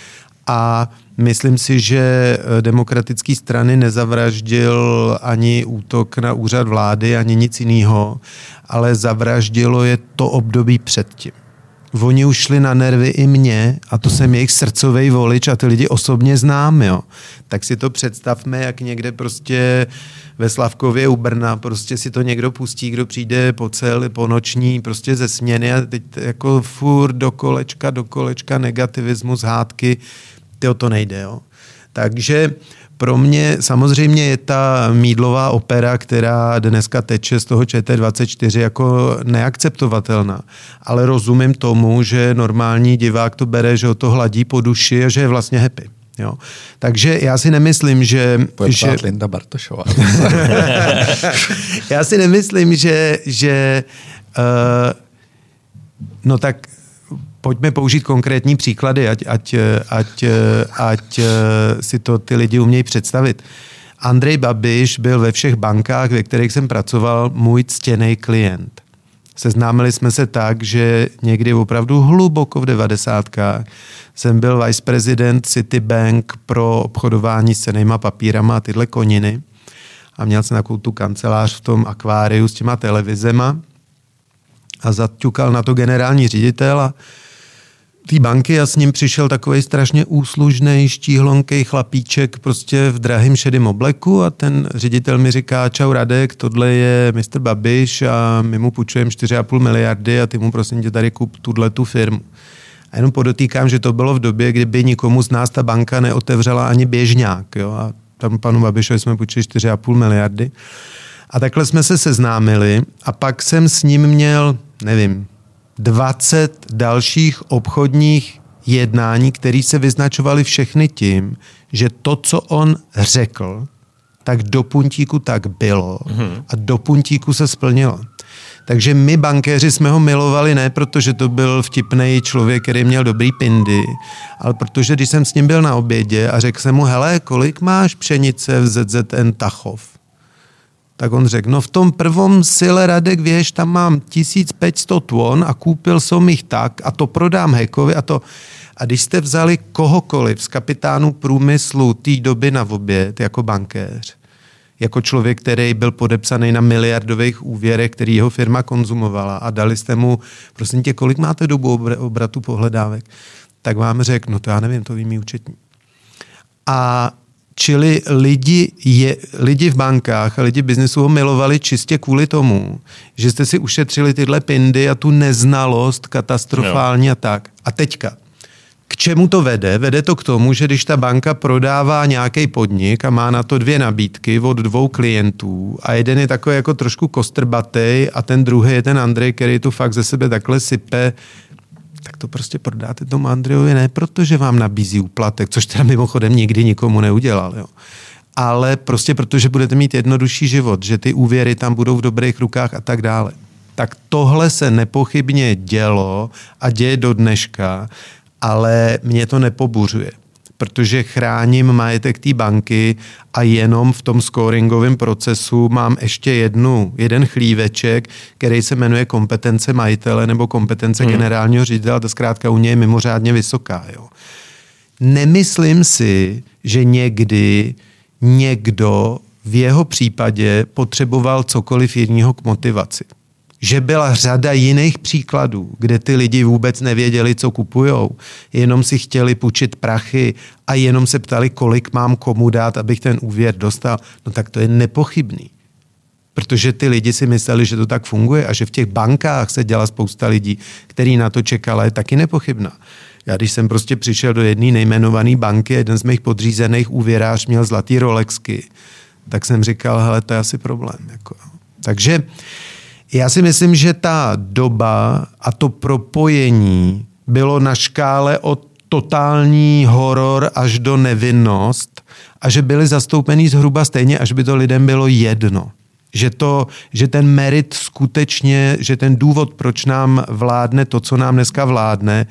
A myslím si, že demokratické strany nezavraždil ani útok na úřad vlády, ani nic jiného, ale zavraždilo je to období předtím. Oni už šli na nervy i mě a to jsem jejich srdcovej volič a ty lidi osobně znám, jo. Tak si to představme, jak někde prostě ve Slavkově u Brna prostě si to někdo pustí, kdo přijde po celé, po noční prostě ze směny a teď jako furt do kolečka, do kolečka negativismus, hádky, tyjo, to nejde, jo. Takže pro mě samozřejmě je ta Mídlová opera, která dneska teče z toho Č T dvacet čtyři jako neakceptovatelná. Ale rozumím tomu, že normální divák to bere, že ho to hladí po duši a že je vlastně happy. Jo. Takže já si nemyslím, že... že... Linda Bartošová. Já si nemyslím, že... že uh, no tak pojďme použít konkrétní příklady, ať, ať, ať, ať si to ty lidi umějí představit. Andrej Babiš byl ve všech bankách, ve kterých jsem pracoval, můj ctěný klient. Seznámili jsme se tak, že někdy opravdu hluboko v devadesátkách jsem byl viceprezident Citibank pro obchodování s cennýma papírama a tyhle koniny. A měl jsem takovou tu kancelář v tom akváriu s těma televizema a zaťukal na to generální ředitel a té banky a s ním přišel takovej strašně úslužnej, štíhlonkej chlapíček prostě v drahým šedým obleku a ten ředitel mi říká, čau Radek, tohle je mister Babiš a my mu půjčujeme čtyři a půl miliardy a ty mu prosím tě tady kup tuhle tu firmu. A jenom podotýkám, že to bylo v době, kdyby nikomu z nás ta banka neotevřela ani běžňák. Jo? A tam panu Babišovi jsme půjčili čtyři a půl miliardy. A takhle jsme se seznámili a pak jsem s ním měl, nevím, dvacet dalších obchodních jednání, které se vyznačovaly všechny tím, že to, co on řekl, tak do puntíku tak bylo a do puntíku se splnilo. Takže my bankéři jsme ho milovali ne protože to byl vtipný člověk, který měl dobrý pindy, ale protože když jsem s ním byl na obědě a řekl jsem mu, hele, kolik máš pšenice v Z Z N Tachov? Tak on řekl, no v tom prvom sile Radek, věš, tam mám tisíc pět set tun a koupil jsem jich tak a to prodám Hekovi a to. A když jste vzali kohokoliv z kapitánů průmyslu té doby na oběd jako bankéř, jako člověk, který byl podepsaný na miliardových úvěrech, který jeho firma konzumovala a dali jste mu, prosím tě, kolik máte dobu obratu pohledávek, tak vám řekl, no to já nevím, to ví mý účetní. A čili lidi, je, lidi v bankách a lidi v biznesu ho milovali čistě kvůli tomu, že jste si ušetřili tyhle pindy a tu neznalost katastrofální jo. a tak. A teďka, k čemu to vede? Vede to k tomu, že když ta banka prodává nějaký podnik a má na to dvě nabídky od dvou klientů a jeden je takový jako trošku kostrbatej a ten druhý je ten Andrej, který tu fakt ze sebe takhle sype, tak to prostě prodáte tomu Andrejovi ne, protože vám nabízí úplatek, což teda mimochodem nikdy nikomu neudělal, jo. Ale prostě protože budete mít jednodušší život, že ty úvěry tam budou v dobrých rukách a tak dále. Tak tohle se nepochybně dělo a děje do dneška, ale mě to nepobuřuje, protože chráním majetek té banky a jenom v tom scoringovém procesu mám ještě jednu, jeden chlíveček, který se jmenuje kompetence majitele nebo kompetence hmm. generálního ředitele, to zkrátka u něj je mimořádně vysoká. Jo. Nemyslím si, že někdy někdo v jeho případě potřeboval cokoliv jiného k motivaci. Že byla řada jiných příkladů, kde ty lidi vůbec nevěděli, co kupujou, jenom si chtěli půjčit prachy a jenom se ptali, kolik mám komu dát, abych ten úvěr dostal. No tak to je nepochybný. Protože ty lidi si mysleli, že to tak funguje a že v těch bankách se dělá spousta lidí, který na to čekala, je taky nepochybná. Já když jsem prostě přišel do jedné nejmenované banky, jeden z mých podřízených úvěrář měl zlatý Rolexky, tak jsem říkal, hele, to je asi problém. Jako. Takže já si myslím, že ta doba a to propojení bylo na škále od totální horor až do nevinnost a že byli zastoupený zhruba stejně, až by to lidem bylo jedno. Že, to, že ten merit skutečně, že ten důvod, proč nám vládne to, co nám dneska vládne,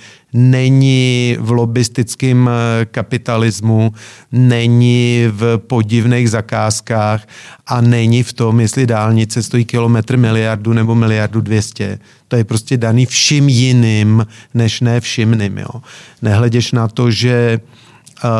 není v lobistickém kapitalismu, není v podivných zakázkách a není v tom, jestli dálnice stojí kilometr miliardu nebo miliardu dvěstě. To je prostě daný vším jiným, než ne všimným. Jo. Nehleděš na to, že uh,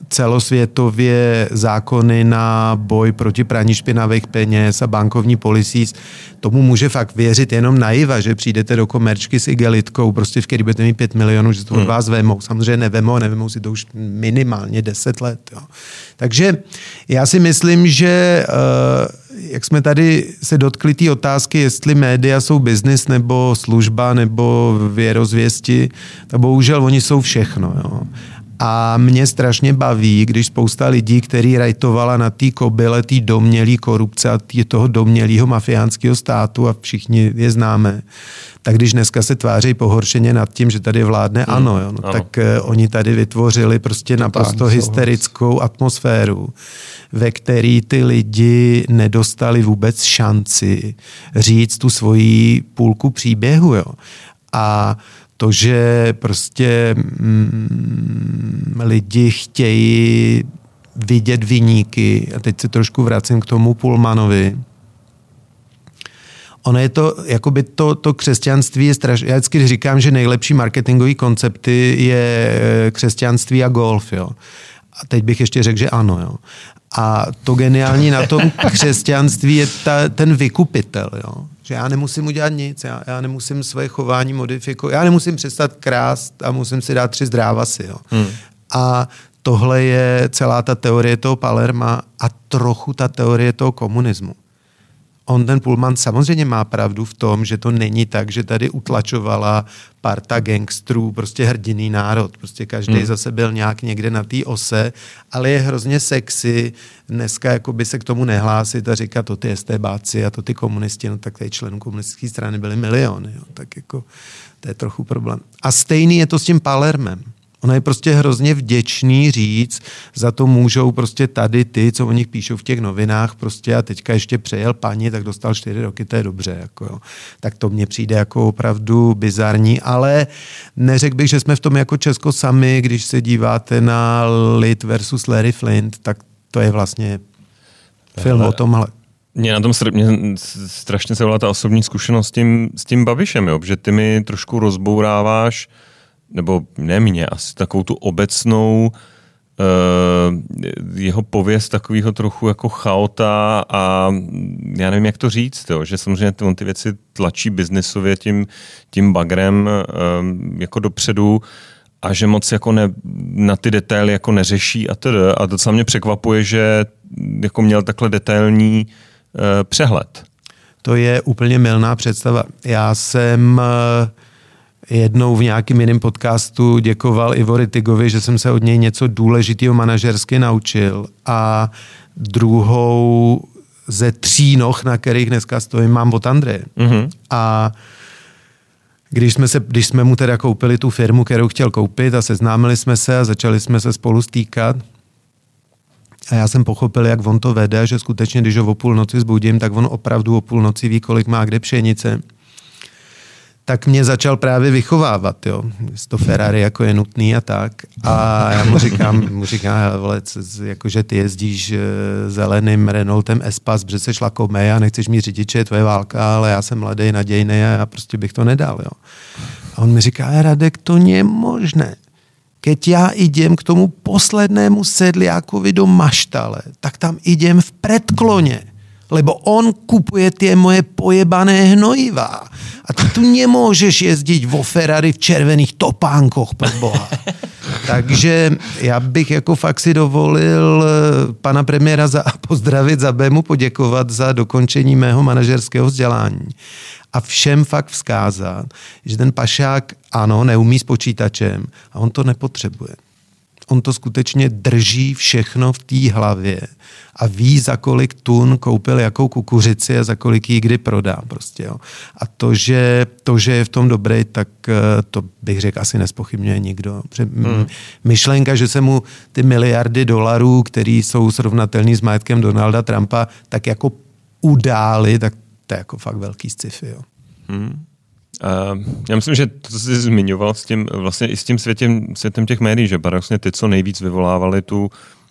celosvětově zákony na boj proti praní špinavých peněz a bankovní policies, tomu může fakt věřit jenom naiva, že přijdete do komerčky s igelitkou, prostě v který budete mít pět milionů, že to od vás vemou. Samozřejmě nevemou, nevemou si to už minimálně deset let. Jo. Takže já si myslím, že jak jsme tady se dotkli té otázky, jestli média jsou biznis nebo služba nebo věrozvěsti, tak bohužel oni jsou všechno. Jo. A mě strašně baví, když spousta lidí, který rajtovala na té kobyle, té domnělý korupce a tý, toho domnělýho mafiánského státu a všichni je známe, tak když dneska se tváří pohoršeně nad tím, že tady vládne hmm. ANO, jo, no, ano. tak uh, oni tady vytvořili prostě naprosto hysterickou atmosféru, ve který ty lidi nedostali vůbec šanci říct tu svoji půlku příběhu. Jo. A To, že prostě mm, lidi chtějí vidět viníky, a teď se trošku vracím k tomu Pullmanovi. Ono je to, jakoby to, to křesťanství je strašně, já vždycky říkám, že nejlepší marketingový koncepty je křesťanství a golf, jo. A teď bych ještě řekl, že ano, jo. A to geniální na tom křesťanství je ta, ten vykupitel, jo. Že já nemusím udělat nic, já, já nemusím svoje chování modifikovat, já nemusím přestat krást a musím si dát tři zdrávasy, jo. Hmm. A tohle je celá ta teorie toho Palerma a trochu ta teorie toho komunismu. On, ten Pullman, samozřejmě má pravdu v tom, že to není tak, že tady utlačovala parta gangstrů, prostě hrdinný národ. Prostě každý hmm. zase byl nějak někde na té ose, ale je hrozně sexy dneska jakoby se k tomu nehlásit a říkat, to ty estébáci a to ty komunisti, no tak tady členů komunistické strany byly miliony. Jo. Tak jako to je trochu problém. A stejný je to s tím Palermem. Ono je prostě hrozně vděčný říct, za to můžou prostě tady ty, co o nich píšou v těch novinách prostě a teďka ještě přejel paní, tak dostal čtyři roky, to je dobře. Jako jo. Tak to mně přijde jako opravdu bizarní, ale neřekl bych, že jsme v tom jako Česko sami, když se díváte na Lid versus Larry Flint, tak to je vlastně film o tomhle. Mě na tom mě strašně se volá ta osobní zkušenost s tím, s tím Babišem, jo, že ty mi trošku rozbouráváš nebo ne mě, asi takovou tu obecnou uh, jeho pověst takového trochu jako chaota a já nevím, jak to říct, jo, že samozřejmě on ty věci tlačí biznisově tím, tím bagrem um, jako dopředu a že moc jako ne, na ty detaily jako neřeší a tedy. A docela mě překvapuje, že jako měl takhle detailní uh, přehled. To je úplně mylná představa. Já jsem uh... jednou v nějakým jiném podcastu děkoval Ivori Tigovi, že jsem se od něj něco důležitého manažersky naučil a druhou ze tří noh, na kterých dneska stojím, mám od Andreje. Mm-hmm. A když jsme, se, když jsme mu teda koupili tu firmu, kterou chtěl koupit a seznámili jsme se a začali jsme se spolu stýkat a já jsem pochopil, jak on to vede, že skutečně, když ho o půlnoci zbudím, tak on opravdu o půlnoci ví, kolik má kde pšenice. Tak mě začal právě vychovávat, jo. To Ferrari jako je nutný a tak. A já mu říkám, mu říkám, vole, jakože ty jezdíš zeleným Renaultem Espas, protože seš lakomej a nechceš mít řidiče, je tvoje válka, ale já jsem mladý, nadějný a já prostě bych to nedal, jo. A on mi říká, Radek, to nie je možné. Keď já idem k tomu poslednému sedliákovi do maštale, tak tam idem v predkloně. Lebo on kupuje tie moje pojebané hnojivá. A ty tu nemôžeš jezdiť vo Ferrari v červených topánkoch, pro boha. Takže já bych jako fakt si dovolil pana premiéra za, pozdravit, za B mu poděkovat za dokončení mého manažerského vzdělání. A všem fakt vzkázat, že ten pašák, ano, neumí s počítačem a on to nepotřebuje. On to skutečně drží všechno v té hlavě a ví, za kolik tun koupil jakou kukuřici a za kolik ji kdy prodá. Prostě, jo. A to že, to, že je v tom dobrý, tak to bych řekl, asi nespochybňuje nikdo. Hmm. Myšlenka, že se mu ty miliardy dolarů, které jsou srovnatelné s majetkem Donalda Trumpa, tak jako udály, tak to je jako fakt velký sci-fi. Jo. Hmm. Uh, já myslím, že to, co jsi zmiňoval s tím, vlastně i s tím světem, světem těch médií, že paradoxně ty, co nejvíc vyvolávali tu,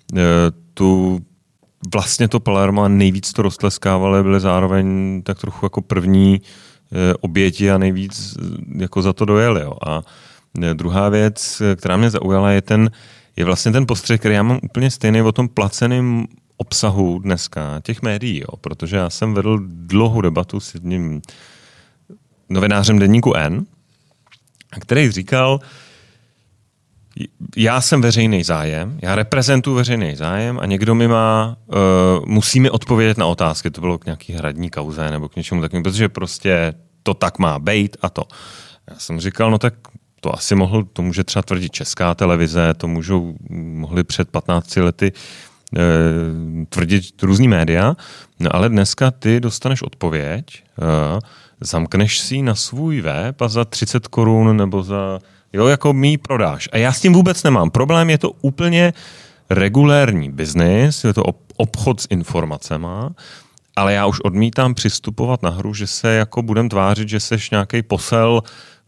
tu vlastně to Palermo nejvíc to roztleskávali, byly zároveň tak trochu jako první oběti a nejvíc jako za to dojeli. Jo. A druhá věc, která mě zaujala, je ten, je vlastně ten postřeh, který já mám úplně stejný o tom placeném obsahu dneska těch médií, jo. Protože já jsem vedl dlouhou debatu s jedním novinářem deníku N, který říkal, já jsem veřejný zájem, já reprezentuji veřejný zájem a někdo mi má, uh, musí mi odpovědět na otázky, to bylo k nějaký hradní kauze nebo k něčemu takovému, protože prostě to tak má bejt a to. Já jsem říkal, no tak to asi mohl, to může třeba tvrdit Česká televize, to můžou, mohli před patnácti lety uh, tvrdit různý média, no ale dneska ty dostaneš odpověď, uh, zamkneš si na svůj web a za třicet korun nebo za, jo, jako mi ji prodáš. A já s tím vůbec nemám problém, je to úplně regulérní biznis, je to obchod s informacema, ale já už odmítám přistupovat na hru, že se jako budem tvářit, že seš nějaký posel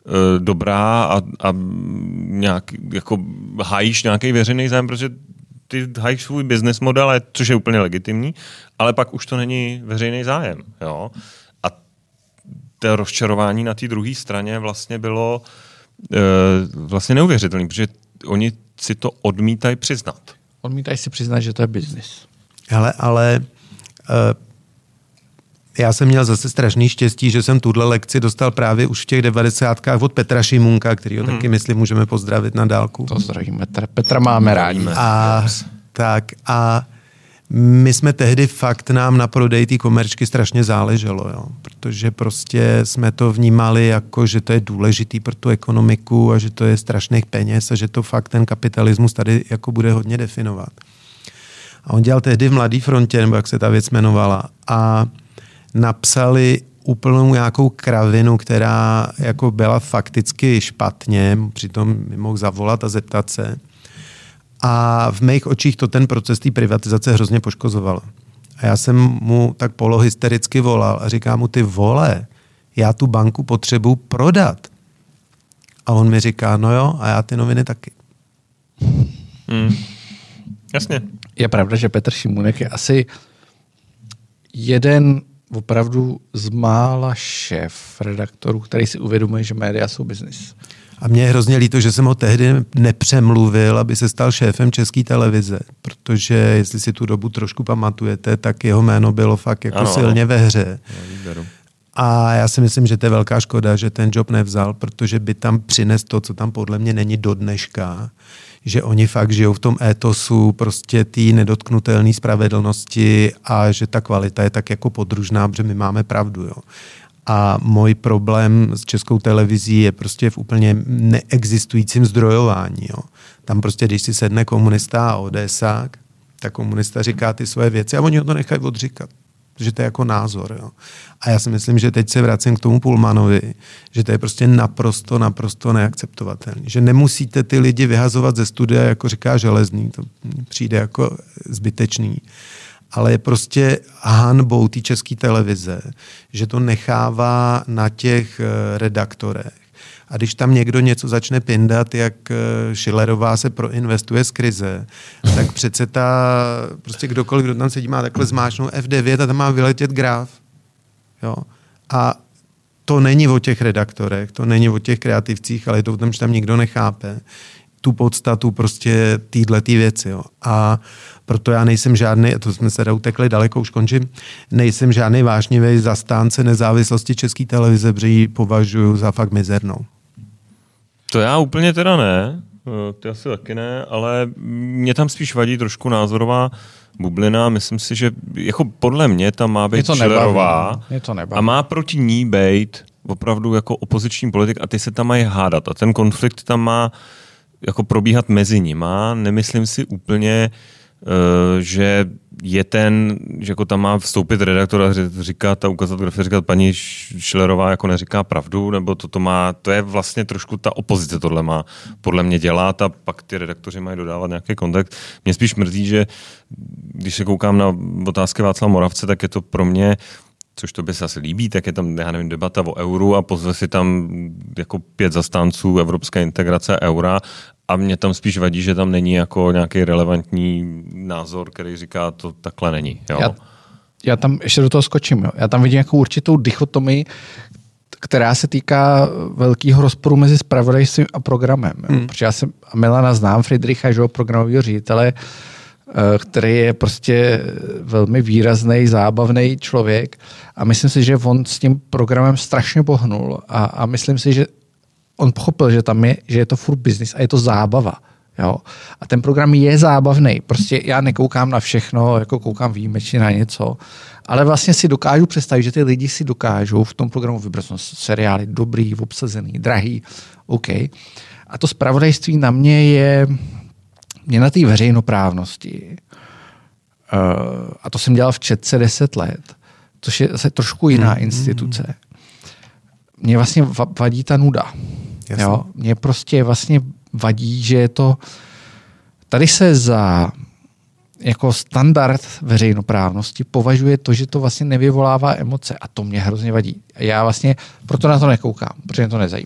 dobrá a, a nějak, jako hájíš nějaký veřejný zájem, protože ty hájíš svůj business model, což je úplně legitimní, ale pak už to není veřejný zájem. Jo? A to rozčarování na té druhé straně vlastně bylo e, vlastně neuvěřitelné, protože oni si to odmítají přiznat. Odmítají si přiznat, že to je business. Ale, ale uh, já jsem měl zase strašný štěstí, že jsem tuhle lekci dostal právě už v těch devadesátkách od Petra Šimunka, kterýho hmm. taky, myslím, můžeme pozdravit na dálku. To zdravíme. Petra máme rádi. A, tak a my jsme tehdy fakt nám na prodej té komerčky strašně záleželo, jo? Protože prostě jsme to vnímali jako, že to je důležitý pro tu ekonomiku a že to je strašných peněz a že to fakt ten kapitalismus tady jako bude hodně definovat. A on dělal tehdy v Mladé frontě, nebo jak se ta věc jmenovala, a napsali úplnou nějakou kravinu, která jako byla fakticky špatně, přitom mi mohl zavolat a zeptat se. A v mých očích to ten proces té privatizace hrozně poškozovalo. A já jsem mu tak polohystericky volal a říkám mu, ty vole, já tu banku potřebuji prodat. A on mi říká, no jo, a já ty noviny taky. Hmm. Jasně. Je pravda, že Petr Šimunek je asi jeden opravdu z mála šéf redaktorů, který si uvědomuje, že média jsou biznis. A mě je hrozně líto, že jsem ho tehdy nepřemluvil, aby se stal šéfem České televize, protože jestli si tu dobu trošku pamatujete, tak jeho jméno bylo fakt jako ano, silně ve hře. A já si myslím, že to je velká škoda, že ten job nevzal, protože by tam přines to, co tam podle mě není do dneška, že oni fakt žijou v tom étosu prostě té nedotknutelné spravedlnosti a že ta kvalita je tak jako podružná, protože my máme pravdu, jo. A můj problém s Českou televizí je prostě v úplně neexistujícím zdrojování. Jo. Tam prostě, když si sedne komunista a ODSák, tak komunista říká ty svoje věci a oni ho to nechají odříkat. Že to je jako názor. Jo. A já si myslím, že teď se vracím k tomu Pullmanovi, že to je prostě naprosto, naprosto neakceptovatelné. Že nemusíte ty lidi vyhazovat ze studia, jako říká Železný, to přijde jako zbytečný. Ale je prostě hanbou té České televize, že to nechává na těch redaktorech. A když tam někdo něco začne pindat, jak Schillerová se proinvestuje z krize, tak přece ta, prostě kdokoliv, kdo tam sedí, má takhle zmáčnou F devět a tam má vyletět graf. Jo? A to není o těch redaktorech, to není o těch kreativcích, ale je to o tom, že tam nikdo nechápe tu podstatu prostě týhletý věci. Jo. A proto já nejsem žádný, to jsme se utekli daleko, už končím, nejsem žádný vášnivý zastánce nezávislosti České televize, protože ji považuji za fakt mizernou. To já úplně teda ne, ty asi taky ne, ale mě tam spíš vadí trošku názorová bublina. Myslím si, že jako podle mě tam má být Schillerová a má proti ní být opravdu jako opoziční politik a ty se tam mají hádat. A ten konflikt tam má jako probíhat mezi nima. Nemyslím si úplně, že je ten, že jako tam má vstoupit redaktor a říkat a ukázat grafy, říkat paní Schillerová jako neříká pravdu, nebo to, to má, to je vlastně trošku ta opozice tohle má podle mě dělat a pak ty redaktoři mají dodávat nějaký kontext. Mě spíš mrzí, že když se koukám na otázky Václava Moravce, tak je to pro mě, což to by se asi líbí, tak je tam, já nevím, debata o euru a pozve si tam jako pět zastánců evropské integrace eura a mě tam spíš vadí, že tam není jako nějaký relevantní názor, který říká, to takhle není. Jo? Já, já tam ještě do toho skočím. Jo. Já tam vidím jako určitou dichotomii, která se týká velkého rozporu mezi zpravodajstvím a programem. Hmm. Protože já jsem Milana znám, Friedricha, že, programového ředitele, který je prostě velmi výrazný, zábavný člověk a myslím si, že on s tím programem strašně pohnul a, a myslím si, že on pochopil, že tam je, že je to furt business a je to zábava. Jo? A ten program je zábavný. Prostě já nekoukám na všechno, jako koukám výjimečně na něco, ale vlastně si dokážu představit, že ty lidi si dokážou v tom programu vybrat seriály dobrý, obsazený, drahý, OK. A to zpravodajství na mě je mě na té veřejnoprávnosti, uh, a to jsem dělal v Četce deset let, což je zase trošku jiná mm, instituce, mm. Mě vlastně vadí ta nuda. Jo? Mě prostě vlastně vadí, že je to, tady se za jako standard veřejnoprávnosti považuje to, že to vlastně nevyvolává emoce a to mě hrozně vadí. Já vlastně proto na to nekoukám, protože mě to nezajímá.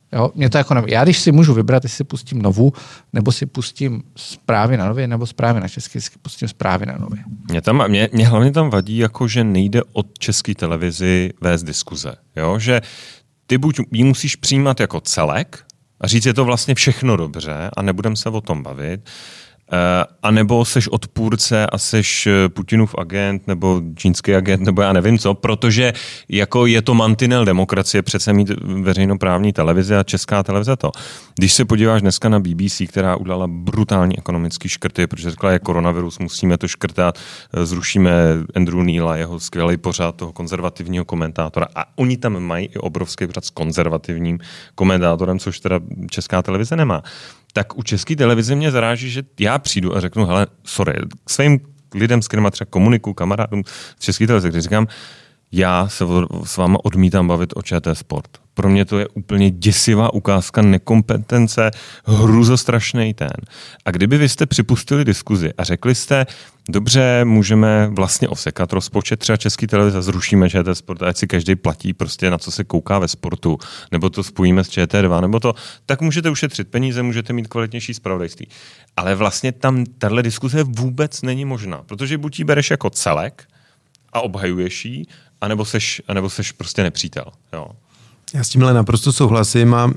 Jo, mě to jako neví. Já když si můžu vybrat, jestli si pustím Novu, nebo si pustím Zprávy na Nově, nebo Zprávy na Česky, si pustím Zprávy na Nově. Mě, tam, mě, mě hlavně tam vadí, jako, že nejde od České televizi vést diskuze. Jo? Že ty buď ji musíš přijímat jako celek a říct, je to vlastně všechno dobře a nebudem se o tom bavit, a nebo seš odpůrce a seš Putinův agent nebo čínský agent nebo já nevím co, protože jako je to mantinel demokracie přece mít veřejnoprávní televizi a česká televize to. Když se podíváš dneska na B B C, která udělala brutální ekonomický škrty, protože řekla, je koronavirus, musíme to škrtat, zrušíme Andrew Neila, jeho skvělý pořad toho konzervativního komentátora a oni tam mají i obrovský pořad s konzervativním komentátorem, což teda česká televize nemá. Tak u české televize mě zaráží, že já přijdu a řeknu, hele, sorry, k svým lidem, s kterýma třeba komunikuju, kamarádům z české televize, když říkám, já se s váma odmítám bavit o Č T Sport. Pro mě to je úplně děsivá ukázka nekompetence, hruzostrašnej ten. A kdyby vy jste připustili diskuzi a řekli jste, dobře, můžeme vlastně osekat rozpočet třeba české televize, zrušíme Č T Sport, ať si každý platí prostě na co se kouká ve sportu, nebo to spojíme s Č T dva, nebo to, tak můžete ušetřit peníze, můžete mít kvalitnější zpravodajství. Ale vlastně tam tahle diskuze vůbec není možná, protože buď ji bereš jako celek a obhajuješ ji, anebo seš, anebo seš prostě nepřítel. Jo. Já s tímhle naprosto souhlasím a uh,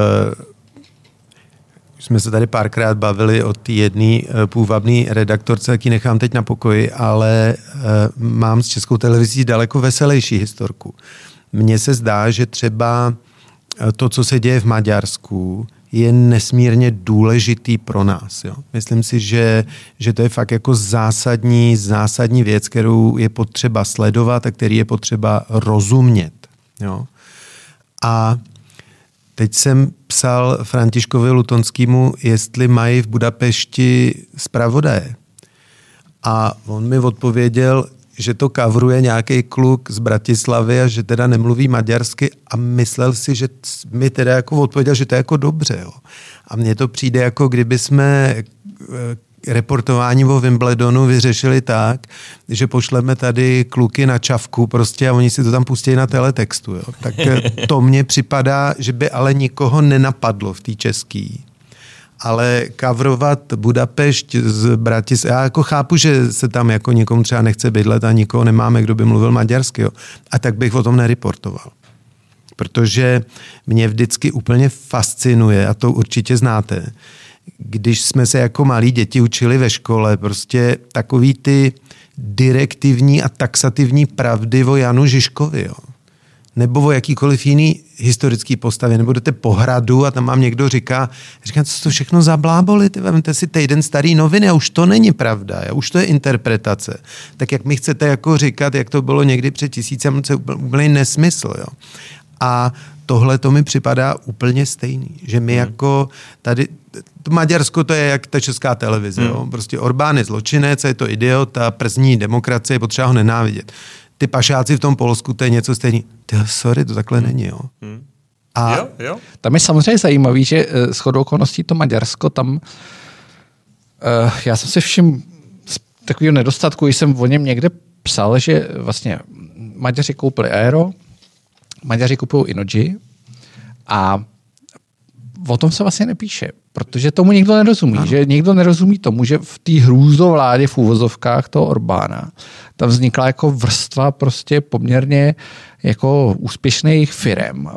jsme se tady párkrát bavili o té jedné uh, půvabné redaktorce, jaký nechám teď na pokoji, ale uh, mám s Českou televizí daleko veselější historku. Mně se zdá, že třeba to, co se děje v Maďarsku, je nesmírně důležitý pro nás. Jo. Myslím si, že, že to je fakt jako zásadní, zásadní věc, kterou je potřeba sledovat a který je potřeba rozumět. Jo. A teď jsem psal Františkovi Lutonskému, jestli mají v Budapešti zpravodaje. A on mi odpověděl, že to kavruje nějaký kluk z Bratislavy a že teda nemluví maďarsky a myslel si, že mi teda jako odpověděl, že to je jako dobře. Jo. A mně to přijde jako kdyby jsme reportování o Wimbledonu vyřešili tak, že pošleme tady kluky na čavku prostě a oni si to tam pustí na teletextu. Jo. Tak to mně připadá, že by ale nikoho nenapadlo v té český. Ale kavrovat Budapešť z Bratislavy, já jako chápu, že se tam jako nikomu třeba nechce bydlet a nikoho nemáme, kdo by mluvil maďarsky. Jo. A tak bych o tom nereportoval. Protože mě vždycky úplně fascinuje, a to určitě znáte, když jsme se jako malí děti učili ve škole, prostě takový ty direktivní a taxativní pravdy o Janu Žižkovi, jo. Nebo o jakýkoliv jiný historický postavě, nebo jdete po hradu a tam vám někdo říká, říká, co to všechno za bláboli, ty vemte si týden starý noviny a už to není pravda, a už to je interpretace. Tak jak mi chcete jako říkat, jak to bylo někdy před tisícem let, to je úplný nesmysl, jo. A tohle to mi připadá úplně stejný, že my hmm. jako tady, to Maďarsko to je jak ta česká televize, hmm. jo. Prostě Orbán je zločinec, je to idiot a przní demokracie, je potřeba ho nenávidět. Ty pašáci v tom Polsku, to je něco stejný. Tyjo, sorry, to takhle není, jo. Hmm. A jo, jo. Tam je samozřejmě zajímavý, že shodou okolností to Maďarsko, tam uh, já jsem si všiml takového nedostatku, když jsem o něm někde psal, že vlastně Maďaři koupili Aero, Maďaři kupují Innogy a o tom se vlastně nepíše, protože tomu nikdo nerozumí. Ano. Že nikdo nerozumí tomu, že v té hrůzovládě v úvozovkách toho Orbána tam vznikla jako vrstva prostě poměrně jako úspěšných firem.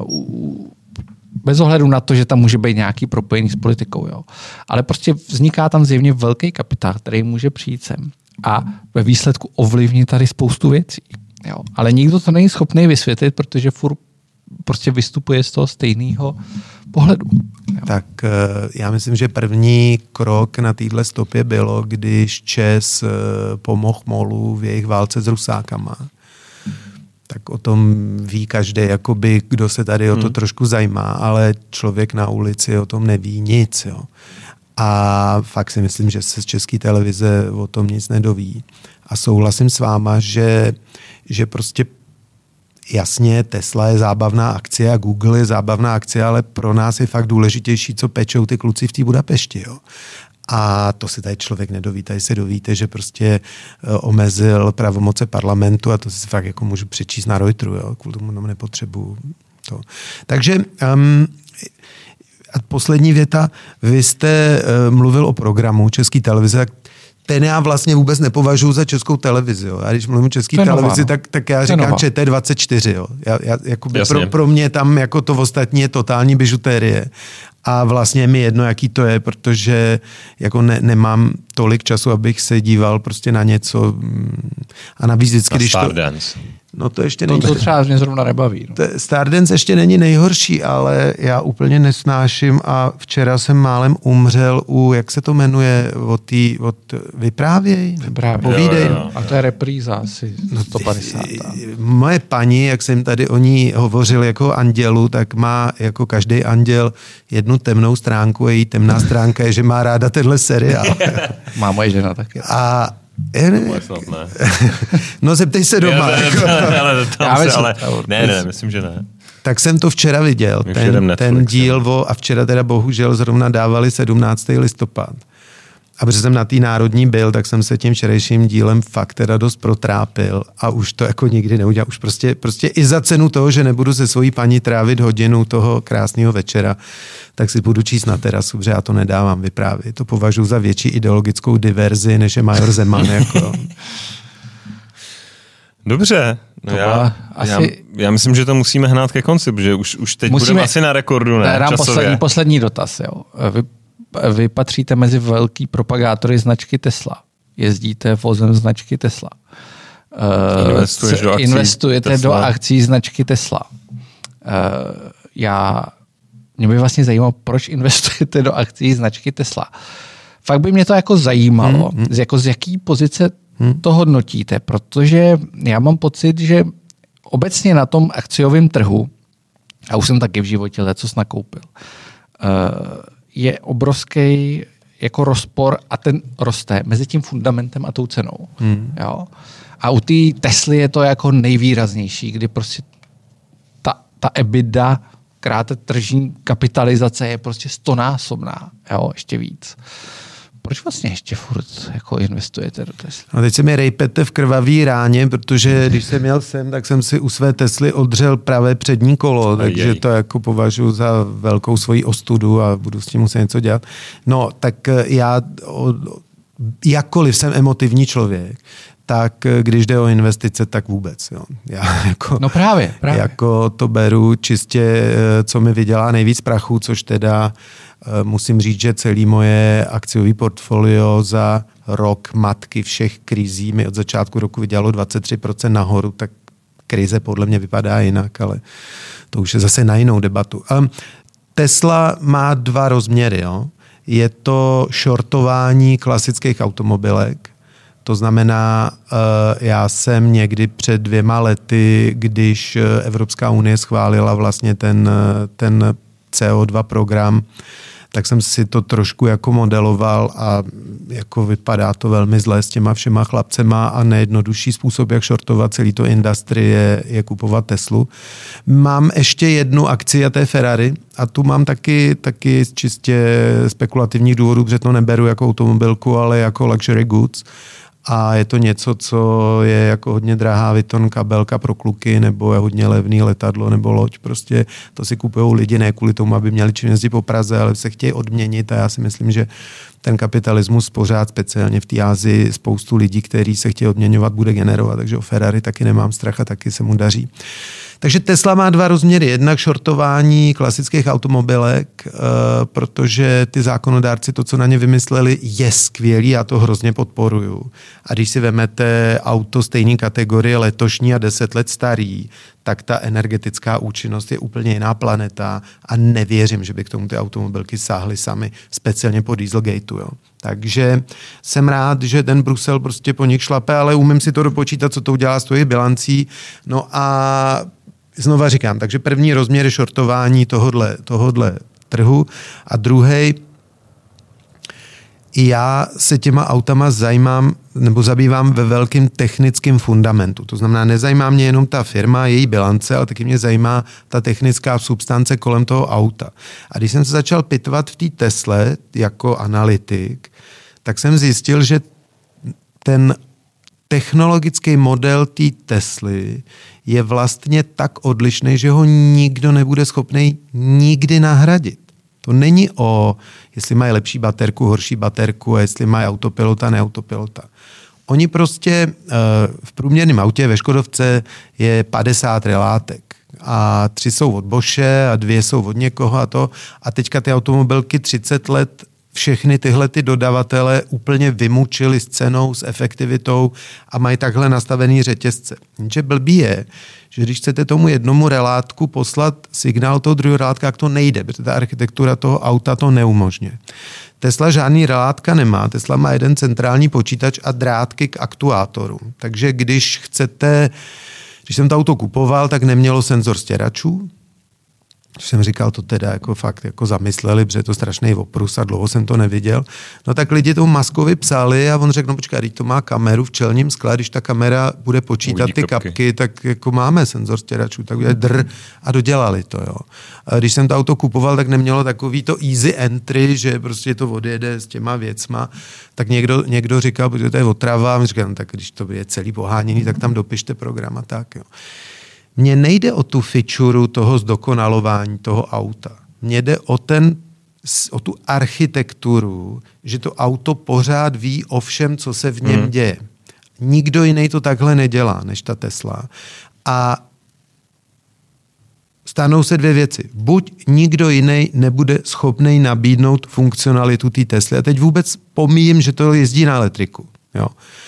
Bez ohledu na to, že tam může být nějaký propojení s politikou. Jo. Ale prostě vzniká tam zjevně velký kapitál, který může přijít sem a ve výsledku ovlivnit tady spoustu věcí. Jo. Ale nikdo to není schopný vysvětlit, protože furt prostě vystupuje z toho stejného pohledu. Jo. Tak já myslím, že první krok na téhle stopě bylo, když Čes pomohl MOLu v jejich válce s Rusákama. Tak o tom ví každý, jakoby, kdo se tady o to hmm. trošku zajímá, ale člověk na ulici o tom neví nic. Jo. A fakt si myslím, že se z České televize o tom nic nedoví. A souhlasím s váma, že, že prostě jasně, Tesla je zábavná akcie a Google je zábavná akcie, ale pro nás je fakt důležitější, co pečou ty kluci v té Budapešti. Jo. A to si tady člověk nedoví. Tady se dovíte, že prostě omezil pravomoce parlamentu a to si fakt jako můžu přečíst na Reuteru. Jo. Kvůli tomu nepotřebuju to. Takže um, a poslední věta, vy jste uh, mluvil o programu České televize, ten já vlastně vůbec nepovažuji za Českou televizi. Jo. A když mluvím o České televizi, tak, tak já říkám Č T dvacet čtyři. Jo. Já, já, pro, pro mě tam jako to ostatní je totální bižutérie. A vlastně mi jedno, jaký to je, protože jako ne, nemám tolik času, abych se díval prostě na něco. A navíc vždycky, na když Stardance. to... No to ještě to, není... To třeba mě zrovna nebaví. No. Stardance ještě není nejhorší, ale já úplně nesnáším a včera jsem málem umřel u, jak se to jmenuje, od, tý, od Vyprávěj? Vyprávěj. Povídej. Jo, jo, jo. A to je repríza asi sto padesát. Moje paní, jak jsem tady o ní hovořil jako andělu, tak má jako každý anděl jednu temnou stránku a její temná stránka je, že má ráda tenhle seriál. Má moje žena taky. A Já nevím. No zeptej se doma. Já, jako. ale, Já se, myslím, ale ne, ne, myslím, že ne. Tak jsem to včera viděl, ten, ten díl o, a včera teda bohužel zrovna dávali sedmnáctého listopad. A protože jsem na té národní byl, tak jsem se tím včerejším dílem fakt teda dost protrápil a už to jako nikdy neudělal. Už prostě, prostě i za cenu toho, že nebudu se svojí paní trávit hodinu toho krásného večera, tak si budu číst na terasu, protože já to nedávám vyprávět. To považuji za větší ideologickou diverzi, než je major Zeman. Jako. Dobře. No já, asi... já, já myslím, že to musíme hnát ke konci, protože už, už teď musíme... budeme asi na rekordu, ne? Dám poslední, poslední dotaz. Jo. Vy, vy patříte mezi velký propagátory značky Tesla. Jezdíte vozem značky Tesla. Investuješ do akcí Investujete Tesla. do akcí značky Tesla. Já, mě by vlastně zajímalo, proč investujete do akcí značky Tesla. Fakt by mě to jako zajímalo, hmm, hmm. Z, jako z jaký pozice hmm. to hodnotíte, protože já mám pocit, že obecně na tom akciovém trhu, a už jsem taky v životě lecos nakoupil, je obrovský jako rozpor a ten roste mezi tím fundamentem a tou cenou. Hmm. Jo? A u té Tesly je to jako nejvýraznější, kdy prostě ta, ta EBITDA, krát tržní kapitalizace je prostě stonásobná, jo? Ještě víc. Proč vlastně ještě furt jako investujete do Tesly? No teď se mi rejpete v krvavý ráně, protože když jsem jel sem, tak jsem si u své Tesly odřel pravé přední kolo, takže jej. To jako považuji za velkou svoji ostudu a budu s tím muset něco dělat. No, tak já, jakkoliv jsem emotivní člověk, tak když jde o investice, tak vůbec. Jo. Já jako, no právě, právě. Jako to beru čistě, co mi vydělá nejvíc prachu, což teda musím říct, že celý moje akciový portfolio za rok matky všech krizí mi od začátku roku vydělalo dvacet tři procent nahoru, tak krize podle mě vypadá jinak, ale to už je zase na jinou debatu. Tesla má dva rozměry. Jo. Je to shortování klasických automobilek. To znamená, já jsem někdy před dvěma lety, když Evropská unie schválila vlastně ten, ten C O dva program, tak jsem si to trošku jako modeloval a jako vypadá to velmi zle s těma všema chlapcema a nejjednodušší způsob, jak shortovat celý to industry je, je kupovat Teslu. Mám ještě jednu akci a to je Ferrari a tu mám taky, taky z čistě spekulativních důvodů, protože to neberu jako automobilku, ale jako luxury goods. A je to něco, co je jako hodně drahá Vuitton kabelka pro kluky, nebo je hodně levný letadlo nebo loď. Prostě to si kupují lidi ne kvůli tomu, aby měli čím jezdit po Praze, ale se chtějí odměnit a já si myslím, že ten kapitalismus pořád speciálně v té Asii spoustu lidí, kteří se chtějí odměňovat, bude generovat. Takže o Ferrari taky nemám strach a taky se mu daří. Takže Tesla má dva rozměry. Jednak shortování klasických automobilek, protože ty zákonodárci to, co na ně vymysleli, je skvělý, já to hrozně podporuju. A když si vemete auto stejné kategorie letošní a deset let starý, tak ta energetická účinnost je úplně jiná planeta a nevěřím, že by k tomu ty automobilky sáhly sami, speciálně po Dieselgateu. Jo. Takže jsem rád, že ten Brusel prostě po nich šlape, ale umím si to dopočítat, co to udělá s tou bilancí. No a znova říkám, takže první rozměr je shortování tohodle, tohodle trhu a druhý, já se těma autama zajímám nebo zabývám ve velkém technickém fundamentu. To znamená, nezajímá mě jenom ta firma, její bilance, ale taky mě zajímá ta technická substance kolem toho auta. A když jsem se začal pitvat v té Tesle jako analytik, tak jsem zjistil, že ten technologický model té Tesly je vlastně tak odlišný, že ho nikdo nebude schopný nikdy nahradit. To není o, jestli mají lepší baterku, horší baterku a jestli mají autopilota, neautopilota. Oni prostě v průměrném autě ve Škodovce je padesát relátek a tři jsou od Bosche a dvě jsou od někoho a to. A teďka ty automobilky třicet let všechny tyhle ty dodavatele úplně vymučili s cenou, s efektivitou a mají takhle nastavený řetězce. Jenže blbý je, že když chcete tomu jednomu relátku poslat signál toho druhého relátka, jak to nejde, protože ta architektura toho auta to neumožňuje. Tesla žádný relátka nemá, Tesla má jeden centrální počítač a drátky k aktuátoru. Takže když chcete, když jsem to auto kupoval, tak nemělo senzor stěračů. Když jsem říkal, to teda jako fakt jako zamysleli, protože je to strašný oprus a dlouho jsem to neviděl. No tak lidi tomu Muskovi psali a on řekl, no počkej, když to má kameru v čelním skle, když ta kamera bude počítat Uvidí ty kapky. kapky, tak jako máme senzor stěračů, tak je drr a dodělali to, jo. A když jsem to auto kupoval, tak nemělo takový to easy entry, že prostě to odjede s těma věcma. Tak někdo, někdo říkal, protože to je otrava, a mi říkal, no tak když to je celý poháněný, tak tam dopište program a tak, jo. Mně nejde o tu fičuru toho zdokonalování toho auta. Mně jde o, ten, o tu architekturu, že to auto pořád ví o všem, co se v něm hmm. děje. Nikdo jiný to takhle nedělá, než ta Tesla. A stanou se dvě věci. Buď nikdo jiný nebude schopný nabídnout funkcionalitu té Tesly. A teď vůbec pomíjím, že to jezdí na elektriku. Jo.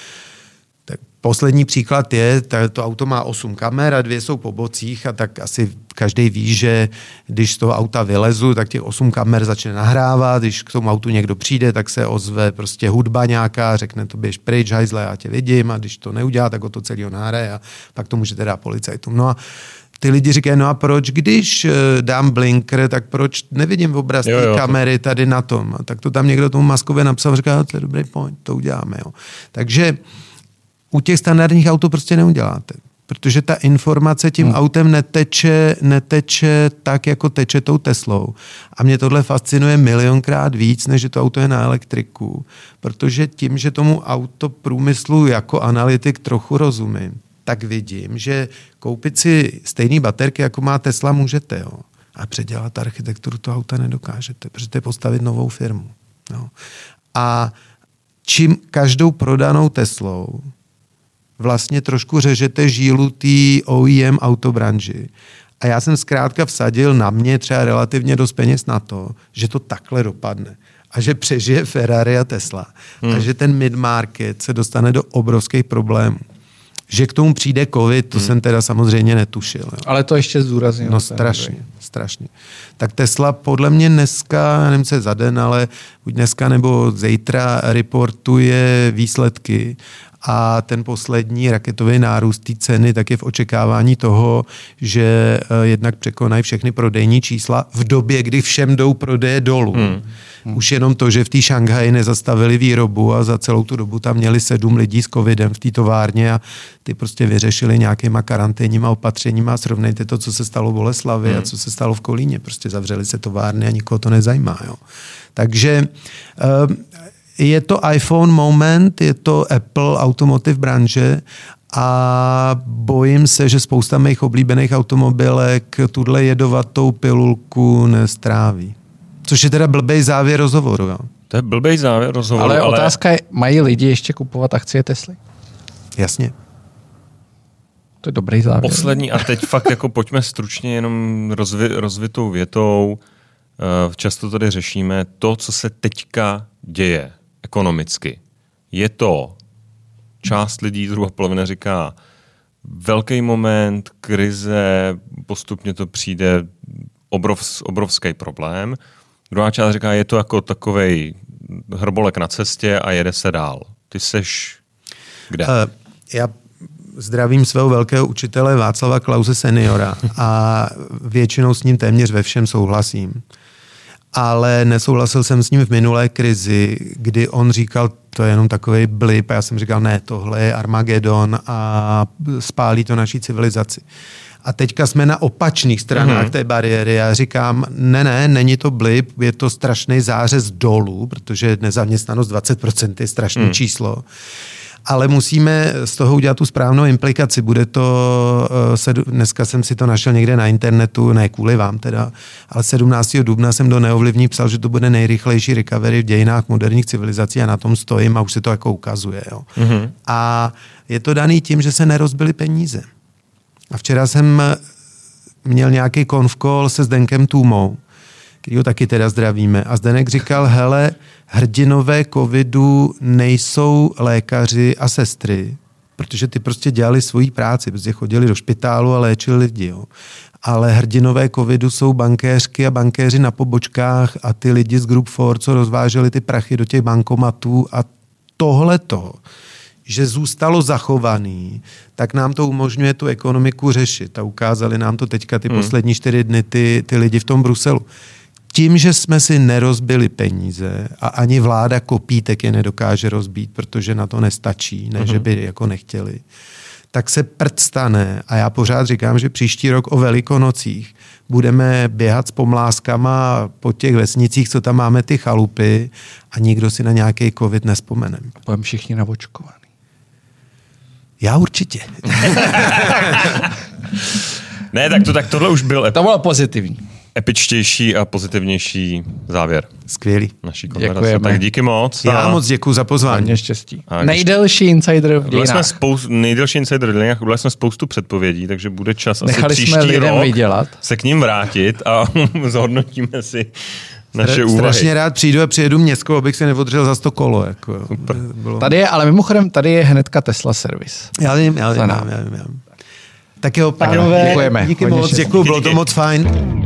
Poslední příklad je, to auto má osm kamer a dvě jsou po bocích a tak asi každý ví, že když z toho auta vylezu, tak těch osm kamer začne nahrávat, když k tomu autu někdo přijde, tak se ozve prostě hudba nějaká, řekne to běž pryč, hajzle, já tě vidím a když to neudělá, tak o to celého nahraje a pak to můžete dát policajtům. No a ty lidi říkají, no a proč, když dám blinker, tak proč nevidím obraz té kamery tady na tom? A tak to tam někdo tomu Muskovi napsal, říká, to je dobrý point, to uděláme. Jo. Takže u těch standardních aut prostě neuděláte, protože ta informace tím hmm. autem neteče, neteče tak, jako teče tou Teslou. A mě tohle fascinuje milionkrát víc, než že to auto je na elektriku, protože tím, že tomu autoprůmyslu jako analytik trochu rozumím, tak vidím, že koupit si stejný baterky, jako má Tesla, můžete, jo. A předělat architekturu toho auta nedokážete, protože to je postavit novou firmu. Jo. A čím každou prodanou Teslou vlastně trošku řežete žílu té O E M autobranži. A já jsem zkrátka vsadil na mě třeba relativně dost peněz na to, že to takhle dopadne. A že přežije Ferrari a Tesla. Hmm. A že ten mid-market se dostane do obrovských problémů. Že k tomu přijde covid, to hmm. jsem teda samozřejmě netušil. Jo. Ale to ještě zdůraznil. No strašně, strašně. Tak Tesla podle mě dneska, já nevím, co je za den, ale buď dneska nebo zítra reportuje výsledky a ten poslední raketový nárůst té ceny tak je v očekávání toho, že jednak překonají všechny prodejní čísla v době, kdy všem jdou prodeje dolů. Hmm. Hmm. Už jenom to, že v té Šanghaji nezastavili výrobu a za celou tu dobu tam měli sedm lidí s covidem v té továrně a ty prostě vyřešili nějakýma karanténníma opatřeníma a srovnejte to, co se stalo v Boleslavi hmm. a co se stalo v Kolíně. Prostě zavřeli se továrny a nikoho to nezajímá. Jo. Takže uh, je to iPhone moment, je to Apple automotive branže a bojím se, že spousta mých oblíbených automobilek tuhle jedovatou pilulku nestráví. Což je teda blbej závěr rozhovoru. Jo. To je blbej závěr rozhovoru. Ale, ale otázka je, mají lidi ještě kupovat akcie Tesly? Jasně. To je dobrý závěr. Poslední a teď fakt jako pojďme stručně jenom rozvi, rozvitou větou. Často tady řešíme to, co se teďka děje ekonomicky. Je to, část lidí, zhruba polovina říká, velký moment, krize, postupně to přijde obrov, obrovský problém. Druhá část říká, je to jako takovej hrbolek na cestě a jede se dál. Ty seš kde? Uh, já zdravím svého velkého učitele Václava Klause seniora a většinou s ním téměř ve všem souhlasím. Ale nesouhlasil jsem s ním v minulé krizi, kdy on říkal, to je jenom takovej blip, a já jsem říkal, ne, tohle je Armagedon a spálí to naší civilizaci. A teďka jsme na opačných stranách mm-hmm. té bariéry. Já říkám, ne, ne, není to blip, je to strašný zářez dolů, protože nezaměstnanost dvacet procent je strašné mm. číslo. ale musíme z toho udělat tu správnou implikaci. Bude to, dneska jsem si to našel někde na internetu, ne kvůli vám teda, ale sedmnáctého dubna jsem do Neovlivní psal, že to bude nejrychlejší recovery v dějinách moderních civilizací a na tom stojím a už se to jako ukazuje. Jo. Mm-hmm. A je to daný tím, že se nerozbily peníze. A včera jsem měl nějaký conf call se Zdenkem Tůmou, kterýho taky teda zdravíme. A Zdenek říkal, hele, hrdinové covidu nejsou lékaři a sestry, protože ty prostě dělali svoji práci, protože chodili do špitálu a léčili lidi. Jo. Ale hrdinové covidu jsou bankéřky a bankéři na pobočkách a ty lidi z Group four, co rozváželi ty prachy do těch bankomatů a tohleto, že zůstalo zachovaný, tak nám to umožňuje tu ekonomiku řešit. A ukázali nám to teďka ty hmm. poslední čtyři dny ty, ty lidi v tom Bruselu. Tím, že jsme si nerozbili peníze a ani vláda kopítek je nedokáže rozbít, protože na to nestačí, ne, hmm. že by jako nechtěli, tak se prd stane. A já pořád říkám, že příští rok o Velikonocích budeme běhat s pomláskama po těch vesnicích, co tam máme ty chalupy a nikdo si na nějaký covid nespomene. Budeme všichni navočkovaný. Já určitě. Ne, tak, to, tak tohle už byl... To bylo pozitivní. Epičtější a pozitivnější závěr. Skvělý. Naší konverzace. Tak díky moc. Já a... moc děkuji za pozvání. Hodně štěstí. A nejdelší insider v dějinách. Jsme spoustu, nejdelší insider v dějinách, udělali jsme spoustu předpovědí, takže bude čas Nechali asi příští rok vydělat. Se k ním vrátit a zhodnotíme si naše Stra- úvahy. Strašně rád přijdu a přijedu městskou, abych se neodřel za sto kolo. Jako. Bylo... Tady je, ale mimochodem, tady je hnedka Tesla servis. Já vím, já vím, já vím. Já vím. Tak jo, pánové, děkujeme. Díky moc, děkuji, bylo to moc fajn.